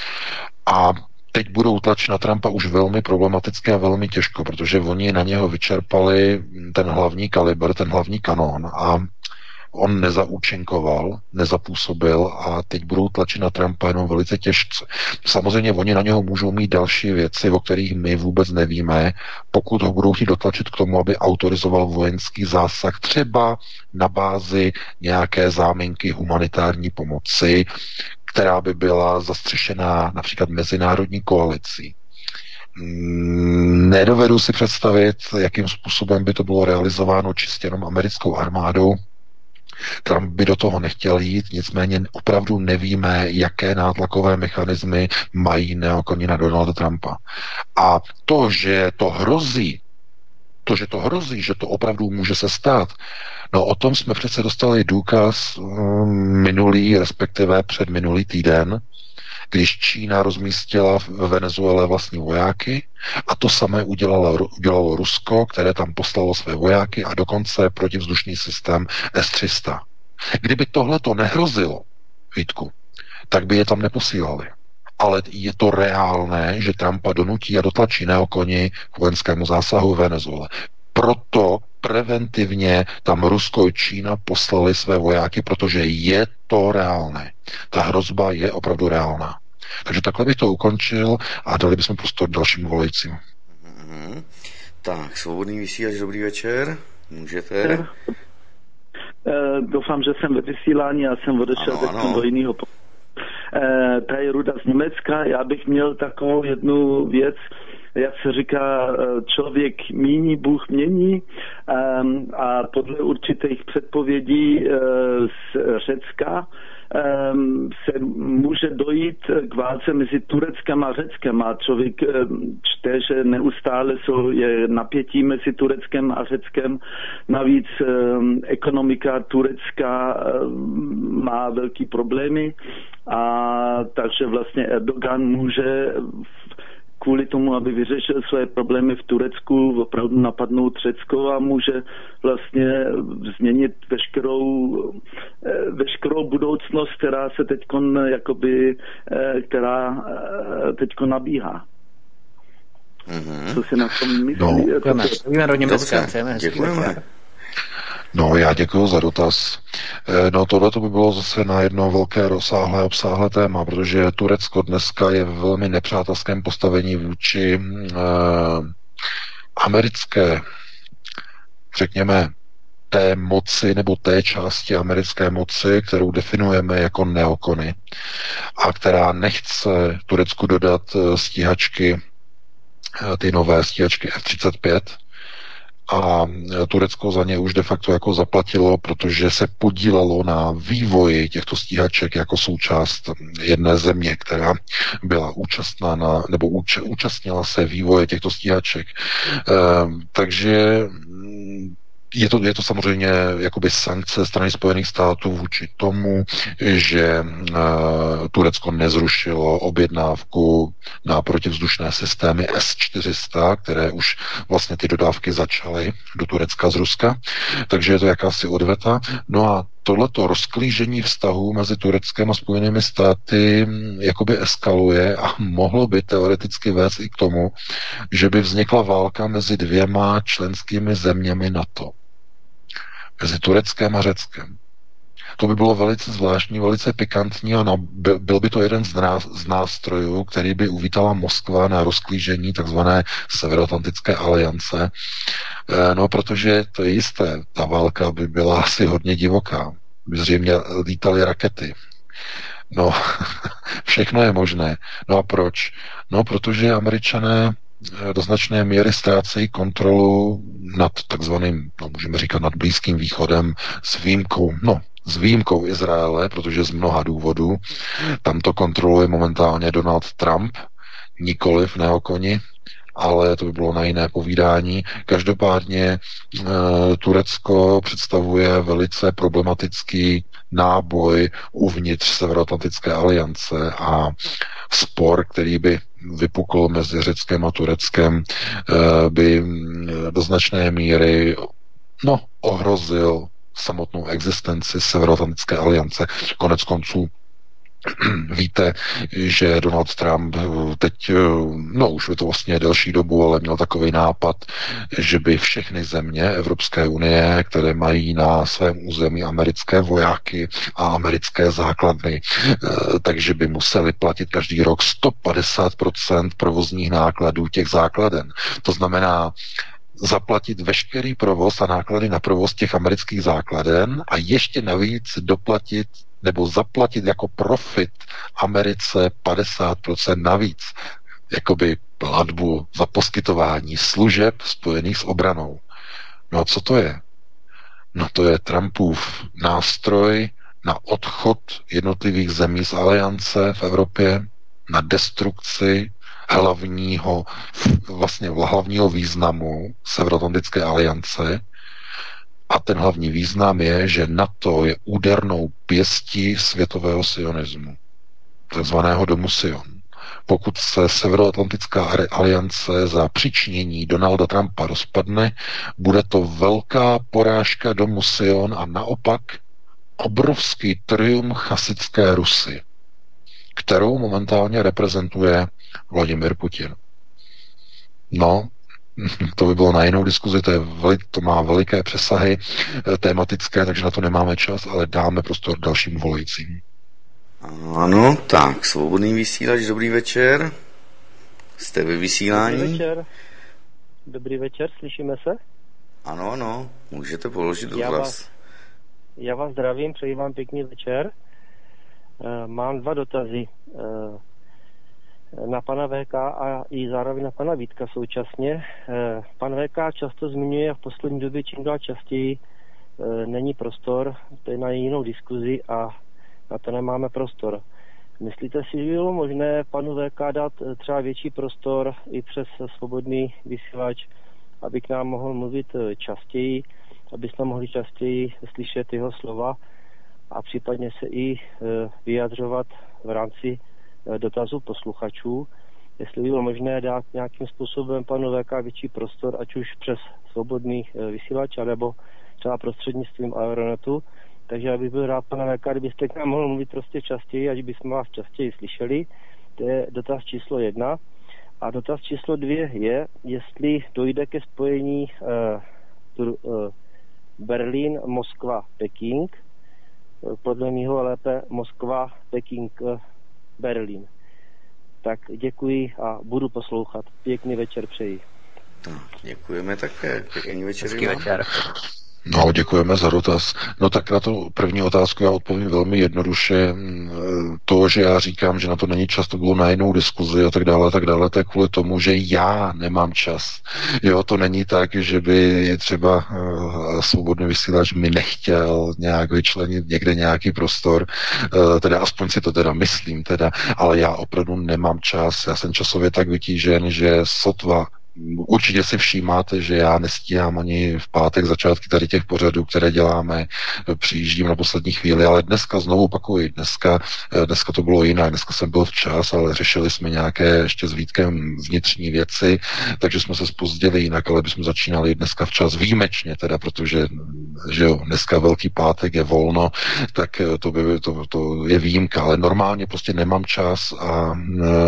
A teď budou tlačit na Trumpa už velmi problematické a velmi těžko, protože oni na něho vyčerpali ten hlavní kalibr, ten hlavní kanón a on nezaúčinkoval, nezapůsobil a teď budou tlačit na Trumpa jenom velice těžce. Samozřejmě oni na něho můžou mít další věci, o kterých my vůbec nevíme, pokud ho budou chtít dotlačit k tomu, aby autorizoval vojenský zásah třeba na bázi nějaké záminky humanitární pomoci, která by byla zastřešená například mezinárodní koalicí. Nedovedu si představit, jakým způsobem by to bylo realizováno čistě jenom americkou armádou. Trump by do toho nechtěl jít, nicméně opravdu nevíme, jaké nátlakové mechanismy mají neokoni na Donalda Trumpa. A to, že to hrozí, to, že to hrozí, že to opravdu může se stát, no o tom jsme přece dostali důkaz minulý, respektive předminulý týden, když Čína rozmístila v Venezuele vlastní vojáky a to samé udělalo, udělalo Rusko, které tam poslalo své vojáky a dokonce protivzdušný systém S tři sta. Kdyby tohle to nehrozilo, Vítku, tak by je tam neposílali. Ale je to reálné, že Trumpa donutí a dotlačí neokoni k vojenskému zásahu v Venezuele. Proto preventivně tam Rusko i Čína poslali své vojáky, protože je to reálné. Ta hrozba je opravdu reálná. Takže takhle bych to ukončil a dali bychom prostor dalším volajícím. Mm-hmm. Tak, svobodný vysílač, dobrý večer. Můžete? Uh, doufám, že jsem ve vysílání, já jsem odešel ano, do jiného. Uh, tady je Ruda z Německa, já bych měl takovou jednu věc, jak se říká, člověk míní, Bůh mění, um, a podle určitých předpovědí uh, z Řecka um, se může dojít k válce mezi Tureckem a Řeckem a člověk um, čte, že neustále jsou, je napětí mezi Tureckem a Řeckem. Navíc um, ekonomika Turecka um, má velký problémy a takže vlastně Erdogan může kvůli tomu, aby vyřešil své problémy v Turecku, opravdu napadnout Řecko a může vlastně změnit veškerou, veškerou budoucnost, která se teďkon jakoby, která teďkon nabíhá. Mm-hmm. Co si na tom myslí? No, děkujeme do Německa, přejeme hezký večer. No, já děkuji za dotaz. No, tohle to by bylo zase na jedno velké, rozsáhlé, obsáhlé téma, protože Turecko dneska je v velmi nepřátelském postavení vůči eh, americké, řekněme, té moci nebo té části americké moci, kterou definujeme jako neokony a která nechce Turecku dodat stíhačky, ty nové stíhačky F třicet pět, a Turecko za ně už de facto jako zaplatilo, protože se podílelo na vývoji těchto stíhaček jako součást jedné země, která byla účastná na, nebo úč, účastnila se vývoje těchto stíhaček. E, takže je to, je to samozřejmě jakoby sankce strany Spojených států vůči tomu, že uh, Turecko nezrušilo objednávku na protivzdušné systémy S čtyři sta, které už vlastně ty dodávky začaly do Turecka z Ruska. Takže je to jakási odveta. No a tohleto rozklížení vztahů mezi Tureckem a Spojenými státy jakoby eskaluje a mohlo by teoreticky vést i k tomu, že by vznikla válka mezi dvěma členskými zeměmi NATO. Mezi Tureckem a Řeckem. To by bylo velice zvláštní, velice pikantní a byl by to jeden z nástrojů, který by uvítala Moskva na rozklížení takzvané Severoatlantické aliance. No, protože to je jisté, ta válka by byla asi hodně divoká. By zřejmě lítaly rakety. No, všechno je možné. No a proč? No, protože Američané do značné míry ztrácejí kontrolu nad takzvaným, no můžeme říkat nad Blízkým východem s výjimkou, no s výjimkou Izraele, protože z mnoha důvodů. Tam to kontroluje momentálně Donald Trump, nikoliv neokoni, ale to by bylo na jiné povídání. Každopádně e, Turecko představuje velice problematický náboj uvnitř Severoatlantické aliance a spor, který by vypukl mezi Řeckem a Tureckem, e, by do značné míry no, ohrozil samotnou existenci Severoatlantické aliance. Konec konců víte, že Donald Trump teď, no už je to vlastně delší dobu, ale měl takový nápad, že by všechny země Evropské unie, které mají na svém území americké vojáky a americké základny, takže by museli platit každý rok sto padesát procent provozních nákladů těch základen. To znamená, zaplatit veškerý provoz a náklady na provoz těch amerických základen a ještě navíc doplatit nebo zaplatit jako profit Americe padesát procent navíc, jakoby platbu za poskytování služeb spojených s obranou. No a co to je? No to je Trumpův nástroj na odchod jednotlivých zemí z aliance v Evropě, na destrukci hlavního, vlastně hlavního významu Severoatlantické aliance. A ten hlavní význam je, že NATO je údernou pěstí světového sionismu, takzvaného domu Sion. Pokud se Severoatlantická aliance za přičinění Donalda Trumpa rozpadne, bude to velká porážka domu Sion a naopak obrovský triumf chasické Rusy, kterou momentálně reprezentuje Vladimir Putin. No, to by bylo na jinou diskuzi, to, je veli, to má veliké přesahy tematické, takže na to nemáme čas, ale dáme prostor dalším volajícím. Ano, tak, svobodný vysílač, dobrý večer. Jste ve vysílání? Dobrý večer. Dobrý večer, slyšíme se? Ano, ano, můžete položit já dotaz. Vás, já vás zdravím, přeji vám pěkný večer. Uh, mám dva dotazy. Uh, na pana V K a i zároveň na pana Vítka současně. Pan V K často zmiňuje v poslední době čím dál častěji není prostor, to je na jinou diskuzi a na to nemáme prostor. Myslíte si, že bylo možné panu V K dát třeba větší prostor i přes svobodný vysílač, aby k nám mohl mluvit častěji, aby jsme mohli častěji slyšet jeho slova a případně se i vyjadřovat v rámci dotazů posluchačů, jestli by bylo možné dát nějakým způsobem panu V K větší prostor, ať už přes svobodný vysílač, nebo třeba prostřednictvím Aeronetu. Takže já bych byl rád, pane V K, kdybyste k nám mohl mluvit prostě častěji, ať bychom vás častěji slyšeli. To je dotaz číslo jedna. A dotaz číslo dvě je, jestli dojde ke spojení uh, uh, Berlín, Moskva, Peking. Podle mého lépe Moskva, Peking, uh, Berlín. Tak děkuji a budu poslouchat. Pěkný večer přeji. No, děkujeme také. Pěkný večer. Hezký večer. No, děkujeme za dotaz. No tak na tu první otázku já odpovím velmi jednoduše. To, že já říkám, že na to není čas, to bylo na jinou diskuzi a tak dále, a tak dále, to je kvůli tomu, že já nemám čas. Jo, to není tak, že by třeba uh, svobodný vysílač mi nechtěl nějak vyčlenit někde nějaký prostor, uh, teda aspoň si to teda myslím, teda, ale já opravdu nemám čas, já jsem časově tak vytížen, že sotva. Určitě si všímáte, že já nestíhám ani v pátek začátky tady těch pořadů, které děláme, přijíždím na poslední chvíli, ale dneska znovu opakuji, dneska, dneska to bylo jinak, dneska jsem byl včas, ale řešili jsme nějaké ještě s Vítkem vnitřní věci, takže jsme se zpozdili jinak, ale bychom začínali dneska včas výjimečně, teda, protože že jo, dneska Velký pátek je volno, tak to, by, to, to je výjimka, ale normálně prostě nemám čas a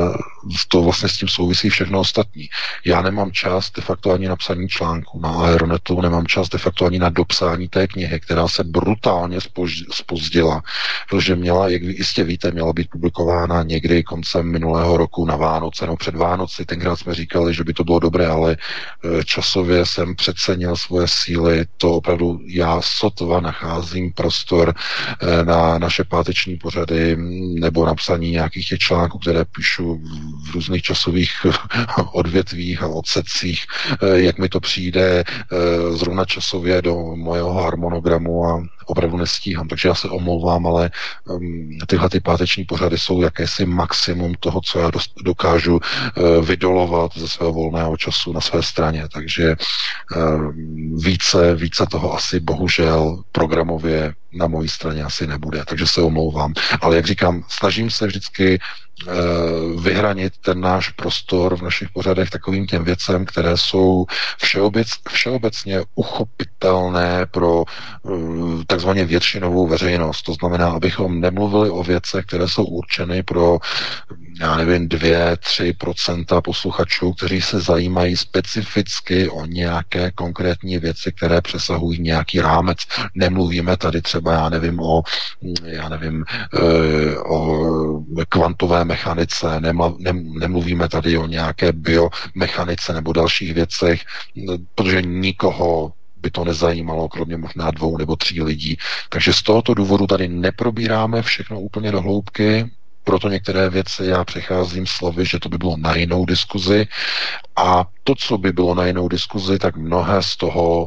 to vlastně s tím souvisí všechno ostatní. Já nemám čas de facto ani na psaní článku na Aeronetu, nemám čas de facto ani na dopsání té knihy, která se brutálně spozdila, protože měla, jak vy jistě víte, měla být publikována někdy koncem minulého roku na Vánoce, no před Vánoci. Tenkrát jsme říkali, že by to bylo dobré, ale časově jsem přecenil svoje síly. To opravdu já sotva nacházím prostor na naše páteční pořady nebo napsaní nějakých těch článků, které píšu v různých časových odvětvích a odsecích, jak mi to přijde zrovna časově do mojeho harmonogramu a opravdu nestíhám. Takže já se omlouvám, ale um, tyhle ty páteční pořady jsou jakési maximum toho, co já dokážu uh, vydolovat ze svého volného času na své straně. Takže uh, více, více toho asi bohužel programově na mojí straně asi nebude. Takže se omlouvám. Ale jak říkám, snažím se vždycky vyhranit ten náš prostor v našich pořadech takovým těm věcem, které jsou všeobec, všeobecně uchopitelné pro takzvaně většinovou veřejnost. To znamená, abychom nemluvili o věcech, které jsou určeny pro, já nevím, dvě, tři procenta posluchačů, kteří se zajímají specificky o nějaké konkrétní věci, které přesahují nějaký rámec. Nemluvíme tady třeba, já nevím, o, já nevím, o kvantové mechanice, nemluvíme tady o nějaké biomechanice nebo dalších věcech, protože nikoho by to nezajímalo, kromě možná dvou nebo tří lidí. Takže z tohoto důvodu tady neprobíráme všechno úplně do hloubky, proto některé věci já přecházím slovy, že to by bylo na jinou diskuzi a to, co by bylo na jinou diskuzi, tak mnohé z toho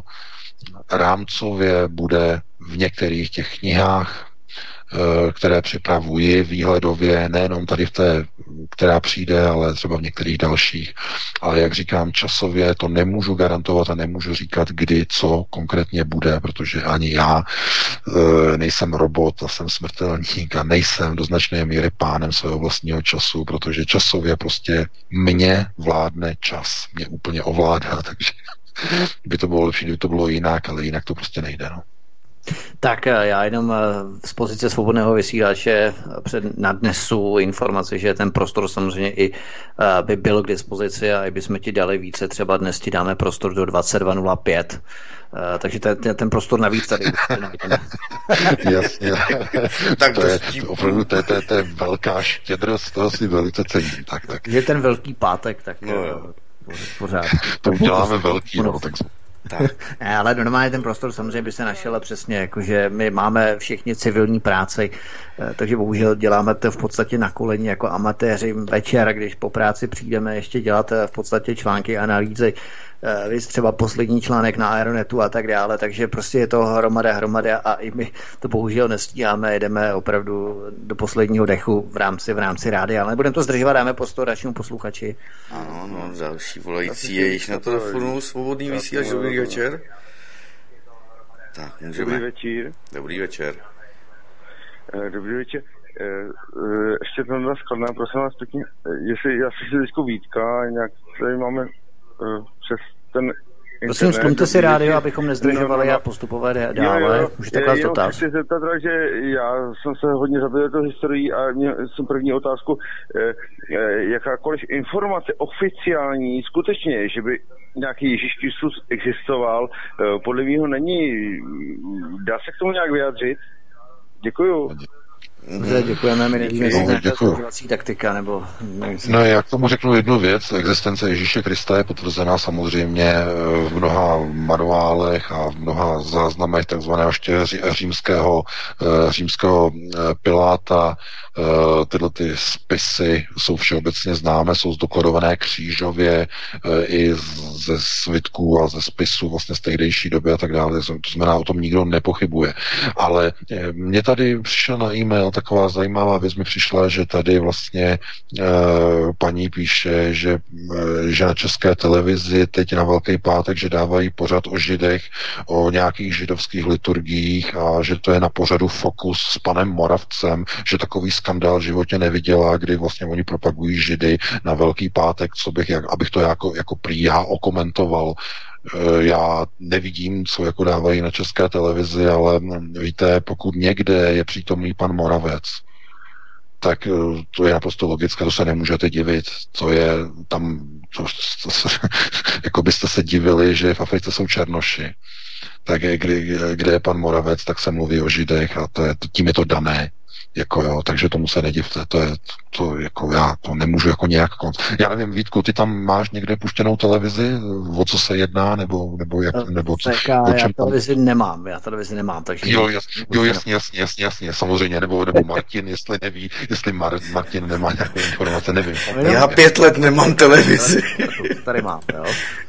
rámcově bude v některých těch knihách, které připravuji výhledově, nejenom tady v té, která přijde, ale třeba v některých dalších. Ale jak říkám, časově to nemůžu garantovat a nemůžu říkat, kdy, co konkrétně bude, protože ani já e, nejsem robot a jsem smrtelník a nejsem do značné míry pánem svého vlastního času, protože časově prostě mě vládne čas, mě úplně ovládá, takže by to bylo lepší, kdyby to bylo jinak, ale jinak to prostě nejde, no. Tak já jenom z pozice svobodného vysílače před nadnesu informaci, že ten prostor samozřejmě i by byl k dispozici a i bychom ti dali více, třeba dnes ti dáme prostor do dvacet dva nula pět. Takže ten, ten prostor navíc tady najdeme. Jasně. Tak to, je, to opravdu to je, to, je, to je velká štědrost, toho si velice cením. Tak, tak. Je ten velký pátek, tak no, jo. Pořád. To uděláme velký, no, tak Tak. Ne, ale normálně ten prostor samozřejmě by se našel přesně, jakože my máme všichni civilní práci, takže bohužel děláme to v podstatě na koleni jako amatéři večer, když po práci přijdeme ještě dělat v podstatě články, analýzy, víc třeba poslední článek na Aeronetu a tak dále, takže prostě je to hromada, hromada a i my to bohužel nestíháme, jedeme opravdu do posledního dechu v rámci, v rámci rádia, ale nebudeme to zdržovat, dáme prostor dalšímu posluchači. Ano, no, další volající je již na telefonu, svobodný vysílač, dobrý večer. Tak, můžeme. Dobrý večer. Dobrý večer. Dobrý večer. Ještě tam byla skladná, prosím vás pěkně, jestli já si teďko Vítka, nějak tady máme přes ten prosím, stlumte si rádio, abychom nezdržovali no, no, no. a postupovali dále. Jo, jo. Můžete klást dotaz. Chci se zeptat, že já jsem se hodně zabýval tou historií a měl jsem první otázku, jakákoliv informace oficiální, skutečně, že by nějaký Ježíš Kristus existoval, podle mého není. Dá se k tomu nějak vyjádřit? Děkuju. Dobře, děkujeme, my nevíme, jestli je to taktika, nebo... No, já k tomu řeknu jednu věc. Existence Ježíše Krista je potvrzená samozřejmě v mnoha manuálech a v mnoha záznamech takzvaného ještě římského, římského Piláta. Tyhle ty spisy jsou všeobecně známé, jsou zdokladované křížově i ze svitků a ze spisů vlastně z tehdejší doby a tak dále. To znamená, o tom nikdo nepochybuje. Ale mě tady přišel na e-mail taková zajímavá věc mi přišla, že tady vlastně e, paní píše, že, e, že na České televizi teď na Velký pátek, že dávají pořad o židech, o nějakých židovských liturgiích a že to je na pořadu Fokus s panem Moravcem, že takový skandál v životě neviděla, kdy vlastně oni propagují židy na Velký pátek, co bych, jak, abych to jako, jako prý já okomentoval. Já nevidím, co jako dávají na České televizi, ale víte, pokud někde je přítomný pan Moravec, tak to je naprosto logické, to se nemůžete divit. To je tam, to, to, to, jako byste se divili, že v Africe jsou černoši. Tak kdy, kde je pan Moravec, tak se mluví o Židech a to je, tím je to dané. Jako jo, takže tomu se nedivte, to je, to jako já to nemůžu jako nějak, já nevím, Vítku, ty tam máš někde puštěnou televizi, o co se jedná, nebo, nebo jak, nebo co, Zeka, o čem já televizi tam... nemám, já televizi nemám, takže... Jo, jasně, jo, jasně, jasně, jasně, jasně, samozřejmě, nebo, nebo Martin, jestli neví, jestli Mar- Martin nemá nějaké informace, nevím. Já pět let nemám televizi. Tady mám, jo.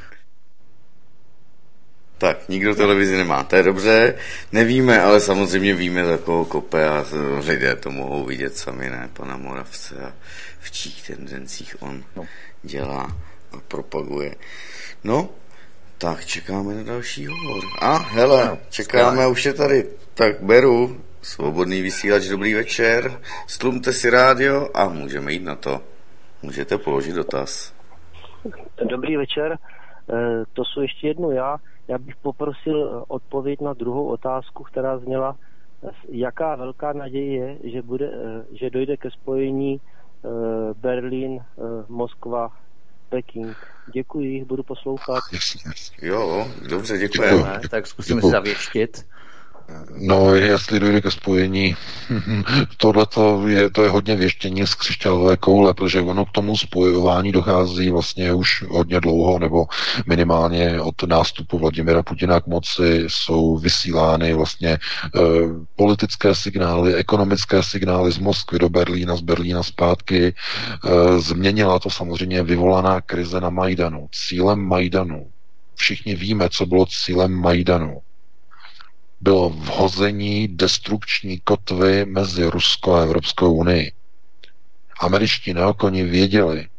Tak, nikdo televizi nemá, to je dobře, nevíme, ale samozřejmě víme, za koho kope a lidé to mohou vidět sami, ne, pana Moravce a v čích tendencích on dělá a propaguje. No, tak čekáme na další hovor. A hele, čekáme, už je tady, tak beru, svobodný vysílač, dobrý večer, stlumte si rádio a můžeme jít na to. Můžete položit dotaz. Dobrý večer, to jsou ještě jednou já. Já bych poprosil odpověď na druhou otázku, která zněla, jaká velká naděje je, že, bude, že dojde ke spojení Berlín, Moskva, Peking. Děkuji, budu poslouchat. Jo, dobře, děkujeme. Tak zkusíme si zavěštit. No, jestli dojde ke spojení, tohle je, to je hodně věštění z křišťálové koule, protože ono k tomu spojování dochází vlastně už hodně dlouho, nebo minimálně od nástupu Vladimira Putina k moci jsou vysílány vlastně e, politické signály, ekonomické signály z Moskvy do Berlína, z Berlína zpátky. E, změnila to samozřejmě vyvolaná krize na Majdanu. Cílem Majdanu, všichni víme, co bylo cílem Majdanu, bylo vhození destrukční kotvy mezi Rusko a Evropskou unii. Američtí neokoni věděli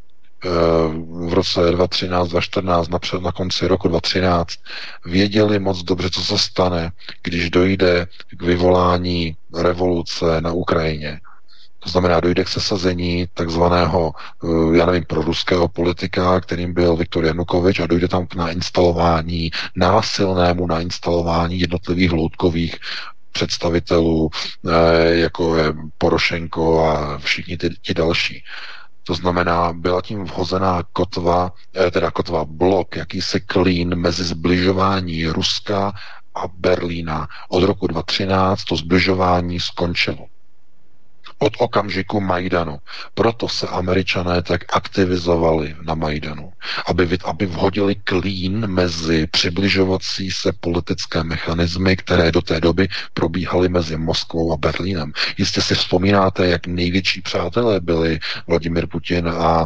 v roce dva tisíce třináct, dva tisíce čtrnáct, napřed na konci roku dva tisíce třináct, věděli moc dobře, co se stane, když dojde k vyvolání revoluce na Ukrajině. To znamená, dojde k sesazení takzvaného, já nevím, proruského politika, kterým byl Viktor Janukovič, a dojde tam k nainstalování, násilnému nainstalování jednotlivých loutkových představitelů, jako je Porošenko a všichni ty, ti další. To znamená, byla tím vhozená kotva, teda kotva blok, jakýsi klín mezi zbližování Ruska a Berlína. Od roku dva tisíce třináct to zbližování skončilo. Od okamžiku Majdanu. Proto se Američané tak aktivizovali na Majdanu, aby, aby vhodili klín mezi přibližovací se politické mechanismy, které do té doby probíhaly mezi Moskvou a Berlínem. Jistě si vzpomínáte, jak největší přátelé byli Vladimir Putin a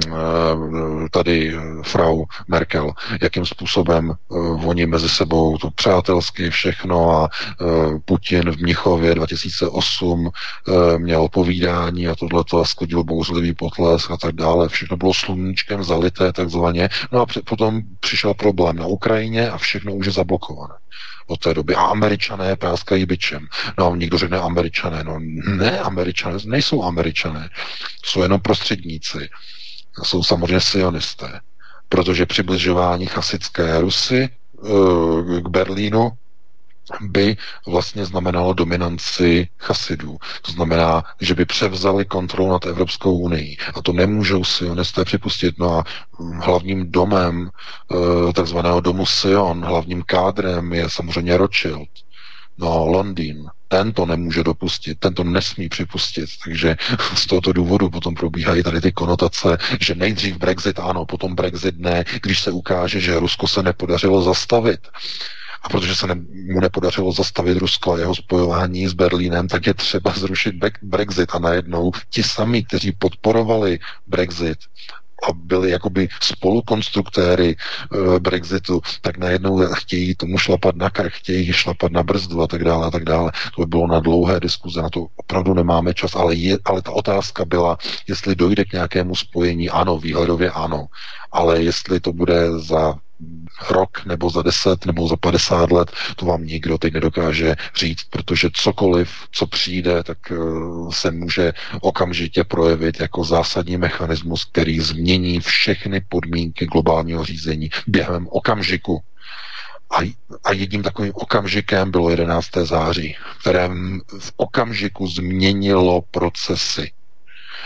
tady frau Merkel, jakým způsobem oni mezi sebou to přátelsky všechno a Putin v Mnichově dva tisíce osm měl povídání a tohleto a sklidil bouřlivý potlesk a tak dále. Všechno bylo sluníčkem zalité takzvaně. No a potom přišel problém na Ukrajině a všechno už je zablokované od té doby. A Američané práskají bičem. No a někdo řekne Američané. No ne, Američané nejsou Američané. Jsou jenom prostředníci. Jsou samozřejmě sionisté. Protože přibližování chasické Rusy k Berlínu by vlastně znamenalo dominanci chasidů. To znamená, že by převzali kontrolu nad Evropskou unii. A to nemůžou sionisté připustit. No a hlavním domem takzvaného domu Sion, hlavním kádrem je samozřejmě Rothschild. No, Londýn. Ten to nemůže dopustit, ten to nesmí připustit. Takže z tohoto důvodu potom probíhají tady ty konotace, že nejdřív Brexit ano, potom Brexit ne, když se ukáže, že Rusko se nepodařilo zastavit. A protože se ne, mu nepodařilo zastavit Rusko a jeho spojování s Berlínem, tak je třeba zrušit Brexit. A najednou ti sami, kteří podporovali Brexit a byli jakoby spolukonstruktéry e, Brexitu, tak najednou chtějí tomu šlapat na krk, chtějí šlapat na brzdu a tak dále a tak dále. To by bylo na dlouhé diskuze, na to opravdu nemáme čas, ale, je, ale ta otázka byla, jestli dojde k nějakému spojení, ano, výhledově ano, ale jestli to bude za rok, nebo za deset, nebo za padesát let, to vám nikdo teď nedokáže říct, protože cokoliv, co přijde, tak se může okamžitě projevit jako zásadní mechanismus, který změní všechny podmínky globálního řízení během okamžiku. A, a jedním takovým okamžikem bylo jedenáctého září, které v okamžiku změnilo procesy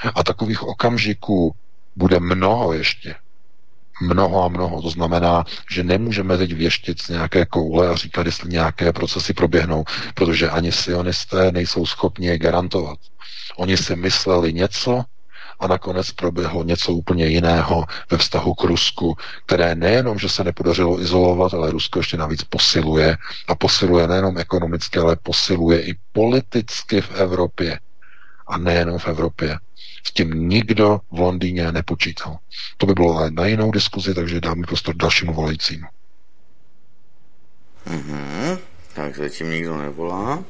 A takových okamžiků bude mnoho ještě. Mnoho a mnoho. To znamená, že nemůžeme teď věštit z nějaké koule a říkat, jestli nějaké procesy proběhnou, protože ani sionisté nejsou schopni je garantovat. Oni si mysleli něco a nakonec proběhlo něco úplně jiného ve vztahu k Rusku, které nejenom, že se nepodařilo izolovat, ale Rusko ještě navíc posiluje a posiluje nejenom ekonomicky, ale posiluje i politicky v Evropě. A nejenom v Evropě. S tím nikdo v Londýně nepočítal. To by bylo na jinou diskuzi, takže dáme prostor dalšímu volajícímu. Mm-hmm. Tak zatím nikdo nevolá.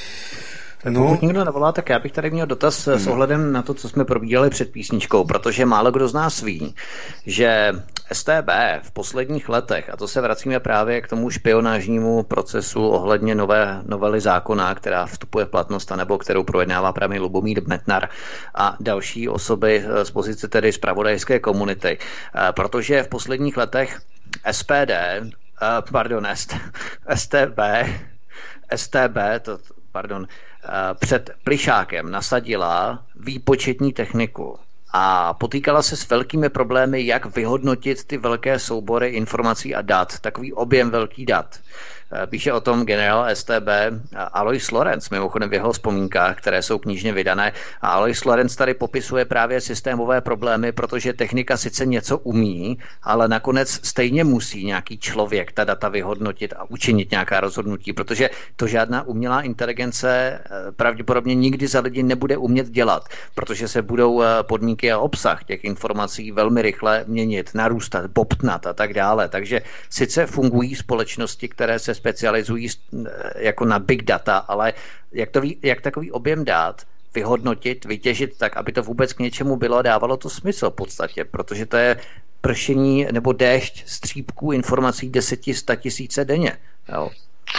Tak no. Pokud nikdo nevolá, tak já bych tady měl dotaz hmm. s ohledem na to, co jsme probíhali před písničkou, protože málo kdo z nás ví, že S T B v posledních letech, a to se vracíme právě k tomu špionážnímu procesu ohledně nové novely zákona, která vstupuje v platnost, anebo kterou projednává právě Lubomír Metnar a další osoby z pozice tedy zpravodajské komunity, protože v posledních letech S P D, pardon, S T B, S T B, to, pardon, před Plyšákem nasadila výpočetní techniku a potýkala se s velkými problémy, jak vyhodnotit ty velké soubory informací a dat, takový objem velký dat. Píše o tom generál S T B Alois Lorenz, mimochodem v jeho vzpomínkách, které jsou knižně vydané. A Alois Lorenz tady popisuje právě systémové problémy, protože technika sice něco umí, ale nakonec stejně musí nějaký člověk ta data vyhodnotit a učinit nějaká rozhodnutí, protože to žádná umělá inteligence pravděpodobně nikdy za lidi nebude umět dělat, protože se budou podmínky a obsah těch informací velmi rychle měnit, narůstat, bobtnat a tak dále. Takže sice fungují společnosti, které se specializují jako na big data, ale jak, to, jak takový objem dát vyhodnotit, vytěžit tak, aby to vůbec k něčemu bylo a dávalo to smysl v podstatě, protože to je pršení nebo déšť střípků informací deseti, sta tisíce denně. Jo.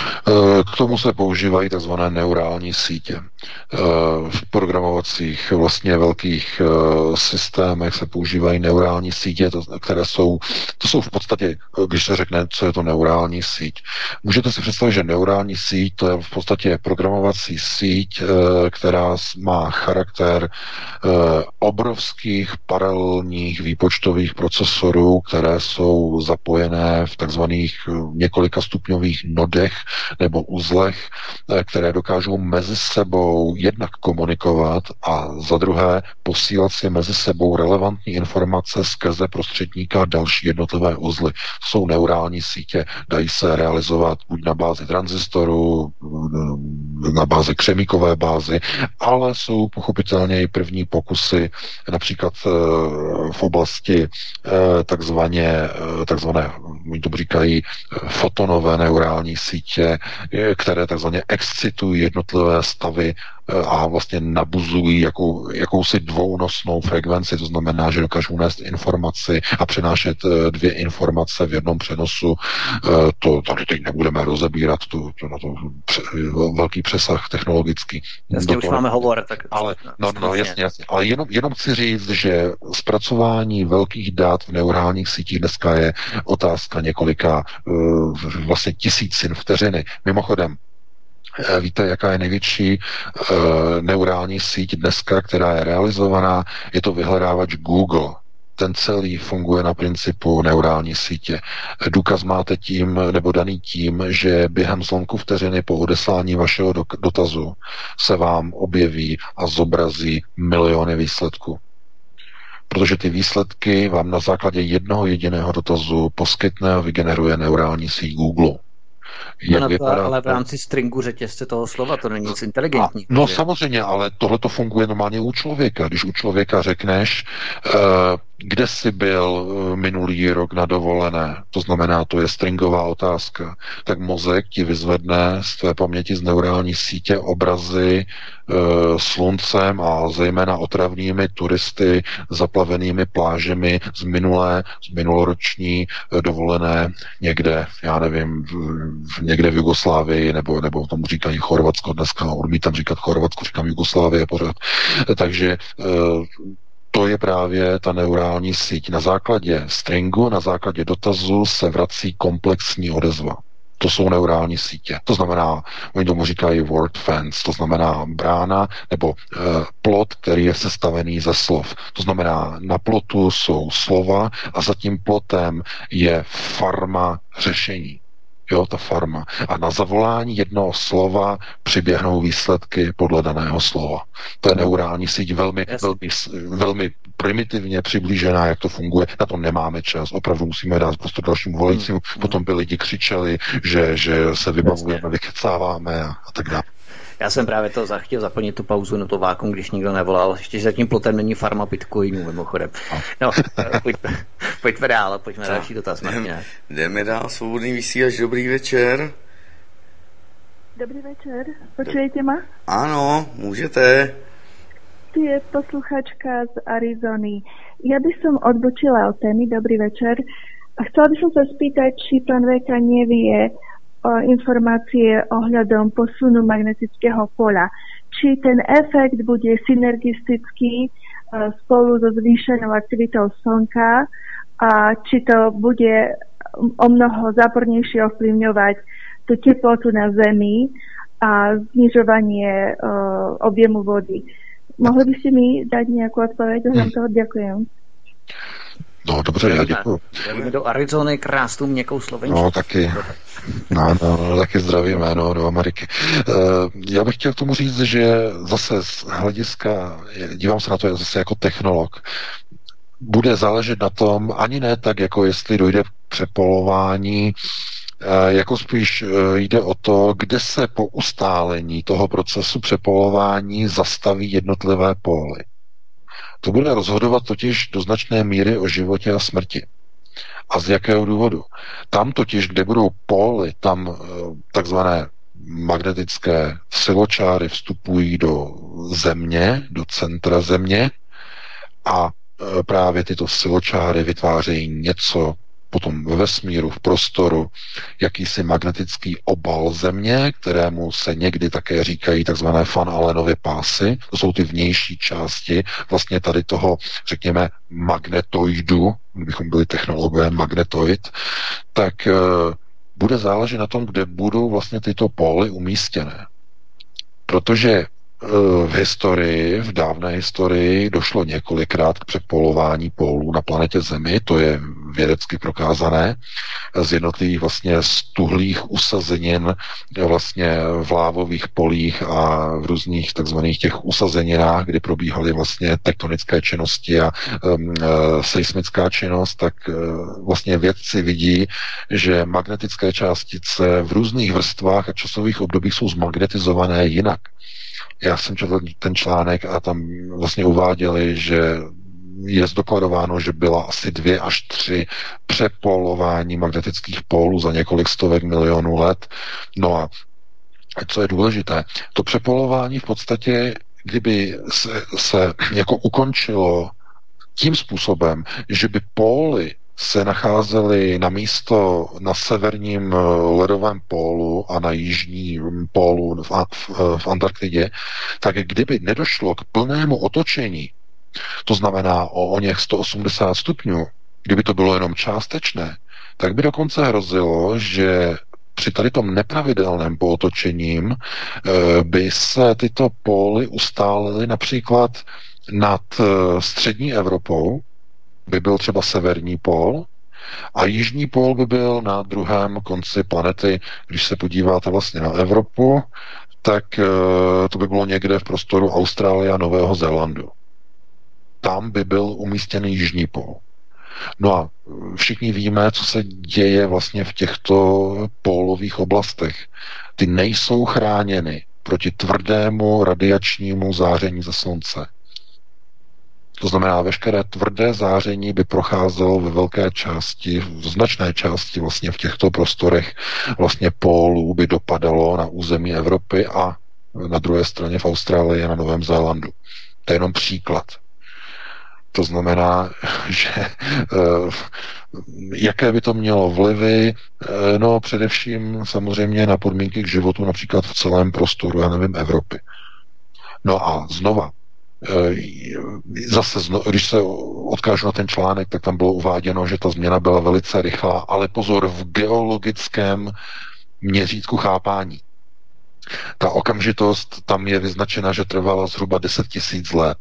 K tomu se používají tzv. Neurální sítě. V programovacích vlastně velkých systémech se používají neurální sítě, které jsou, to jsou v podstatě, když se řekne, co je to neurální síť. Můžete si představit, že neurální síť to je v podstatě programovací síť, která má charakter obrovských paralelních výpočtových procesorů, které jsou zapojené v takzvaných několika stupňových nodech nebo uzlech, které dokážou mezi sebou jednak komunikovat a za druhé posílat si mezi sebou relevantní informace skrze prostředníka další jednotlivé uzly. Jsou neurální sítě, dají se realizovat buď na bázi tranzistoru, na bázi křemíkové bázy, ale jsou pochopitelně i první pokusy například v oblasti takzvaně, takzvané, oni to říkají, fotonové neurální sítě, které takzvaně excitují jednotlivé stavy a vlastně nabuzují jakou, jakousi dvounosnou frekvenci, to znamená, že dokážou nést informaci a přenášet dvě informace v jednom přenosu. To tady teď nebudeme rozebírat, to, to, to, to velký přesah technologický. Jasně, už máme hovor. Tak... Ale, no, no, jasně, jasně. Ale jenom, jenom chci říct, že zpracování velkých dat v neurálních sítích dneska je otázka několika vlastně tisícin vteřiny. Mimochodem, víte, jaká je největší uh, neurální síť dneska, která je realizovaná? Je to vyhledávač Google. Ten celý funguje na principu neurální sítě. Důkaz máte tím, nebo daný tím, že během zlomku vteřiny po odeslání vašeho dotazu se vám objeví a zobrazí miliony výsledků. Protože ty výsledky vám na základě jednoho jediného dotazu poskytne a vygeneruje neurální síť Google. No to, ale v rámci stringu řetězce toho slova to není nic inteligentní. No že? Samozřejmě, ale tohle to funguje normálně u člověka. Když u člověka řekneš, uh, kde jsi byl minulý rok na dovolené, to znamená, to je stringová otázka, tak mozek ti vyzvedne z tvé paměti z neurální sítě obrazy uh, sluncem a zejména otravnými turisty, zaplavenými plážemi z minulé, z minuloroční uh, dovolené někde, já nevím, v, někde v Jugoslávii, nebo, nebo tomu říkají Chorvatsko dneska, odmítám říkat Chorvatsko, říkám Jugoslávie pořád. Takže uh, to je právě ta neurální síť. Na základě stringu, na základě dotazu se vrací komplexní odezva. To jsou neurální sítě. To znamená, oni tomu říkají word fence, to znamená brána nebo e, plot, který je sestavený ze slov. To znamená, na plotu jsou slova a za tím plotem je farma řešení. Jo, ta farma. A na zavolání jednoho slova přiběhnou výsledky podle daného slova. To je neurální síť velmi, velmi, velmi primitivně přiblížená, jak to funguje. Na to nemáme čas. Opravdu musíme dát prostě dalšímu volajícímu. Hmm. Potom by lidi křičeli, že, že se vybavujeme, vykecáváme a, a tak dále. Já jsem právě to chtěl zaplnit tu pauzu na to vákum, když nikdo nevolal. Ještě, že za tím plotem není farma bitcoinů, mimochodem. No, pojďme, pojďme dál, pojďme na další dotaz. Jdeme, jdeme dál, svobodný vysílač, dobrý večer. Dobrý večer, počujete ma? Áno, môžete. Tu je posluchačka z Arizony. Ja by som odbočila od témy, dobrý večer. A chcela by som sa spýtať, či pán Veka nevie o informácie ohľadom posunu magnetického pola. Či ten efekt bude synergistický uh, spolu so zvýšenou aktivitou Slnka a či to bude o mnoho zápornejšie ovplyvňovať tú teplotu na Zemi a znižovanie uh, objemu vody. Mohli by ste mi dať nejakú odpoveď? Hmm. toho ďakujem. No dobře, já děkuji. Jdeme do Arizony, krásnou měkkou slovenštinu. No taky, no, no, taky zdravíme, no, do Ameriky. Uh, já bych chtěl k tomu říct, že zase z hlediska, dívám se na to zase jako technolog, bude záležet na tom, ani ne tak, jako jestli dojde k přepolování, jako spíš jde o to, kde se po ustálení toho procesu přepolování zastaví jednotlivé póly. To bude rozhodovat totiž do značné míry o životě a smrti. A z jakého důvodu? Tam totiž, kde budou póly, tam takzvané magnetické siločáry vstupují do země, do centra země a právě tyto siločáry vytvářejí něco potom ve vesmíru, v prostoru, jakýsi magnetický obal země, kterému se někdy také říkají takzvané Van Allenovy pásy. To jsou ty vnější části vlastně tady toho, řekněme, magnetoidu, kdybychom byli technologové magnetoid, tak e, bude záležet na tom, kde budou vlastně tyto póly umístěné. Protože v historii, v dávné historii došlo několikrát k přepolování pólů na planetě Zemi, to je vědecky prokázané, z jednotlivých vlastně stuhlých usazenin vlastně v lávových polích a v různých takzvaných těch usazeninách, kdy probíhaly vlastně tektonické činnosti a um, seismická činnost, tak uh, vlastně vědci vidí, že magnetické částice v různých vrstvách a časových obdobích jsou zmagnetizované jinak. Já jsem četl ten článek a tam vlastně uváděli, že je zdokladováno, že byla asi dvě až tři přepolování magnetických pólů za několik stovek milionů let. No a co je důležité, to přepolování v podstatě, kdyby se, se jako ukončilo tím způsobem, že by póly se nacházely na místo na severním ledovém pólu a na jižním pólu v, v, v Antarktidě, tak kdyby nedošlo k plnému otočení, to znamená o o něch sto osmdesát stupňů, kdyby to bylo jenom částečné, tak by dokonce hrozilo, že při tady tom nepravidelném pootočením by se tyto póly ustálily například nad střední Evropou, by byl třeba severní pól a jižní pól by byl na druhém konci planety. Když se podíváte vlastně na Evropu, tak to by bylo někde v prostoru Austrálie a Nového Zélandu. Tam by byl umístěný jižní pól. No a všichni víme, co se děje vlastně v těchto pólových oblastech. Ty nejsou chráněny proti tvrdému radiačnímu záření ze slunce. To znamená, veškeré tvrdé záření by procházelo ve velké části, v značné části vlastně v těchto prostorech vlastně pólů by dopadalo na území Evropy a na druhé straně v Austrálii a na Novém Zélandu. To je jenom příklad. To znamená, že jaké by to mělo vlivy, no především samozřejmě na podmínky k životu například v celém prostoru, já nevím, Evropy. No a znova, zase, když se odkážu na ten článek, tak tam bylo uváděno, že ta změna byla velice rychlá, ale pozor, v geologickém měřítku chápání. Ta okamžitost tam je vyznačena, že trvala zhruba deset tisíc let.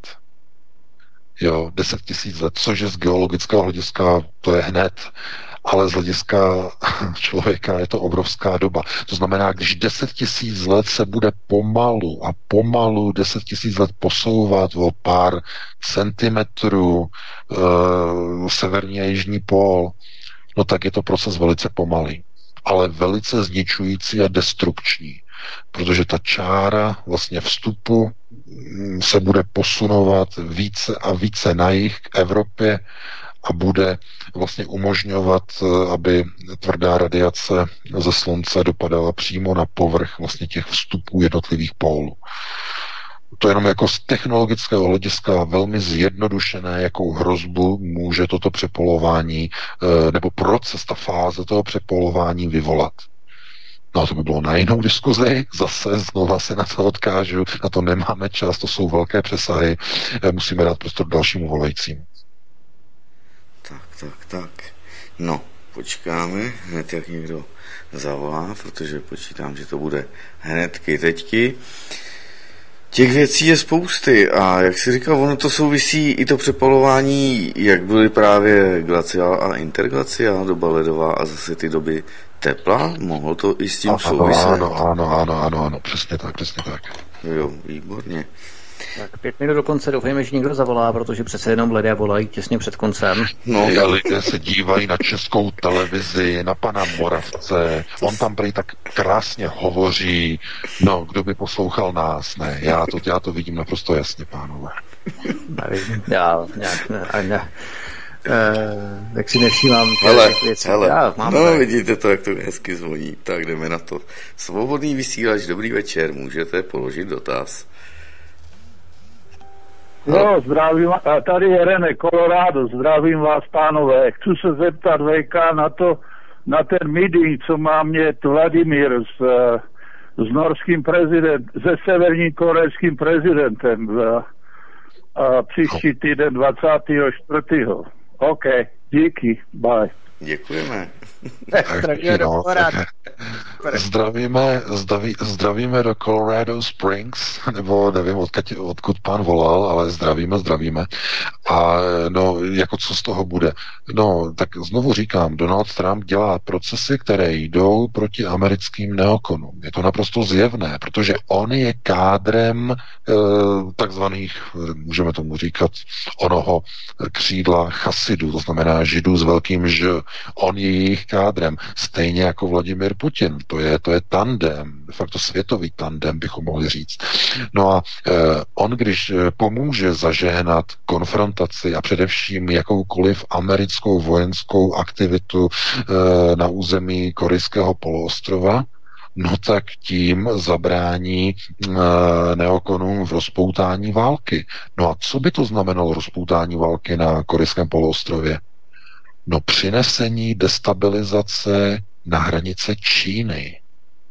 Jo, deset tisíc let, což je z geologického hlediska, to je hned, ale z hlediska člověka je to obrovská doba. To znamená, když deset tisíc let se bude pomalu a pomalu deset tisíc let posouvat o pár centimetrů e, severní a jižní pól, no tak je to proces velice pomalý, ale velice zničující a destrukční, protože ta čára vlastně vstupu se bude posunovat více a více na jih k Evropě a bude vlastně umožňovat, aby tvrdá radiace ze slunce dopadala přímo na povrch vlastně těch vstupů jednotlivých pólů. To jenom jako z technologického hlediska velmi zjednodušené, jakou hrozbu může toto přepolování nebo proces, ta fáze toho přepolování vyvolat. No a to by bylo na jinou diskuzi, zase znova se na to odkážu, na to nemáme čas, to jsou velké přesahy, musíme dát prostor dalšímu volajícímu. Tak, tak, tak. No, počkáme, hned jak někdo zavolá, protože počítám, že to bude hnedky teďky. Těch věcí je spousty a jak si říkal, ono to souvisí i to přepalování, jak byly právě glaciál a interglaciál, doba ledová a zase ty doby tepla, mohlo to i s tím souviset? Ano, ano, ano, ano, ano, přesně tak, přesně tak. Jo, výborně. Tak pět minut do konce, doufejme, že někdo zavolá, protože přece jenom lidé volají těsně před koncem. No, a lidé se dívají na českou televizi, na pana Moravce, on tam prý tak krásně hovoří, no, kdo by poslouchal nás, ne, já to, já to vidím naprosto jasně, pánové. Já nějak ne, ne. Uh, tak si nevšímám hele, hele, Já, mám no tady. Vidíte to, jak to hezky zvoní, tak jdeme na to. Svobodný vysílač, dobrý večer, můžete položit dotaz. No, zdravím, tady je René Colorado, zdravím vás, pánové. Chci se zeptat V K na to, na ten meeting, co má mět Vladimír s, s norským prezidentem, se severním korejským prezidentem v, a příští týden dvacátého čtvrtého OK, díky, bye. Děkujeme. no, zdravíme, zdraví, zdravíme do Colorado Springs, nebo nevím, odkud, odkud pán volal, ale zdravíme, zdravíme. A no, jako co z toho bude? No, tak znovu říkám, Donald Trump dělá procesy, které jdou proti americkým neokonům. Je to naprosto zjevné, protože on je kádrem eh, takzvaných, můžeme tomu říkat, onoho křídla chasidů, to znamená židů s velkým ž. On je jejich kádrem, stejně jako Vladimir Putin. To je, to je tandem, de facto světový tandem, bychom mohli říct. No a eh, on, když pomůže zažehnat konfrontaci a především jakoukoliv americkou vojenskou aktivitu eh, na území korejského poloostrova, no tak tím zabrání e, neokonům v rozpoutání války. No a co by to znamenalo rozpoutání války na korejském poloostrově? No přinesení destabilizace na hranice Číny.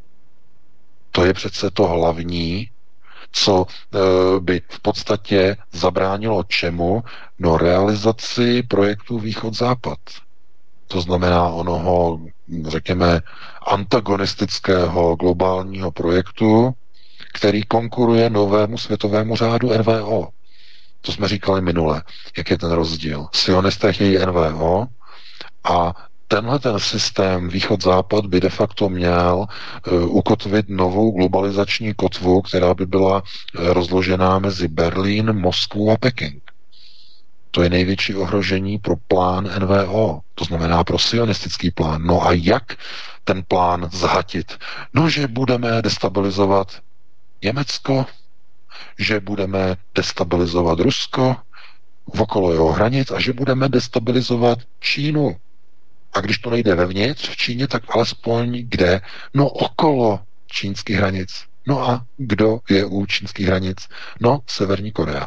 To je přece to hlavní, co e, by v podstatě zabránilo čemu? No realizaci projektu Východ-Západ. To znamená onoho, řekněme, antagonistického globálního projektu, který konkuruje novému světovému řádu N V O. To jsme říkali minule, jak je ten rozdíl. Sionisté chtějí N V O a tenhle ten systém Východ-Západ by de facto měl uh, ukotvit novou globalizační kotvu, která by byla uh, rozložená mezi Berlín, Moskvu a Peking. To je největší ohrožení pro plán N V O, to znamená pro sionistický plán. No a jak ten plán zhatit? No, že budeme destabilizovat Německo, že budeme destabilizovat Rusko v okolo jeho hranic a že budeme destabilizovat Čínu. A když to nejde vevnitř v Číně, tak alespoň kde? No okolo čínských hranic. No a kdo je u čínských hranic? No, Severní Korea.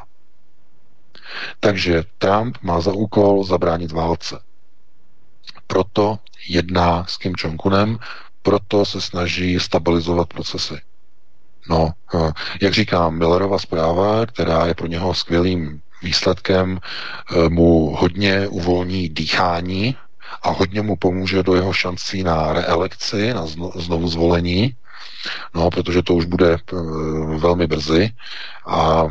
Takže Trump má za úkol zabránit válce. Proto jedná s Kim Jong-unem, proto se snaží stabilizovat procesy. No, jak říkám, Millerova zpráva, která je pro něho skvělým výsledkem, mu hodně uvolní dýchání a hodně mu pomůže do jeho šancí na reelekci, na znovu zvolení, no, protože to už bude velmi brzy. A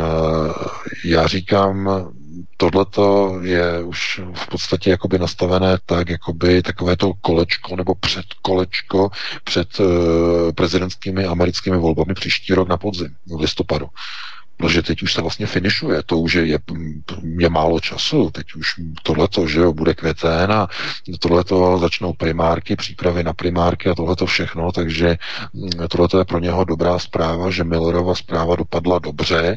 já říkám, tohleto je už v podstatě jakoby nastavené tak, jakoby takové to kolečko nebo předkolečko před uh, prezidentskými americkými volbami příští rok na podzim, v listopadu. Protože teď už se vlastně finišuje, to už je, je, je málo času, teď už tohleto, že jo, bude květen a tohleto začnou primárky, přípravy na primárky a tohleto všechno, takže tohleto je pro něho dobrá zpráva, že Millerova zpráva dopadla dobře,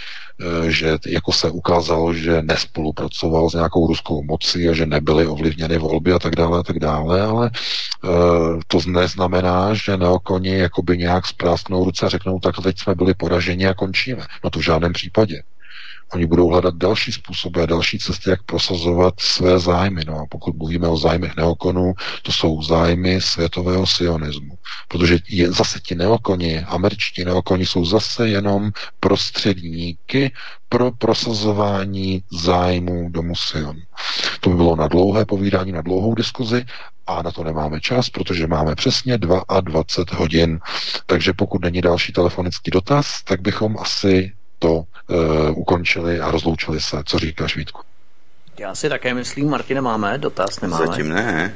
že jako se ukázalo, že nespolupracoval s nějakou ruskou mocí a že nebyly ovlivněny volby a tak dále a tak dále, ale uh, to neznamená, že neokoni jakoby nějak sprásknou ruce a řeknou, tak teď jsme byli poraženi a končíme. No to v žádném případě. Oni budou hledat další způsoby a další cesty, jak prosazovat své zájmy. No a pokud mluvíme o zájmech neokonů, to jsou zájmy světového sionismu. Protože je, zase ti neokoni, američtí neokoni jsou zase jenom prostředníky pro prosazování zájmů domu Sion. To by bylo na dlouhé povídání, na dlouhou diskuzi a na to nemáme čas, protože máme přesně dvacet dva hodin. Takže pokud není další telefonický dotaz, tak bychom asi to uh, ukončili a rozloučili se. Co říkáš, Vítku? Já si také myslím, Martine, máme dotaz, nemáme? Zatím ne.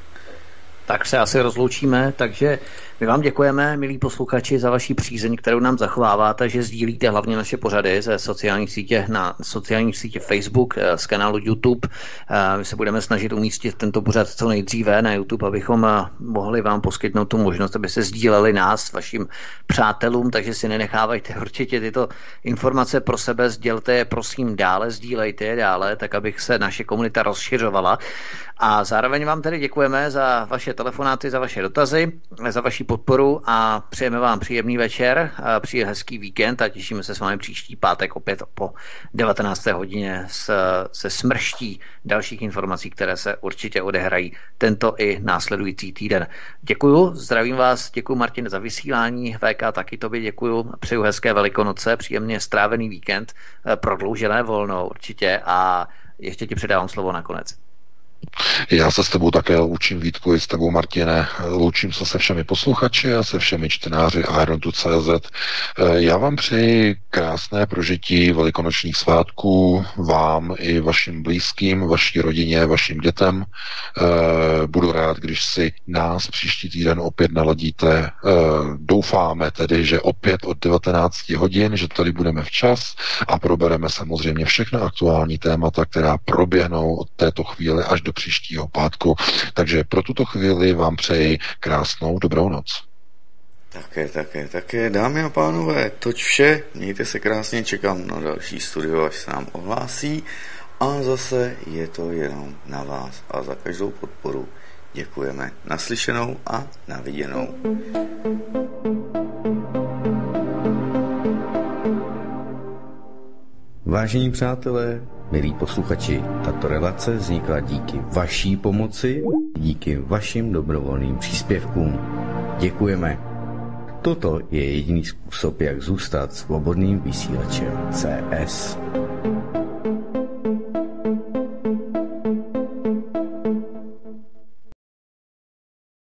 Tak se asi rozloučíme, takže my vám děkujeme, milí posluchači, za vaši přízeň, kterou nám zachováváte, že sdílíte hlavně naše pořady ze sociálních sítě na sociálních sítě Facebook, z kanálu YouTube. My se budeme snažit umístit tento pořad co nejdříve na YouTube, abychom mohli vám poskytnout tu možnost, aby se sdíleli nás vašim přátelům, takže si nenechávajte určitě tyto informace pro sebe, sdělte je prosím dále, sdílejte je dále, tak abych se naše komunita rozšiřovala. A zároveň vám tedy děkujeme za vaše telefonáty, za vaše dotazy, za vaši podporu a přejeme vám příjemný večer, přeji hezký víkend a těšíme se s vámi příští pátek opět po devatenácté hodině se smrští dalších informací, které se určitě odehrají tento i následující týden. Děkuju, zdravím vás, děkuju Martin za vysílání, V K taky tobě děkuju, přeju hezké Velikonoce, příjemně strávený víkend, prodloužené volno určitě a ještě ti předávám slovo nakonec. Já se s tebou také loučím, Vítku, i s tebou, Martine. Loučím se se všemi posluchači a se všemi čtenáři Irontu tečka cé zet. Já vám přeji krásné prožití velikonočních svátků, vám i vašim blízkým, vaší rodině, vašim dětem. Budu rád, když si nás příští týden opět naladíte. Doufáme tedy, že opět od devatenáct hodin, že tady budeme včas a probereme samozřejmě všechna aktuální témata, která proběhnou od této chvíle až do příštího pátku. Takže pro tuto chvíli vám přeji krásnou dobrou noc. Také, také, také. Dámy a pánové, toť vše. Mějte se krásně, čekám na další studio, až se nám ohlásí. A zase je to jenom na vás a za každou podporu děkujeme. Naslyšenou a naviděnou. Vážení přátelé, milí posluchači, tato relace vznikla díky vaší pomoci, díky vašim dobrovolným příspěvkům. Děkujeme. Toto je jediný způsob, jak zůstat svobodným vysílačem C S.